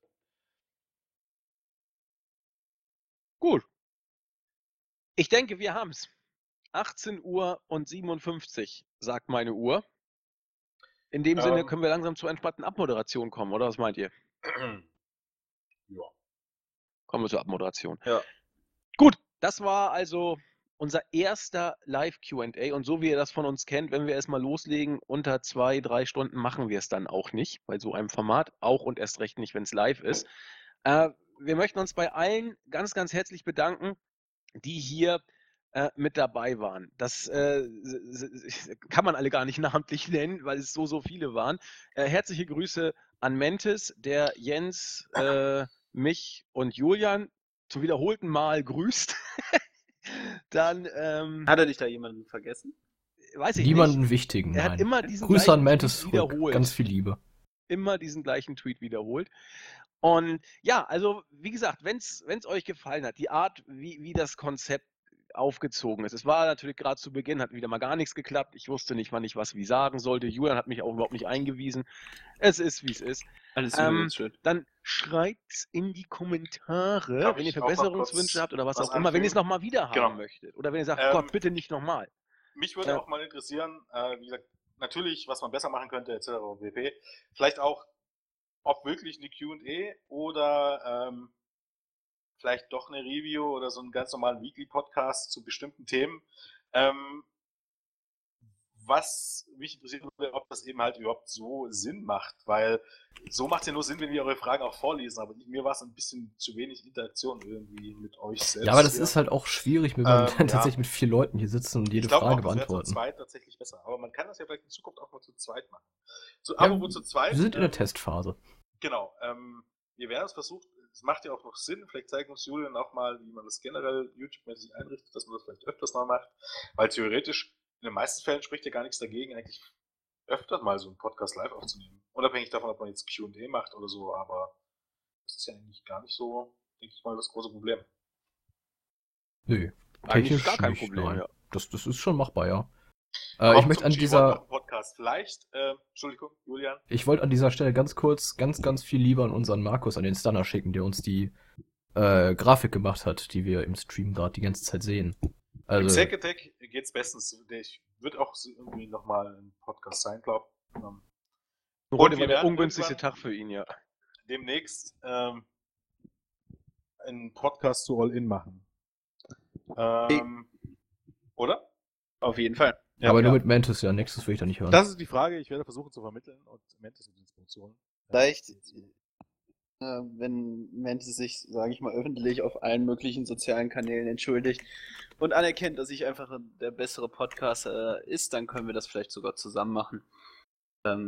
Gut. Ich denke, wir haben es. achtzehn Uhr und siebenundfünfzig, sagt meine Uhr. In dem ähm, Sinne können wir langsam zur entspannten Abmoderation kommen, oder was meint ihr? Ja. Kommen wir zur Abmoderation. Ja. Gut, das war also unser erster Live-Q und A. Und so wie ihr das von uns kennt, wenn wir erstmal loslegen, unter zwei, drei Stunden machen wir es dann auch nicht, bei so einem Format. Auch und erst recht nicht, wenn es live ist. Äh, wir möchten uns bei allen ganz, ganz herzlich bedanken, die hier äh, mit dabei waren. Das äh, kann man alle gar nicht namentlich nennen, weil es so, so viele waren. Äh, herzliche Grüße an Mentes, der Jens, äh, mich und Julian zum wiederholten Mal grüßt. Dann ähm, hat er dich da jemanden vergessen? Weiß ich Niemanden nicht. wichtigen, Er nein. hat immer diesen Grüße an gleichen Mantis Tweet zurück. wiederholt. Ganz viel Liebe. Immer diesen gleichen Tweet wiederholt. Und ja, also wie gesagt, wenn es euch gefallen hat, die Art, wie, wie das Konzept aufgezogen ist. Es war natürlich gerade zu Beginn, hat wieder mal gar nichts geklappt. Ich wusste nicht, wann ich was wie sagen sollte. Julian hat mich auch überhaupt nicht eingewiesen. Es ist, wie es ist. Alles ähm, schön. Dann schreibt's in die Kommentare, Darf wenn ihr ich auch noch Verbesserungswünsche kurz habt oder was was auch immer, wenn ihr es anfügen? nochmal wieder haben Genau. möchtet. Oder wenn ihr sagt, Ähm, Gott, bitte nicht nochmal. Mich würde Äh, auch mal interessieren, äh, wie gesagt, natürlich, was man besser machen könnte, et cetera pp. Vielleicht auch, ob wirklich eine Q und A oder ähm, vielleicht doch eine Review oder so einen ganz normalen Weekly-Podcast zu bestimmten Themen. Ähm, was mich interessiert würde, ob das eben halt überhaupt so Sinn macht, weil so macht es ja nur Sinn, wenn wir eure Fragen auch vorlesen, aber mir war es ein bisschen zu wenig Interaktion irgendwie mit euch selbst. Ja, aber das ja. ist halt auch schwierig, wenn man Ähm, dann ja. tatsächlich mit vier Leuten hier sitzen und jede Ich glaube Frage auch, das wäre zu beantworten. zweit tatsächlich besser. Aber man kann das ja vielleicht in Zukunft auch mal zu zweit machen. So, Ja, apropos zu zweit. wir sind in der ähm, Testphase. Genau. Ähm, wir werden es versucht. Es macht ja auch noch Sinn. Vielleicht zeigen uns Julian auch mal, wie man das generell YouTube-mäßig einrichtet, dass man das vielleicht öfters mal macht. Weil theoretisch, in den meisten Fällen spricht ja gar nichts dagegen, eigentlich öfter mal so einen Podcast live aufzunehmen. Unabhängig davon, ob man jetzt Q und A macht oder so, aber das ist ja eigentlich gar nicht so, denke ich mal, das große Problem. Nö. Eigentlich Technisch gar kein nicht, Problem, nein. ja. Das, das ist schon machbar, ja. Äh, Aber ich möchte an zum dieser, Stichwort noch Podcast. Vielleicht, äh, Entschuldigung, Julian. ich wollte an dieser Stelle ganz kurz, ganz, ganz viel Liebe an unseren Markus, an den Stunner schicken, der uns die äh, Grafik gemacht hat, die wir im Stream gerade die ganze Zeit sehen. Im Also, Secretech geht's bestens. Ich wird auch irgendwie nochmal ein Podcast sein, glaube ich. Ähm, Heute wir war der werden ungünstigste irgendwann- Tag für ihn, ja. demnächst ähm, einen Podcast zu All-In machen. Ähm, oder? Auf jeden Fall. Ja, aber nur ja. mit Mantis, ja. Nächstes will ich da nicht hören. Das ist die Frage. Ich werde versuchen zu vermitteln und Mantis mit ins Boot zu holen. Vielleicht, äh, wenn Mantis sich, sage ich mal, öffentlich auf allen möglichen sozialen Kanälen entschuldigt und anerkennt, dass ich einfach der bessere Podcaster ist, dann können wir das vielleicht sogar zusammen machen. Ähm,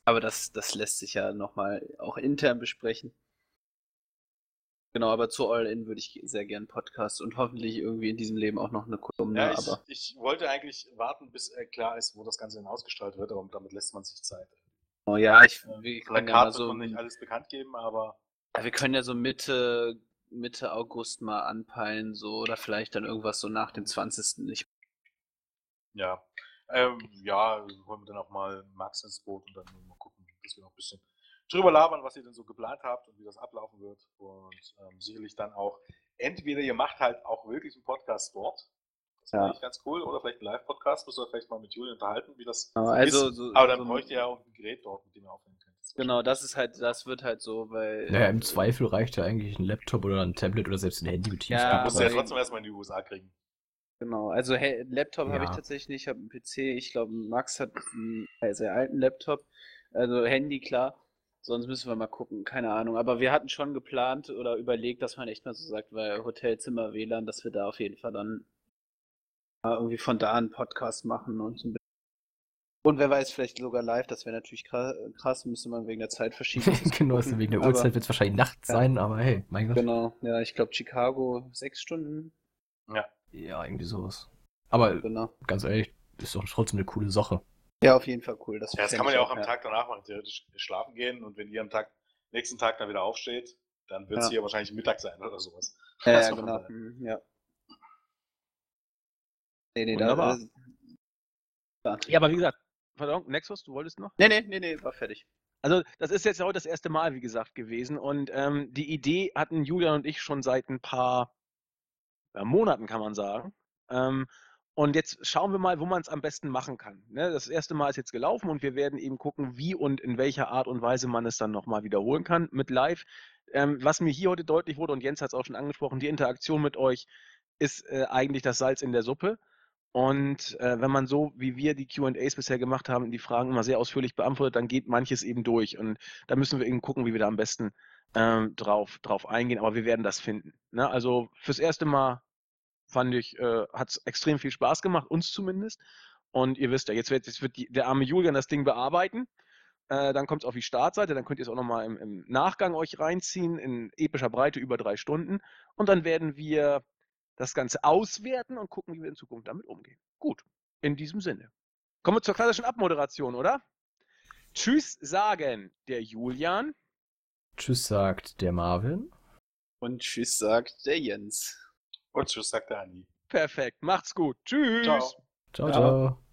Aber das, das lässt sich ja nochmal auch intern besprechen. Genau, aber zu All-In würde ich sehr gern Podcast und hoffentlich irgendwie in diesem Leben auch noch eine Kolumne. Ja, ich, aber ich wollte eigentlich warten, bis äh, klar ist, wo das Ganze denn ausgestrahlt wird, aber damit lässt man sich Zeit. oh ja, ich, Ähm, wir, können ja Plakat mal wird so, man nicht alles bekannt geben, aber ja, wir können ja so Mitte, Mitte August mal anpeilen, so, oder vielleicht dann irgendwas so nach dem zwanzigsten Ich, ja. Ähm, ja, holen wir dann auch mal Max ins Boot und dann mal gucken, dass wir noch ein bisschen drüber labern, was ihr denn so geplant habt und wie das ablaufen wird. Und ähm, sicherlich dann auch, entweder ihr macht halt auch wirklich einen Podcast dort. Das wäre Ja. eigentlich ganz cool. Oder vielleicht einen Live-Podcast, müsst ihr vielleicht mal mit Julian unterhalten, wie das Genau, also ist. so- Aber dann so- bräucht ihr ja auch ein Gerät dort, mit dem ihr aufnehmen könnt. Das ist genau, wahrscheinlich- das ist halt, das wird halt so, weil. Naja, im Zweifel reicht ja eigentlich ein Laptop oder ein Tablet oder selbst ein Handy mit Ja, Du Teamspeak. musst ja aber- trotzdem erstmal in die U S A kriegen. Genau, also hey, Laptop habe ich Ja. tatsächlich nicht, ich habe einen P C, ich glaube Max hat einen sehr alten Laptop, also Handy klar, sonst müssen wir mal gucken, keine Ahnung, aber wir hatten schon geplant oder überlegt, dass man echt mal so sagt, weil Hotelzimmer, W L A N, dass wir da auf jeden Fall dann mal irgendwie von da einen Podcast machen und so ein bisschen. Und wer weiß, vielleicht sogar live, das wäre natürlich krass, krass, müsste man wegen der Zeit verschieben. Genau, also wegen der Aber- Uhrzeit wird es wahrscheinlich nachts Ja. sein, aber hey, mein Gott. Genau, ja, ich glaube Chicago sechs Stunden, Ja. Ja, irgendwie sowas. Aber genau. ganz ehrlich, ist doch trotzdem eine coole Sache. Ja, auf jeden Fall cool. Das, Ja, das fänd kann man ich ja auch am Tag danach machen, theoretisch schlafen gehen und wenn ihr am Tag, nächsten Tag dann wieder aufsteht, dann wird es Ja. hier wahrscheinlich Mittag sein oder sowas. Ja, Das ja, macht man genau. dann. Mhm, ja. Nee, nee, Wunderbar. da. Äh, Ja, aber wie gesagt, pardon, Nexus, du wolltest noch? nee, nee, nee, nee, war fertig. Also, das ist jetzt heute das erste Mal, wie gesagt, gewesen. Und ähm, die Idee hatten Julian und ich schon seit ein paar ja, Monaten, kann man sagen. Ähm, und jetzt schauen wir mal, wo man es am besten machen kann. Ne? Das erste Mal ist jetzt gelaufen und wir werden eben gucken, wie und in welcher Art und Weise man es dann nochmal wiederholen kann mit Live. Ähm, was mir hier heute deutlich wurde, und Jens hat es auch schon angesprochen, die Interaktion mit euch ist äh, eigentlich das Salz in der Suppe. Und äh, wenn man so, wie wir die Q and As bisher gemacht haben, die Fragen immer sehr ausführlich beantwortet, dann geht manches eben durch. Und da müssen wir eben gucken, wie wir da am besten ähm, drauf, drauf eingehen. Aber wir werden das finden. Ne? Also fürs erste Mal fand ich, äh, hat es extrem viel Spaß gemacht, uns zumindest. Und ihr wisst ja, jetzt wird, jetzt wird die, der arme Julian das Ding bearbeiten. Äh, dann kommt es auf die Startseite, dann könnt ihr es auch nochmal im, im Nachgang euch reinziehen, in epischer Breite über drei Stunden. Und dann werden wir das Ganze auswerten und gucken, wie wir in Zukunft damit umgehen. Gut, in diesem Sinne. Kommen wir zur klassischen Abmoderation, oder? Tschüss sagen der Julian. Tschüss sagt der Marvin. Und tschüss sagt der Jens. Und tschüss, sagt der Andi. Perfekt, macht's gut. Tschüss. Ciao. Ciao, Ja. ciao.